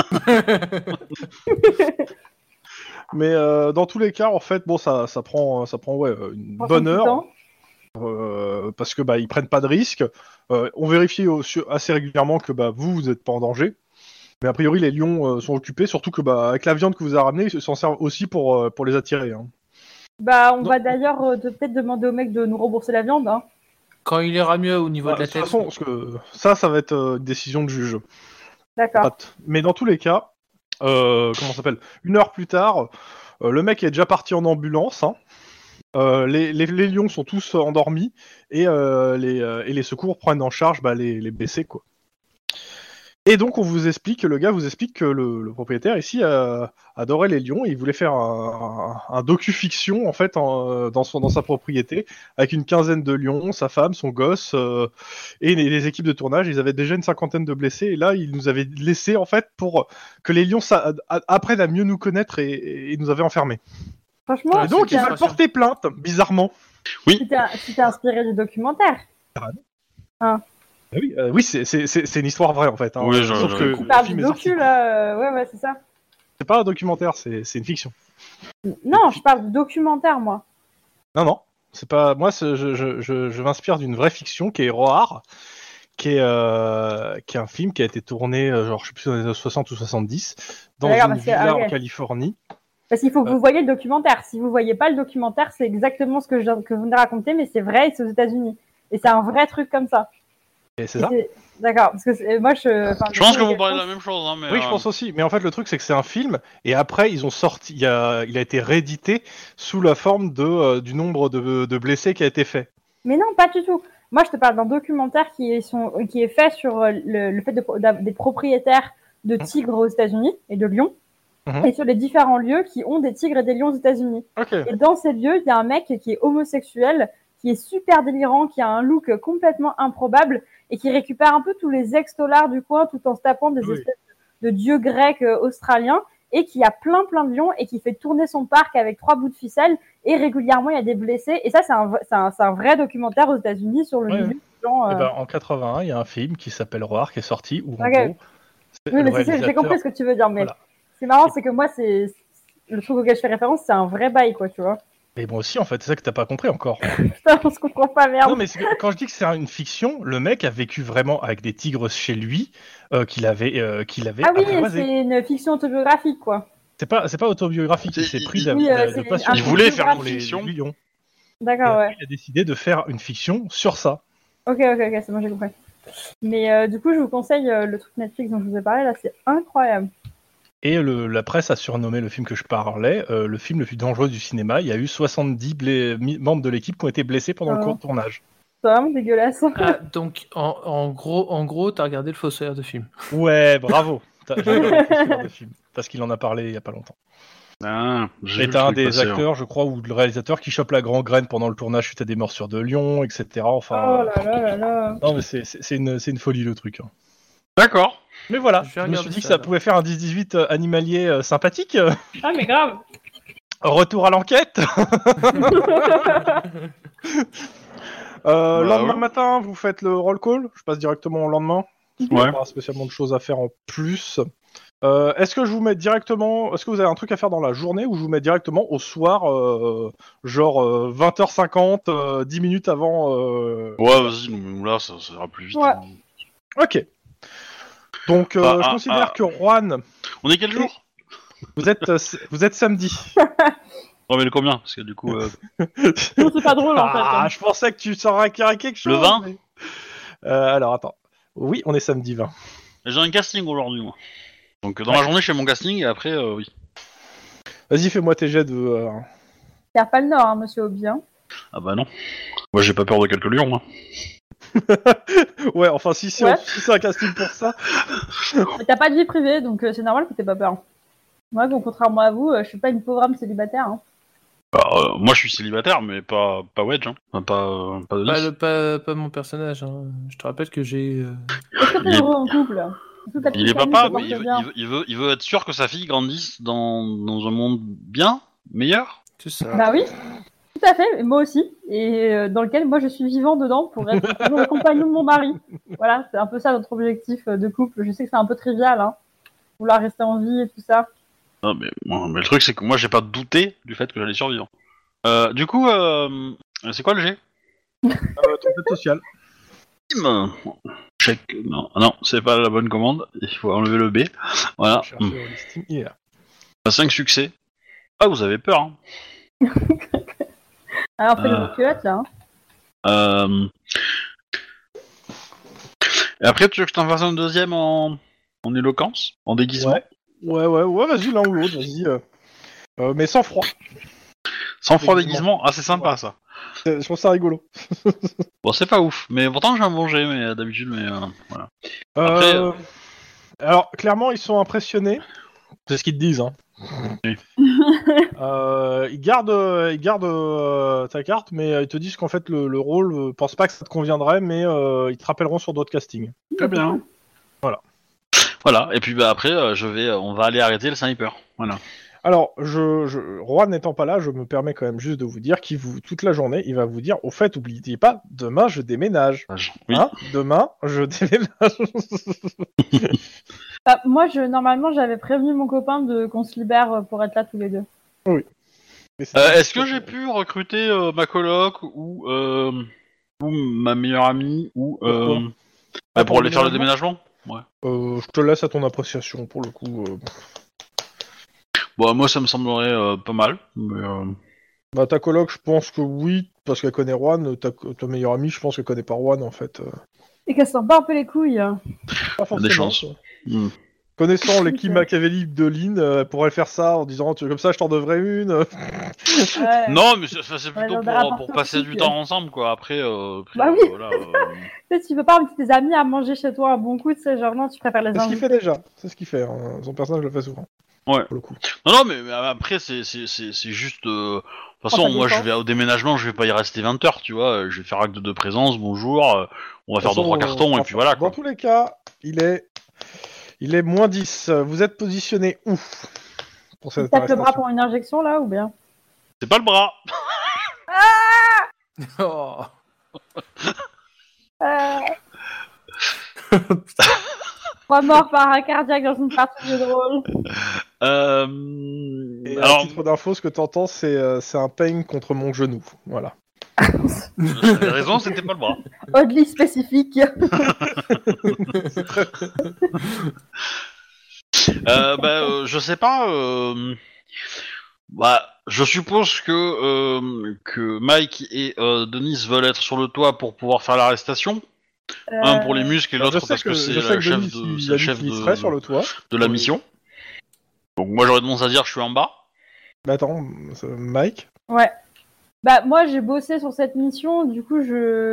Mais euh, dans tous les cas, en fait, bon, ça, ça prend, ça prend ouais, une bonne heure euh, parce que bah ils prennent pas de risques. Euh, on vérifie aussi, assez régulièrement que bah vous, vous êtes pas en danger. Mais a priori, les lions euh, sont occupés, surtout que bah avec la viande que vous avez ramenée, ils s'en servent aussi pour euh, pour les attirer. Hein. Bah, on Non. va d'ailleurs euh, de- peut-être demander au mec de nous rembourser la viande. Hein. Quand il ira mieux au niveau Bah, de la de toute tête. façon, parce que ça, ça va être euh, une décision de juge. D'accord. Mais dans tous les cas, euh, comment ça s'appelle? Une heure plus tard, euh, le mec est déjà parti en ambulance. Hein. Euh, les, les, les lions sont tous endormis et, euh, les, euh, et les secours prennent en charge bah, les, les blessés, quoi. Et donc on vous explique, le gars vous explique que le, le propriétaire ici euh, adorait les lions et il voulait faire un, un, un docu-fiction en fait en, dans, son, dans sa propriété avec une quinzaine de lions, sa femme, son gosse euh, et les, les équipes de tournage. Ils avaient déjà une cinquantaine de blessés et là ils nous avaient laissé en fait pour que les lions ça, apprennent à mieux nous connaître et, et, et nous avaient enfermés. Franchement, Et donc tu ils t'es- veulent porter plainte, bizarrement. tu t'es tu t'es inspiré du documentaire. Ah oui, euh, oui c'est, c'est, c'est, c'est une histoire vraie en fait. Hein. Oui, je- Sauf je- que Tu le parles film du est sorti. docu, là. euh, Ouais, ouais, c'est ça. C'est pas un documentaire, c'est, c'est une fiction. Non, je parle du documentaire, moi. Non, non, c'est pas. Moi, c'est- je, je, je, je m'inspire d'une vraie fiction qui est Roar, qui est, euh, qui est un film qui a été tourné, euh, genre, je sais plus, dans les années soixante ou soixante-dix, dans D'accord, une parce que- villa ah, ok. en Californie. Parce qu'il faut que Euh. vous voyez le documentaire. Si vous voyez pas le documentaire, c'est exactement ce que, je, que vous venez de raconter, mais c'est vrai et c'est aux États-Unis. Et c'est un vrai truc comme ça. Et c'est Et ça c'est- D'accord, parce que c'est- moi je. enfin, Je pense sais que vous quelle parlez de chose- la même chose. Hein, mais, Oui, je euh, pense aussi. Mais en fait, le truc, c'est que c'est un film, et après, ils ont sorti. Il a, il a été réédité sous la forme de, euh, du nombre de, de blessés qui a été fait. Mais non, pas du tout. Moi, je te parle d'un documentaire qui est, son, qui est fait sur le, le fait de, des propriétaires de tigres aux États-Unis et de lions, mmh. et sur les différents lieux qui ont des tigres et des lions aux États-Unis. Okay. Et dans ces lieux, il y a un mec qui est homosexuel, qui est super délirant, qui a un look complètement improbable et qui récupère un peu tous les ex-dollars du coin tout en se tapant des oui. espèces de dieux grecs euh, australiens, et qui a plein plein de lions et qui fait tourner son parc avec trois bouts de ficelle, et régulièrement il y a des blessés. Et ça, c'est un, c'est un, c'est un vrai documentaire aux États-Unis sur le ouais. milieu. Genre, euh... eh ben, en quatre-vingt-un, il y a un film qui s'appelle Roar qui est sorti où en okay. gros. Oui, mais réalisateur... j'ai compris ce que tu veux dire, mais voilà. C'est marrant, c'est que moi, c'est le truc auquel je fais référence, c'est un vrai bail, quoi, tu vois. Et moi aussi, en fait, c'est ça que t'as pas compris encore. Putain, on se comprend pas, merde. Non, mais c'est que, quand je dis que c'est une fiction, le mec a vécu vraiment avec des tigres chez lui, euh, qu'il avait, euh, qu'il avait. Ah oui, c'est une fiction autobiographique, quoi. C'est pas, c'est pas autobiographique, il s'est pris oui, de, euh, de, de passion. Il voulait faire une fiction. D'accord, ouais. Il a décidé de faire une fiction sur ça. Ok, ok, ok, c'est bon, j'ai compris. Mais euh, du coup, je vous conseille euh, le truc Netflix dont je vous ai parlé, là, c'est incroyable. Et le, la presse a surnommé le film que je parlais euh, le film le plus dangereux du cinéma. Il y a eu soixante-dix bla- membres de l'équipe qui ont été blessés pendant oh. le tournage. C'est vraiment dégueulasse. Ah, donc, en, en gros, en gros, t'as regardé le Fossoyeur de film. Ouais, bravo. T'as regardé le Fossoyeur de film parce qu'il en a parlé il y a pas longtemps. Ah, j'ai Et t'as un des passer, acteurs, hein. je crois, ou le réalisateur qui chope la grand-graine pendant le tournage suite à des morsures de lion, et cetera. Enfin. Oh là là là là. Non, mais c'est, c'est, c'est, une, c'est une folie le truc. Hein. D'accord. Mais voilà, je, je me suis dit ça, que ça là. pouvait faire un dix dix-huit euh, animalier euh, sympathique. Ah mais grave. Retour à l'enquête. euh, bah, lendemain ouais. matin, vous faites le roll call. Je passe directement au lendemain. Ouais. Il n'y a pas spécialement de choses à faire en plus. Euh, est-ce que je vous mets directement... Est-ce que vous avez un truc à faire dans la journée ou je vous mets directement au soir, euh, genre euh, vingt heures cinquante, euh, dix minutes avant... Euh... Ouais, vas-y, nous, là, ça, ça ira plus vite. Ouais. Hein. Ok. Donc, euh, bah, je ah, considère ah, que Juan... On est quel jour ? Vous êtes, euh, vous êtes samedi. Non, mais le combien ? Parce que du coup... Euh... c'est pas drôle, en fait. Ah, je pensais que tu saurais quelque chose. Le vingt mais... euh, Alors, attends. Oui, on est samedi vingt. J'ai un casting aujourd'hui, moi. Donc dans ouais. la journée, je fais mon casting et après, euh, oui. Vas-y, fais-moi tes jets de... Euh... T'as pas le nord, hein, monsieur Aubien. Ah bah non. Moi, j'ai pas peur de quelques lions, moi. Ouais, enfin, si, si, ouais. on... si c'est un casting pour ça... Mais t'as pas de vie privée, donc euh, c'est normal que t'aies pas peur. Moi, donc, contrairement à vous, euh, je suis pas une pauvre âme célibataire. Hein. Bah, euh, moi, je suis célibataire, mais pas, pas wedge, hein. Enfin, pas, euh, pas de pas, le, pas, pas mon personnage. Hein. Je te rappelle que j'ai... Euh... Est-ce que t'es heureux en couple ? Il est papa, mais il veut, il, veut, il, veut, il veut être sûr que sa fille grandisse dans, dans un monde bien, meilleur. C'est ça. Bah oui, tout à fait, et moi aussi, et euh, dans lequel moi je suis vivant dedans pour être le compagnon de mon mari. Voilà, c'est un peu ça notre objectif de couple. Je sais que c'est un peu trivial, hein, vouloir rester en vie et tout ça. Non, mais, mais le truc c'est que moi j'ai pas douté du fait que j'allais survivre. Euh, du coup, euh, c'est quoi le G ? euh, Trompette sociale. Check. Non, non, c'est pas la bonne commande. Il faut enlever le B. Voilà. Yeah. cinq succès. Ah, vous avez peur, hein. Alors, on fait euh... le culotte, là. Hein. Euh... Et après, tu veux que je t'en fasse un deuxième en, en éloquence, en déguisement ? Ouais, ouais, ouais, ouais vas-y, l'un ou l'autre, vas-y. Euh... Euh, mais sans froid. Sans froid déguisement, déguisement. Ah, c'est sympa, ouais. Ça. Je trouve ça rigolo. Bon, c'est pas ouf, mais pourtant j'ai un bon jet, mais d'habitude, mais euh, voilà. Après, euh... alors clairement, ils sont impressionnés. C'est ce qu'ils te disent, hein. Oui. euh, ils gardent, ils gardent euh, ta carte, mais ils te disent qu'en fait le, le rôle, euh, pense pas que ça te conviendrait, mais euh, ils te rappelleront sur d'autres castings. Très bien. Voilà. Voilà. Et puis bah après, euh, je vais, on va aller arrêter le sniper. Voilà. Alors, je, je, Juan n'étant pas là, je me permets quand même juste de vous dire qu'il vous, toute la journée, il va vous dire, au fait, oubliez pas, demain je déménage. Oui. Hein, demain je déménage. Bah, moi, je, normalement, j'avais prévenu mon copain de qu'on se libère pour être là tous les deux. Oui. Euh, est-ce que j'ai pu recruter euh, ma coloc ou, euh, ou ma meilleure amie ou euh, bah, pour aller faire le déménagement ? Ouais. Euh, je te laisse à ton appréciation pour le coup. Euh... Bon, moi ça me semblerait euh, pas mal. Mais, euh... Bah ta coloc, je pense que oui, parce qu'elle connaît Juan. Ta, ta meilleure amie, je pense qu'elle connaît pas Juan en fait. Et qu'elle se sent pas un peu les couilles. Pas forcément. Des chances. Mm. Connaissant l'équipe machiavélique de Lynn, euh, elle pourrait faire ça en disant tu veux comme ça, je t'en devrais une. Ouais. Non, mais c'est, c'est Ouais, plutôt dans des pour, rapports pour passer du toxiques. temps ensemble, quoi. Après, euh, puis, Bah euh, oui. voilà, euh, Tu sais, tu peux pas inviter tes amis à manger chez toi un bon coup, tu sais, genre non, tu préfères les C'est ce qu'il inviter. fait déjà. C'est ce qu'il fait. Hein. Son personnage le fait souvent. Ouais. Pour le coup. Non, non, mais, mais après, c'est, c'est, c'est, c'est juste... euh, De toute façon, Oh, ça moi, je dépend. vais au déménagement, je vais pas y rester vingt heures, tu vois. Je vais faire acte de présence, bonjour, euh, on va De faire toute deux, trois façon, cartons, et enfin, puis voilà, Dans quoi. tous les cas, il est, il est moins dix. Vous êtes positionné où pour cette Peut-être le bras arrestation pour une injection là ou bien C'est pas le bras. Oh. euh... Trois morts par un cardiaque dans une partie de drôle. Euh... Et à Alors, titre d'info, ce que t'entends, c'est euh, c'est un pain contre mon genou. Voilà. j'avais raison, c'était pas le bras. Oddly spécifique. Euh, bah, euh, je sais pas. Euh... Bah, je suppose que euh, que Mike et euh, Denise veulent être sur le toit pour pouvoir faire l'arrestation. Un pour les muscles et Alors, je l'autre sais parce que, que, c'est je sais le que chef Denis, de, il c'est a le dit chef qu'il de, serait sur le toit. de la Oui. mission. Donc moi j'aurais tendance à dire je suis en bas. Mais attends, ça- Mike Ouais. Bah moi j'ai bossé sur cette mission, du coup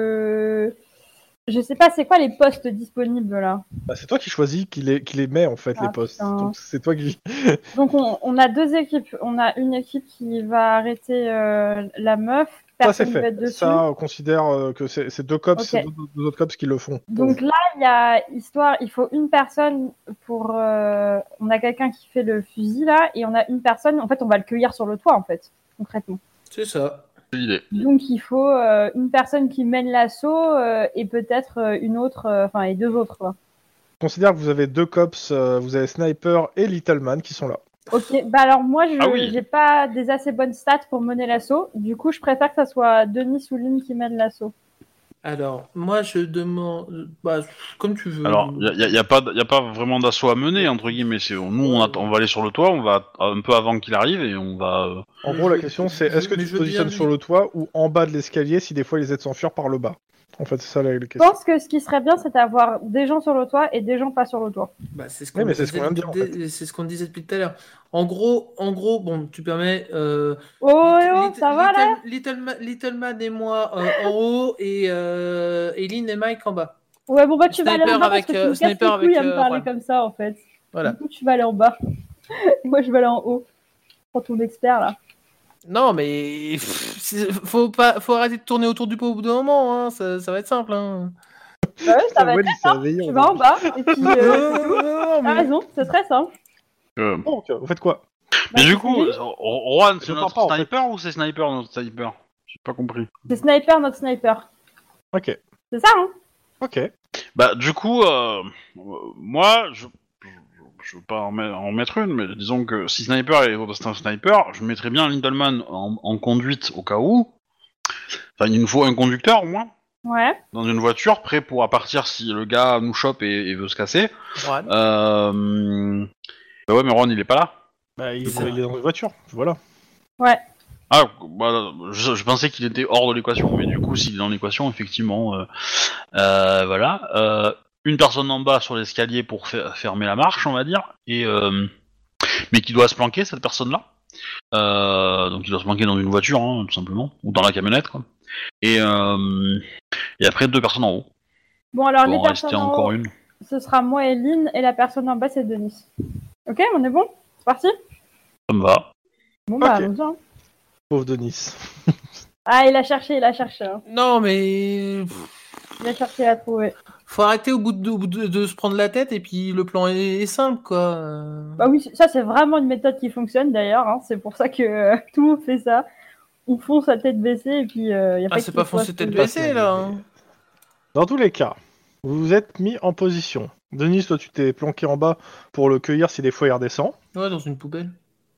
je je sais pas c'est quoi les postes disponibles là. bah, c'est toi qui choisis, qui les, qui les met en fait, Ah, les postes. putain. Donc c'est toi qui... Donc on, on a deux équipes. On a une équipe qui va arrêter euh, la meuf. Ça c'est Personne ne va fait. être dessus. Ça, on considère euh, que c'est c'est deux cops, Ok. c'est deux, deux autres cops qui le font. Donc là il y a histoire, il faut une personne pour. euh, On a quelqu'un qui fait le fusil là et on a une personne. En fait on va le cueillir sur le toit en fait concrètement. C'est ça. C'est l'idée. Donc il faut euh, une personne qui mène l'assaut euh, et peut-être euh, une autre, euh, enfin et deux autres quoi. On considère que vous avez deux cops, euh, vous avez Sniper et Little Man qui sont là. Ok, bah alors moi je Ah oui. j'ai pas des assez bonnes stats pour mener l'assaut. Du coup je préfère que ça soit Denis ou Lynn qui mène l'assaut. Alors, moi, je demande... Bah, comme tu veux. Alors il y a, y a pas y a pas vraiment d'assaut à mener entre guillemets. C'est nous on, attend- on va aller sur le toit, on va un peu avant qu'il arrive et on va. Euh... En Mais gros, je- la question c'est est-ce que mais tu je te veux positionnes bien sur lui- le toit ou en bas de l'escalier si des fois ils essaient de s'enfuir par le bas. En fait, c'est ça la, la Je question. pense que ce qui serait bien c'est d'avoir des gens sur le toit et des gens pas sur le toit. Bah, c'est ce Oui, qu'on mais c'est ce disait, qu'on vient de dire, en dès- c'est ce qu'on disait depuis tout à l'heure. En gros, en gros, bon, tu permets. Euh, Oh, Little- oh, Little- ça va là Little, Little, Ma- Little Man et moi euh, en haut et euh, Eileen et Mike en bas. Ouais bon bah tu vas aller Sniper en bas avec, parce que euh, tu me casses Sniper les couilles avec, à me euh, parler Juan. comme ça en fait. Voilà. Du coup tu vas aller en bas. Et moi je vais aller en haut. Prends ton expert là. Non, mais pff, c'est- faut pas, faut arrêter de tourner autour du pot au bout d'un moment. Hein, ça, ça va être simple. Hein. Bah ouais, ça va Samuel, être il s'est réveillé, Tu on vas va- en bas et puis Non, euh, non, non, non, t'as mais- raison, c'est très simple. Euh... Donc, vous faites quoi Mais Bah, du c'est coup, Lynn. euh, Juan, c'est Je notre parle pas, en fait. sniper ou c'est Sniper notre sniper? J'ai pas compris. C'est sniper notre sniper. Ok. C'est ça hein. Ok. Bah du coup, euh, euh, moi, je, je, je veux pas en, met- en mettre une, mais disons que si Sniper est un sniper, je mettrais bien Lindelman en, en conduite au cas où. Enfin, il nous faut un conducteur au moins, Ouais. dans une voiture, prêt pour partir si le gars nous chope et, et veut se casser. Juan. Euh... Bah ouais, mais Ron, il est pas là. Bah, il, C'est il est dans une voiture. Voilà. Ouais. Ah, bah, je, je pensais qu'il était hors de l'équation, mais du coup, s'il est dans l'équation, effectivement, euh, euh, voilà. Euh, une personne en bas sur l'escalier pour fa- fermer la marche, on va dire, et euh, mais qui doit se planquer, cette personne-là. Euh, donc, il doit se planquer dans une voiture, hein, tout simplement, ou dans la camionnette, quoi. Et, euh, et après, deux personnes en haut. Bon alors Pour les en rester personnes en encore haut, une. ce sera moi et Lynn et la personne en bas c'est Denis. Ok, on est bon? C'est parti? Ça me va. Bon bah Ok. allons-y, hein. Pauvre Denis. Ah il a cherché, il a cherché. Hein. Non, mais pff, Il a cherché, il a trouvé. faut arrêter au bout de, au bout de, de se prendre la tête et puis le plan est, est simple, quoi. Euh, Bah oui, ça c'est vraiment une méthode qui fonctionne d'ailleurs. Hein. C'est pour ça que euh, tout le monde fait ça. On fonce sa tête baissée et puis euh, y a Ah, pas c'est qu'il pas faut foncer se tête poser. baissée, là. Hein. Dans tous les cas, vous vous êtes mis en position. Denis, toi, tu t'es planqué en bas pour le cueillir si des fois il redescend. Ouais, dans une poubelle.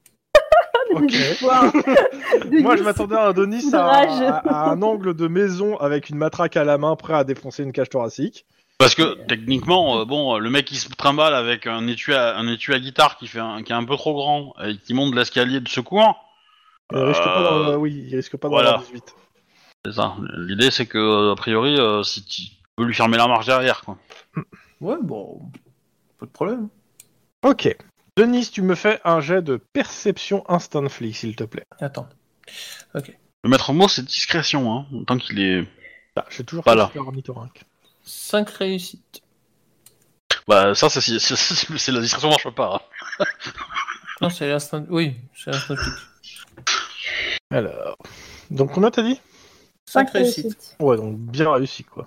Ok. Espoir. Moi, je Denis. m'attendais à un Denis de à, rage. à- à un angle de maison avec une matraque à la main, prêt à défoncer une cage thoracique. Parce que techniquement, euh, bon, le mec qui se trimballe avec un étui à, un étui à guitare qui fait un, qui est un peu trop grand et qui monte de l'escalier de secours, Il risque pas d'en- Euh, oui, il risque pas d'en voilà. avoir dix-huit. c'est ça. L'idée c'est que euh, a priori, euh, si tu peux lui fermer la marche derrière, quoi. Ouais, bon, pas de problème. Ok. Denis, tu me fais un jet de perception instant flic, s'il te plaît. Attends. Le maître mot, c'est discrétion, hein, tant qu'il est... Ah, j'ai toujours Pas fait là. super ornithorynque. cinq réussites. Bah, ça, c'est, c'est, c'est, c'est- c'est la discrétion marche pas. Hein. Non, c'est l'instant... Oui, c'est l'instant flic. Alors. Donc, combien t'as dit? cinq réussites. Ouais, donc bien réussi, quoi.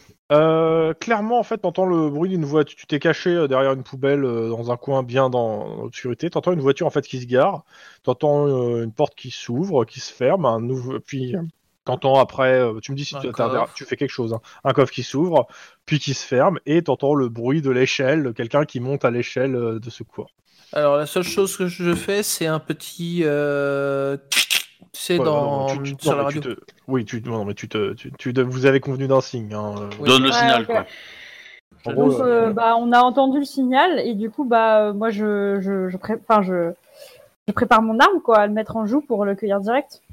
Euh, clairement, en fait, t'entends le bruit d'une voiture. Tu t'es caché euh, derrière une poubelle euh, dans un coin bien dans dans l'obscurité. T'entends une voiture en fait qui se gare. T'entends euh, une porte qui s'ouvre, qui se ferme. Un nouveau. Puis euh, t'entends après. euh, tu me dis si Un tu, t'as- coffre. tu fais quelque chose. Hein. Un coffre qui s'ouvre, puis qui se ferme, et t'entends le bruit de l'échelle. Quelqu'un qui monte à l'échelle euh, de secours. Alors, la seule chose que je fais, c'est un petit... Euh... C'est Ouais, dans... non, tu- tu- sur non, la mais tu radio. te- Oui, tu. Non, mais tu te. Tu, tu- vous avez convenu d'un signe. Hein. euh. Oui. Donne le Ouais, signal, ok. quoi. En Je- gros, Donc, euh, euh, bah, on a entendu le signal et du coup, bah, euh, moi, je, je, je, pré- enfin, je, je prépare mon arme, quoi, à le mettre en joue pour le cueillir direct.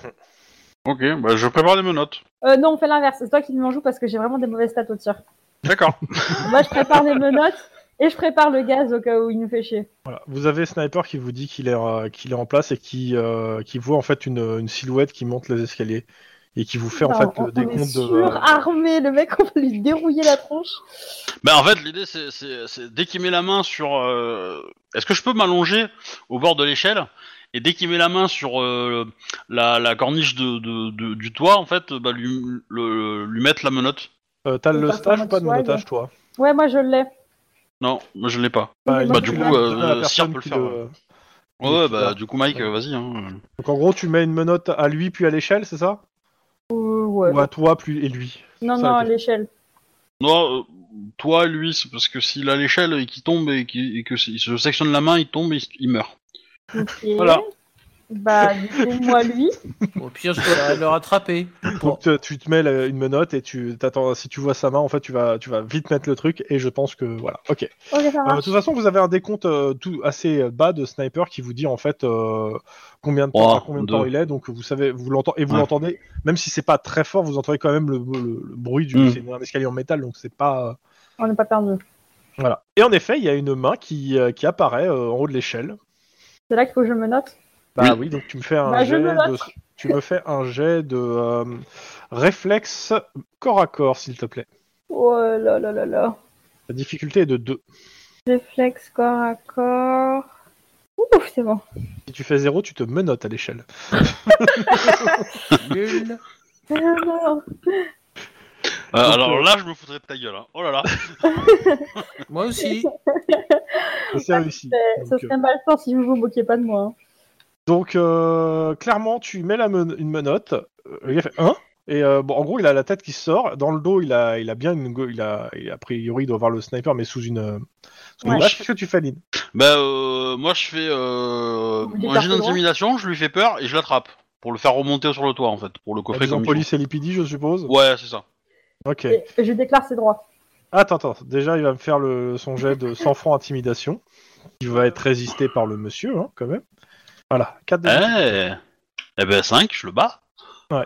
Ok, bah, je prépare les menottes. Euh, non, on fait l'inverse. C'est toi qui le mets en joue parce que j'ai vraiment des mauvaises stats au tir. D'accord. Moi, je prépare les menottes et je prépare le gaz au cas où il nous fait chier. Voilà. Vous avez Sniper qui vous dit qu'il est, euh, qu'il est en place et qui, euh, qui voit en fait une, une silhouette qui monte les escaliers et qui vous fait en Non, fait on, le décompte on est de. euh, surarmé, le mec, on va lui dérouiller la tronche. Bah, en fait, l'idée, c'est, c'est, c'est dès qu'il met la main sur... euh, Est-ce que je peux m'allonger au bord de l'échelle et dès qu'il met la main sur euh, la, la corniche de, de, de- du toit, en fait, bah, lui, le, lui mettre la menotte. euh, T'as C'est le pas stage en ou pas de mode swag. menottage toi? Ouais, moi, je l'ai. Non, moi je l'ai pas. Oui, mais moi, bah, je du l'ai. coup, euh, Donne à la Cyr personne peut le qui faire. le- Ouais, qui ouais, le bah a. du coup, Mike, Ouais. euh, vas-y. Hein. Donc en gros, tu mets une menotte à lui puis à l'échelle, c'est ça? Euh, ouais. Ou à toi plus et lui? Non, Ça, non, à ok. l'échelle. Non, euh, toi, lui, c'est parce que s'il a l'échelle et qu'il tombe et, qu'il, et que il se sectionne la main, il tombe et il, il meurt. Ok. Voilà. Bah, du coup, moi, lui. Au pire, je vais le rattraper. Donc tu, tu te mets la- une menotte et tu t'attends. Si tu vois sa main, en fait, tu vas, tu vas vite mettre le truc et je pense que voilà. Ok. Ok, ça Euh, de marche. toute façon, vous avez un décompte euh, tout assez bas de sniper qui vous dit en fait euh, combien de temps, Trois, à combien de deux. temps il est. Donc vous savez, vous l'entendez et vous Ouais. l'entendez, même si c'est pas très fort, vous entendez quand même le, le- le bruit du. Mm. C'est un escalier en métal, donc c'est pas On n'est pas perdu. voilà. Et en effet, il y a une main qui, euh, qui apparaît euh, en haut de l'échelle. C'est là qu'il faut que je me note. Bah Oui. oui, donc tu me fais un Bah, je jet me de, note. tu me fais un jet de euh, réflexe corps à corps, s'il te plaît. Oh là là là là. La difficulté est de deux. Réflexe corps à corps. Ouf, c'est bon. Si tu fais zéro, tu te menottes à l'échelle. Nul. Ah, non. Euh, Donc, alors euh, là, je me foutrais de ta gueule. Hein. Oh là là. Moi aussi. Et c'est réussi. Ça Donc, euh, serait mal fort si vous vous moquiez pas de moi. hein. donc, euh, clairement, tu mets la men- une menotte. Euh, le gars fait un. Et euh, bon, en gros, il a la tête qui sort. Dans le dos, il a, il a bien une. go- Il a, il- a priori, il doit avoir le sniper, mais sous une. euh, Sous une Ouais. bâche. Qu'est-ce que tu fais, Lynn? Bah, euh, moi, je fais euh, Vous voulez un faire jet plus loin d'intimidation, je lui fais peur et je l'attrape. Pour le faire remonter sur le toit, en fait. Pour le coffrer Disons comme il police et lipidi, je suppose. faut. Ouais, c'est ça. Ok. Et je déclare ses droits. Attends, attends. Déjà, il va me faire le, son jet de cent francs intimidation. Qui va être résisté par le monsieur, hein, quand même. Voilà. quatre de Eh Eh ben, cinq, je le bats. Bah,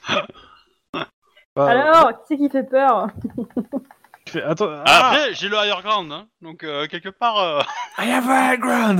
Alors, qui c'est qui fait peur? tu fais- Attends. Ah Après, j'ai le higher ground, hein. Donc, euh, quelque part... euh, I have a high ground.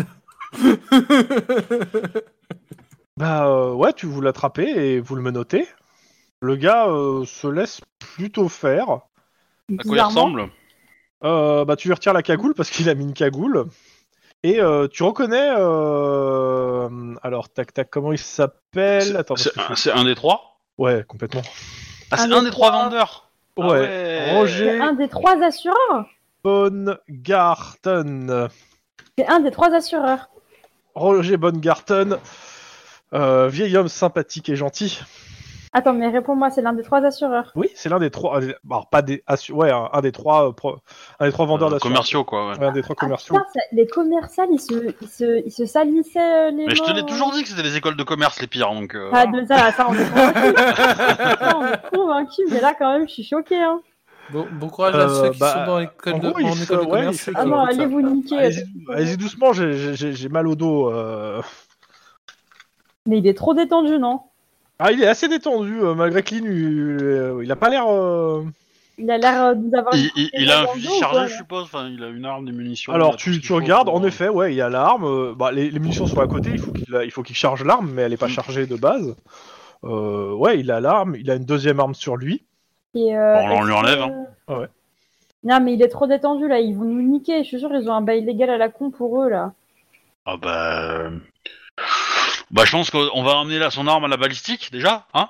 Bah euh, ouais, tu vous l'attrapez et vous le menotez. Le gars euh, se laisse plutôt faire. à quoi il Bizarrement. ressemble Euh, bah tu lui retires la cagoule parce qu'il a mis une cagoule. Et euh, tu reconnais... euh, Alors, tac tac, comment il s'appelle? Attends, parce C'est que je- un, c'est un des trois Ouais, complètement. Ah, c'est Un un, des des trois trois. vendeurs. Ouais. Ah ouais. C'est Roger un des trois assureurs. Bongarten. C'est un des trois assureurs. Roger Bongarten. Euh, vieil homme sympathique et gentil. Attends, mais réponds-moi, c'est l'un des trois assureurs. Oui, c'est l'un des trois... euh, Alors, pas des... assu- Ouais, un, un des trois... euh, pro- Un des trois vendeurs Euh, d'assurance. commerciaux, quoi, ouais. Ouais, un des trois Ah, commerciaux. putain, ça- les commerciales, ils se, ils se, ils se salissaient euh, les Mais je te mains, l'ai toujours euh. dit que c'était les écoles de commerce les pires, donc... euh, Ah, voilà. de ça, ça, on est convaincus. Ça, on est convaincus, mais là, quand même, je suis choquée. Hein. Bon, bon courage à Euh, ceux qui bah, sont dans l'école en de, gros, il en se- école de ouais, commerce. il fait et Ah qui non, écoutent ça. allez vous niquer. Allez-y allez-y doucement, j'ai- j'ai j'ai mal au dos. euh. Mais il est trop détendu, non? Ah, il est assez détendu, euh, malgré que Lynn, il, euh, il a pas l'air... euh, Il a l'air d'avoir. Il, il, il a un dans le fusil dos, ou chargé, quoi, je suppose. Enfin, il a une arme, des munitions. il a Alors tout ce tu, qu'il tu faut regardes, pour- en effet, ouais, il y a l'arme. euh, bah, les, les munitions sont à côté, il faut qu'il il faut qu'il charge l'arme, mais elle est pas Mm. chargée de base. Euh, ouais, il a l'arme, il a une deuxième arme sur lui. Et, euh, Bon, on est-ce lui enlève, que- hein. Ah ouais. Non, mais il est trop détendu là, ils vont nous niquer. Je suis sûr qu'ils ont un bail légal à la con pour eux là. Ah bah... euh, Bah je pense qu'on va emmener là son arme à la balistique, déjà, hein.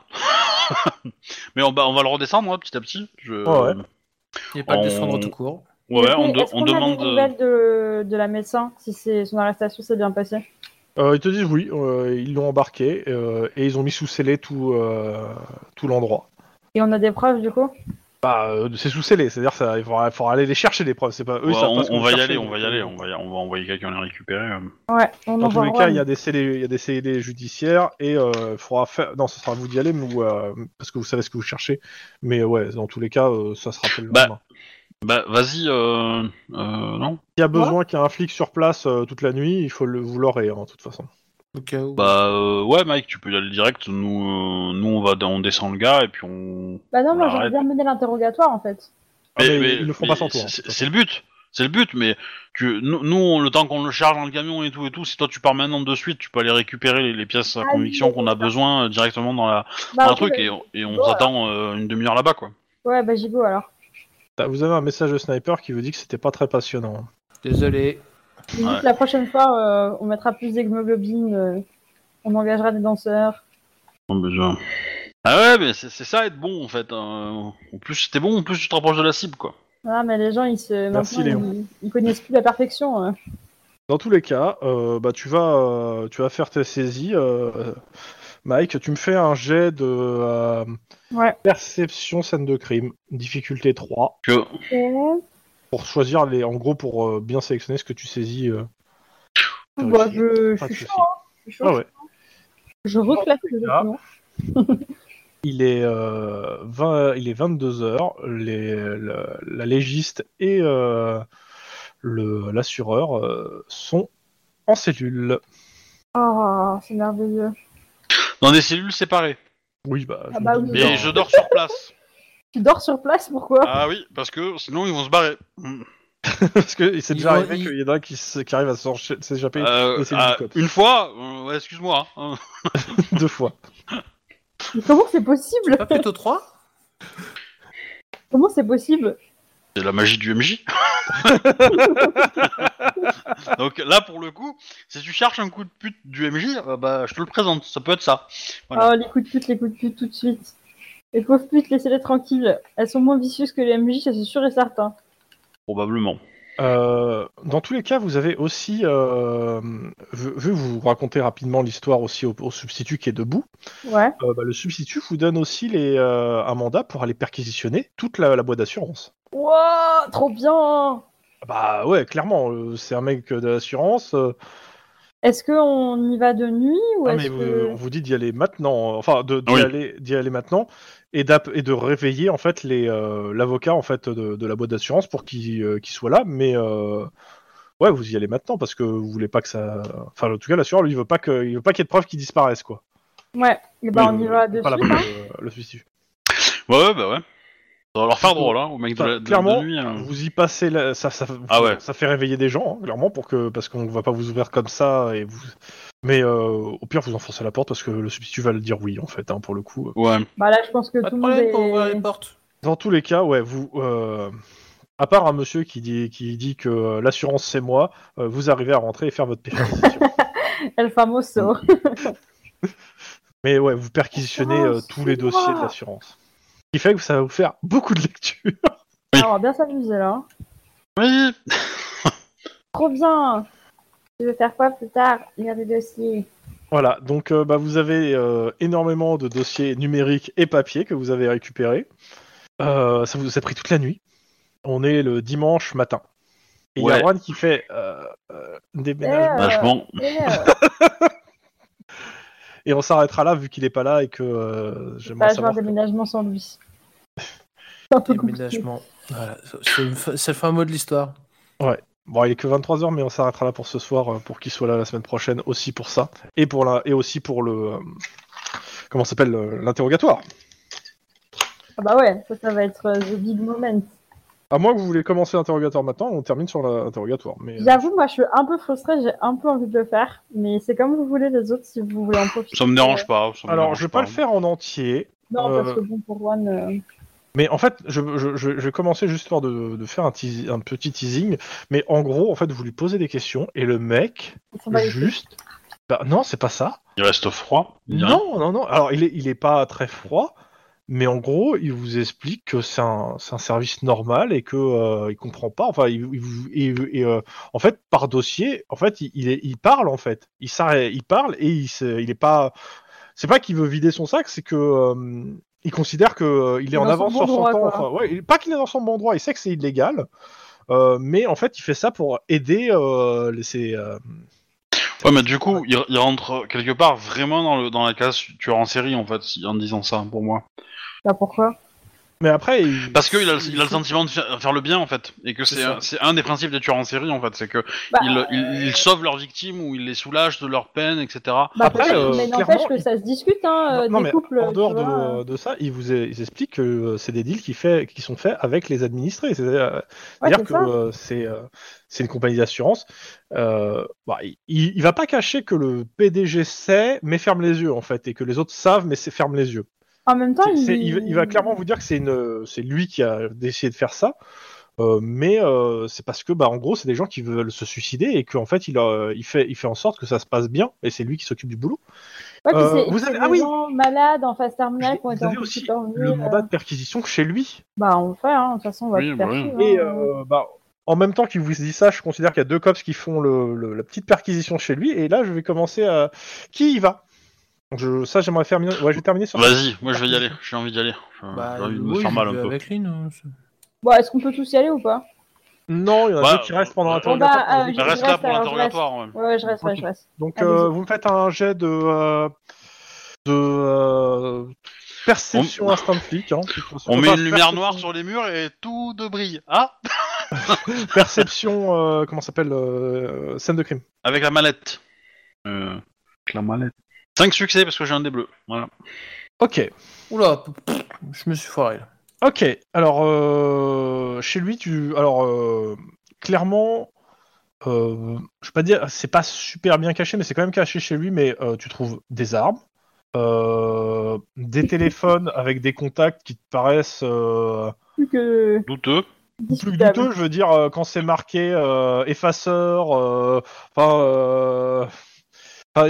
Mais on, bah, on va le redescendre, hein, petit à petit. Je... Ouais, ouais. Il n'y a pas On- de descendre tout court. Ouais, Et on, de- est-ce on qu'on demande... a des nouvelles de, de la médecin, si c'est son arrestation s'est bien passée? Euh, ils te disent oui, euh, ils l'ont embarqué euh, et ils ont mis sous scellé tout, euh, tout l'endroit. Et on a des preuves du coup? Bah, euh, c'est sous scellé, c'est-à-dire ça, il faudra, faudra aller les chercher les preuves. C'est pas eux, ils Ouais, savent on, pas ce que on vous va y cherchez, aller, on donc, va y aller, euh, on va, y- on va envoyer quelqu'un les récupérer. euh. Ouais, on Dans en tous voit les un, cas, ouais. il y a des scellés, il y a des scellés judiciaires et il euh, faudra faire. Non, ce sera à vous d'y aller, mais ou, euh, parce que vous savez ce que vous cherchez. Mais ouais, dans tous les cas, euh, ça se rappelle le Bah, lendemain. Bah vas-y, euh... euh non. S'il y a besoin qu'il y ait un flic sur place euh, toute la nuit, il faut le, vous l'aurez, hein, de toute façon. Au cas où. Bah euh, ouais Mike, tu peux y aller direct, nous, euh, nous on va on descend le gars et puis on... Bah non, on moi j'aurais l'arrête. bien mené l'interrogatoire en fait. Ah, mais ils le feront pas sans toi, hein, de C'est toute c'est le but, c'est le but, mais tu, nous, nous, on- le temps qu'on le charge dans le camion et tout et tout, si toi tu pars maintenant de suite, tu peux aller récupérer les, les pièces à Ah, conviction oui, qu'on a d'accord. besoin euh, directement dans la Bah, dans un ok, truc bah, et, on- et on bon, s'attend euh, une demi-heure là-bas quoi. Ouais, bah j'y go alors. Ah, vous avez un message de sniper qui vous dit que c'était pas très passionnant. Désolé. Dis Ouais. que la prochaine fois, euh, on mettra plus d'hémoglobine, euh, on engagera des danseurs. Bon, bah, je- Ah ouais, mais c'est c'est ça être bon en fait. hein. Au plus t'es bon, au plus tu te rapproches de la cible quoi. Ah, mais les gens, ils se. Merci, maintenant, Léon. ils, ils connaissent plus la perfection. euh. Dans tous les cas, euh, bah, tu, vas, euh, tu vas faire tes saisies. euh, Mike, tu me fais un jet de euh, Ouais. perception scène de crime, difficulté trois, Que Ok. pour choisir les. En gros, pour euh, bien sélectionner ce que tu saisis. Euh, Bah, je, je Pas de suis souci. chaud, hein. Je suis chaud. Ah ouais. Je reclasse les Ah. documents. Il est, euh, vingt, il est vingt-deux heures. Les, le- la légiste et euh, le, l'assureur euh, sont en cellule. Oh, c'est merveilleux. dans des cellules séparées. Oui, bah. Ah je me bah doute oui. bien. Et je dors sur place. Tu dors sur place, pourquoi? Ah oui, parce que sinon ils vont se barrer. Mm. Parce que c'est Ils déjà vont- arrivé ils- qu'il y en a qui, se- qui arrivent à s'encha- s'échapper Euh, des cellules ah, du cops. une fois, euh, ouais, excuse-moi. hein. Deux fois. Mais comment c'est possible? Pas plutôt trois? Comment c'est possible? C'est la magie du M J. Donc là, pour le coup, si tu cherches un coup de pute du M J, euh, bah je te le présente. Ça peut être ça. Voilà. Oh, les coups de pute, les coups de pute, tout de suite. Les pauvres putes, laissez-les tranquilles. Elles sont moins vicieuses que les M J, ça c'est sûr et certain. Probablement. Euh, dans tous les cas, vous avez aussi, euh, vu vu vous racontez rapidement l'histoire aussi au, au substitut qui est debout, Ouais. euh, bah, le substitut vous donne aussi les, euh, un mandat pour aller perquisitionner toute la, la boîte d'assurance. Wow, trop bien! Bah ouais, clairement, euh, c'est un mec de l'assurance. euh, Est-ce qu'on y va de nuit ou ah, est-ce mais vous- que... on vous dit d'y aller maintenant, euh, enfin de- d'y Oui. aller, d'y aller maintenant et, d'app- et de réveiller en fait les euh, l'avocat en fait de, de la boîte d'assurance pour qu'il euh, qu'il soit là, mais euh, ouais, vous y allez maintenant parce que vous voulez pas que ça, enfin en tout cas l'assureur lui il veut pas que, il veut pas qu'il y ait de preuves qui disparaissent quoi. Ouais, et bah Oui, on y euh, va de pas la suite, peine, hein. euh, le substitut. Ouais, ouais, bah ouais. Ça va leur faire drôle, hein, aux mecs de, Enfin, la, de- clairement, de nuit. hein. vous y passez, la- ça, ça, Ah ouais. ça fait réveiller des gens, hein, clairement, pour que, parce qu'on va pas vous ouvrir comme ça et vous. Mais euh, au pire, vous enfoncez la porte parce que le substitut va le dire oui, en fait, hein, pour le coup. Ouais. Bah là, je pense que Pas tout de le monde problème pour ouvrir est... les portes. Dans tous les cas, ouais, vous. Euh, à part un monsieur qui dit, qui dit que euh, l'assurance c'est moi, euh, vous arrivez à rentrer et faire votre perquisition. El famoso. Mais ouais, vous perquisitionnez euh, tous les dossiers de l'assurance. Ce qui fait que ça va vous faire beaucoup de lecture. Oui. Ah, on va bien s'amuser là. hein. Oui. Trop bien! Tu veux faire quoi plus tard? Lire des dossiers. Voilà, donc euh, bah, vous avez euh, énormément de dossiers numériques et papier que vous avez récupérés. Euh, ça vous a pris toute la nuit. On est le dimanche matin. Et il Ouais. y a Juan qui fait euh, euh, déménagement. Euh, Vachement. Et, euh, Et on s'arrêtera là vu qu'il est pas là et que euh, j'aimerais pas jouer un savoir. que- déménagement sans lui. C'est un peu compliqué. Déménagement. Voilà, c'est une fin- c'est le fin mot de l'histoire. Bon, il est que vingt-trois heures, mais on s'arrêtera là pour ce soir, euh, pour qu'il soit là la semaine prochaine aussi pour ça. Et, pour la... et aussi pour le. euh, Comment ça s'appelle euh, l'interrogatoire. Ah bah ouais, ça, ça va être euh, the big moment. À moins que vous voulez commencer l'interrogatoire maintenant, on termine sur l'interrogatoire. Mais... J'avoue, moi je suis un peu frustrée, j'ai un peu envie de le faire, mais c'est comme vous voulez les autres si vous voulez en profiter. Ça me dérange pas. Ça me Alors, dérange je vais pas le faire en entier. Non, euh, parce que bon, pour One... euh, Mais en fait, je, je, je, je vais commencer juste histoire de, de faire un, teas- un petit teasing. Mais en gros, en fait, vous lui posez des questions et le mec, ils sont pas les juste... Bah, non, c'est pas ça. Il reste froid. il dit rien. Non, non, non. Alors, il est, il est pas très froid, mais en gros, il vous explique que c'est un, c'est un service normal et que euh, il comprend pas. Enfin, il, il, vous- et, et, euh, en fait, par dossier, en fait, il, il, est, il parle en fait. Il s'arrête, il parle et il, se- il est pas. C'est pas qu'il veut vider son sac, c'est que euh, il considère que euh, il est Dans en son avance bon sur son droit, temps. quoi. Enfin, ouais, il- pas qu'il est dans son bon droit. Il sait que c'est illégal, euh, mais en fait, il fait ça pour aider euh, les- ses, euh, Ouais, mais du coup, il, il rentre quelque part vraiment dans, le, dans la case tueur en série, en fait, si- en disant ça, pour moi. Bah pourquoi? Mais après, il... Parce qu'il a, le- il a le sentiment de faire, faire le bien, en fait. Et que C'est c'est ça. un, c'est un des principes des tueurs en série, en fait. C'est que Bah, il, il, il sauve leurs victimes ou il les soulage de leur peine, et cetera. bah Après, peut-être, euh, mais clairement, n'empêche que il- ça se discute, hein, euh, non, des mais couples, en dehors tu vois. de, de ça, ils vous ils expliquent que euh, c'est des deals qui, fait, qui sont faits avec les administrés. C'est-à-dire, euh, Ouais, c'est-à-dire c'est que ça. euh, c'est euh, c'est une compagnie d'assurance. Euh, bah, il, il va pas cacher que le P D G sait, mais ferme les yeux en fait, et que les autres savent, mais c'est ferme les yeux. En même temps, C'est- c'est- il... il... il va clairement vous dire que c'est une, c'est lui qui a décidé de faire ça. Euh, mais euh, c'est parce que bah en gros c'est des gens qui veulent se suicider et qu'en fait il, a, il fait il fait en sorte que ça se passe bien et c'est lui qui s'occupe du boulot. Ouais, puis Euh, c'est vous c'est avez- des ah oui. gens malades en phase terminale qui ont Vous été avez en aussi supervisés, le euh, mandat de perquisition chez lui. Bah on le fait, hein, de toute façon on va Oui, tout bah faire oui. suivre, Et hein. euh, bah, en même temps qu'il vous dit ça, je considère qu'il y a deux cops qui font le, le- la petite perquisition chez lui. Et là, je vais commencer à... Qui y va? je, Ça, j'aimerais faire... Ouais, je vais terminer sur... Vas-y, moi je vais y aller. J'ai envie d'y aller. J'ai Bah, j'ai envie de me oui, faire je mal un vais peu. avec Lynn. hein, c'est- Bon, est-ce qu'on peut tous y aller ou pas? Non, il y en a Bah, deux qui restent pendant euh, l'interrogatoire. bah, euh, Donc, je- Mais reste reste, là pour alors, je l'interrogatoire, ouais. Ouais, ouais, je reste, ouais, je reste. Donc, Allez-y. euh, vous me faites un jet de... euh, de... euh, perception On- instinct de flic. Hein, de toute façon. On met Enfin, une lumière perception- noire sur les murs et tout de brille. Ah, Perception... euh, comment ça s'appelle euh, scène de crime. avec la mallette. Euh, avec la mallette. cinq succès parce que j'ai un dé bleu. Voilà. Ok. Oula, pff, je me suis foiré là. Ok, alors euh, chez lui, tu, alors euh, clairement, euh, je vais pas dire, c'est pas super bien caché, mais c'est quand même caché chez lui. Mais euh, tu trouves des armes, euh, des téléphones avec des contacts qui te paraissent euh, Plus que Douteux. plus discutable. douteux. Je veux dire, euh, quand c'est marqué euh, effaceur, euh, enfin, euh, enfin,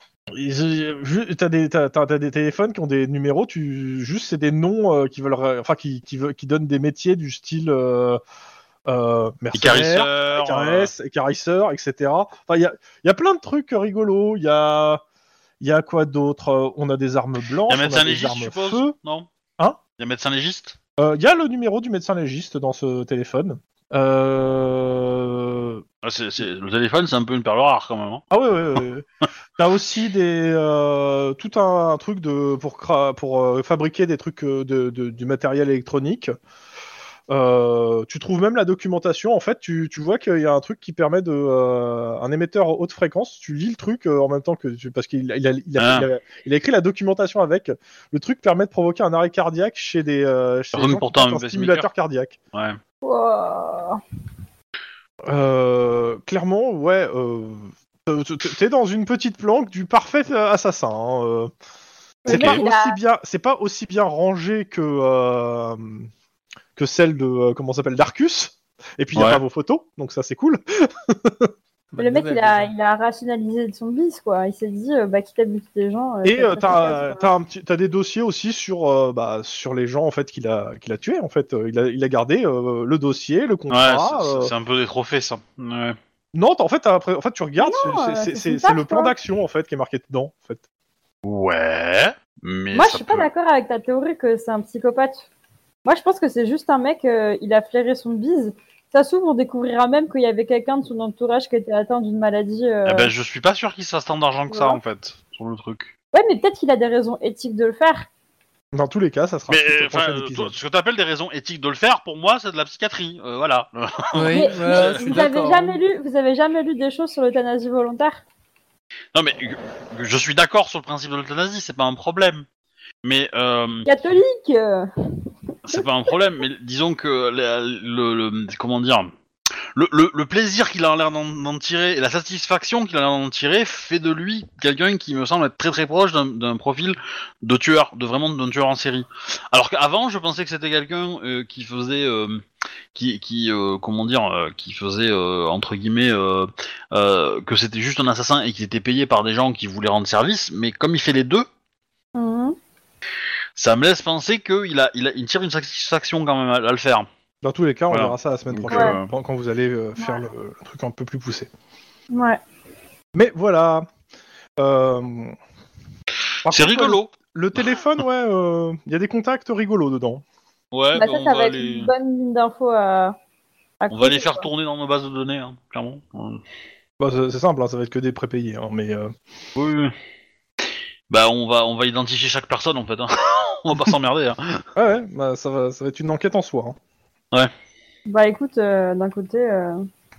Ils- ju- T'as des, t'as, t'as- t'as des téléphones qui ont des numéros, tu, juste c'est des noms euh, qui veulent, ré- enfin qui, qui, veulent- qui donnent des métiers du style euh, euh, mercenaire, Écarisseur. caresse, écarisseur, et cetera. Enfin il y a, il y a plein de trucs rigolos. Il y a, il y a quoi d'autre? Euh, On a des armes blanches, Il y a on médecin a des légiste, armes je suppose. feu. Non. Hein? Il y a médecin légiste. Euh, Il y a le numéro du médecin légiste dans ce téléphone. Euh... Ah, c'est, c'est... Le téléphone, c'est un peu une perle rare quand même. Hein. Ah ouais, ouais, ouais. ouais. T'as aussi des euh, tout un, un truc de pour cra- pour euh, fabriquer des trucs euh, de, de- du matériel électronique. Euh, tu trouves même la documentation. En fait, tu, tu vois qu'il y a un truc qui permet de euh, un émetteur haute fréquence. Tu lis le truc euh, en même temps que tu, parce qu'il a, il a, il a, Ah. il a- il a écrit la documentation avec. Le truc permet de provoquer un arrêt cardiaque chez des euh, chez des Comme gens qui pourtant portent un un pacemaker. stimulateur cardiaque. Ouais. Wow. Euh, clairement, ouais. Euh, T'es dans une petite planque du parfait assassin. Hein. euh. C'est Le pas mec, il aussi a- bien, c'est pas aussi bien rangé que euh, que celle de euh, comment ça s'appelle d'Arcus. Et puis il y a Ouais. pas vos photos, donc ça c'est cool. Bonne Le mec, nouvelle, il a, déjà. il a rationalisé son bis, quoi. Il s'est dit, euh, bah, quitte à buter des gens. euh, Et ça euh, serait t'as efficace, quoi. t'as un petit, t'as des dossiers aussi sur euh, bah, sur les gens en fait qu'il a qu'il a tué en fait. Euh, Il a il a gardé euh, le dossier, le Ouais, contrat. c'est, euh, c'est, c'est un peu des trophées ça. Ouais. Non, t'as- en fait, t'as- en fait tu regardes, Non, c'est- euh, c'est c'est c'est une c'est le taf, plan quoi. d'action en fait qui est marqué dedans en fait. Ouais. Mais Moi, ça je suis pas peut- d'accord avec ta théorie que c'est un psychopathe. Moi, je pense que c'est juste un mec, euh, il a flairé son bise. Ça s'ouvre, on découvrira même qu'il y avait quelqu'un de son entourage qui était atteint d'une maladie. euh, Eh ben, je suis pas sûr qu'il fasse tant d'argent que ça Ouais. en fait sur le truc. Ouais, mais peut-être qu'il a des raisons éthiques de le faire. Dans tous les cas, ça sera Mais le euh, enfin, prochain euh, épisode. toi, ce que t'appelles des raisons éthiques de le faire, pour moi, c'est de la psychiatrie. Euh, voilà. Oui, mais voilà, mais je suis vous avez d'accord. jamais lu, vous avez jamais lu des choses sur l'euthanasie volontaire? Non mais euh, je suis d'accord sur le principe de l'euthanasie, c'est pas un problème. Mais euh, Catholique euh. c'est pas un problème. Mais disons que le, le, le comment dire, le, le, le plaisir qu'il a l'air d'en, d'en tirer et la satisfaction qu'il a l'air d'en tirer fait de lui quelqu'un qui me semble être très très proche d'un, d'un profil de tueur, de vraiment d'un tueur en série. Alors qu'avant, je pensais que c'était quelqu'un euh, qui faisait, euh, qui, qui euh, comment dire, euh, qui faisait euh, entre guillemets euh, euh, que c'était juste un assassin et qu'il était payé par des gens qui voulaient rendre service. Mais comme il fait les deux. Mmh. Ça me laisse penser qu'il a, il a, il tire une satisfaction quand même à, à le faire. Dans tous les cas, on Voilà. verra ça la semaine Donc, prochaine, euh, quand quand vous allez euh, faire Ouais. le, le truc un peu plus poussé. Ouais. Mais voilà. Euh... Par C'est contre, rigolo. Le, le téléphone, ouais, il euh, y a des contacts rigolos dedans. Ouais, Bah, bah, ça, on, ça va va être les... une bonne ligne d'infos à. à on va les creuser, faire quoi. tourner dans nos bases de données, hein, clairement. Euh, Bah, c'est, c'est simple, hein, ça va être que des prépayés, hein, mais euh, Oui, oui. Bah, on va, on va identifier chaque personne en fait. Hein. On va pas s'emmerder. Hein. ouais, ouais, bah, ça va, ça va être une enquête en soi. Hein. Bah écoute, euh, d'un côté, euh,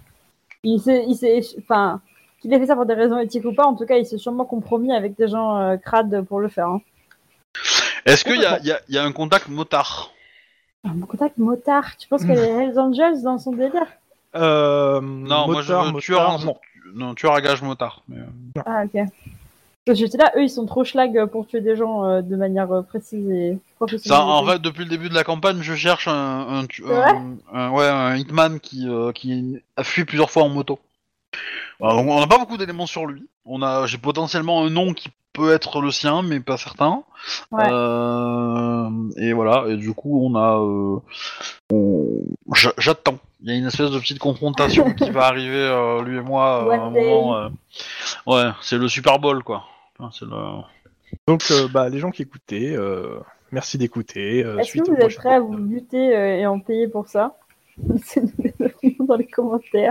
il s'est, il s'est, enfin, qu'il ait fait ça pour des raisons éthiques ou pas, en tout cas, il s'est sûrement compromis avec des gens euh, crades pour le faire. Hein. Est-ce qu'il y a, y, a, y a un contact motard? Un bon contact motard. Tu penses qu'il y a les Hells Angels dans son délire? Euh, Non, motard, moi je veux motard, tueur, en... non. non, tueur à gage motard. Mais... Ah ok. Parce que j'étais là, eux, ils sont trop schlag pour tuer des gens euh, de manière euh, précise et professionnelle. Ça, en fait, depuis le début de la campagne, je cherche un, un, tu- vrai un, un- ouais, un hitman qui, euh, qui a fui plusieurs fois en moto. Alors, on n'a pas beaucoup d'éléments sur lui. On a, j'ai potentiellement un nom qui peut être le sien, mais pas certain. Ouais. Euh, et voilà. Et du coup, on a, euh, on- j'a- j'attends. Il y a une espèce de petite confrontation qui va arriver, euh, lui et moi, euh, à un One day. moment. euh, Ouais, c'est le Super Bowl, quoi. Enfin, C'est le... Donc, euh, bah, les gens qui écoutaient, euh, merci d'écouter. Euh, Est-ce que suite au vous êtes prochain prêts à vous épisode. buter euh, et en payer pour ça? C'est dans les commentaires.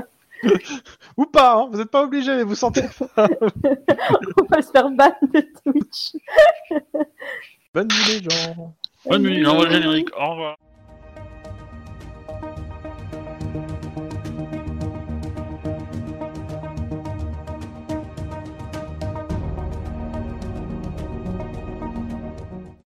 Ou pas, hein, vous n'êtes pas obligés, vous sentez pas. On va se faire ban de Twitch. Bonne nuit, les gens. Bonne nuit, j'envoie le générique. Au revoir.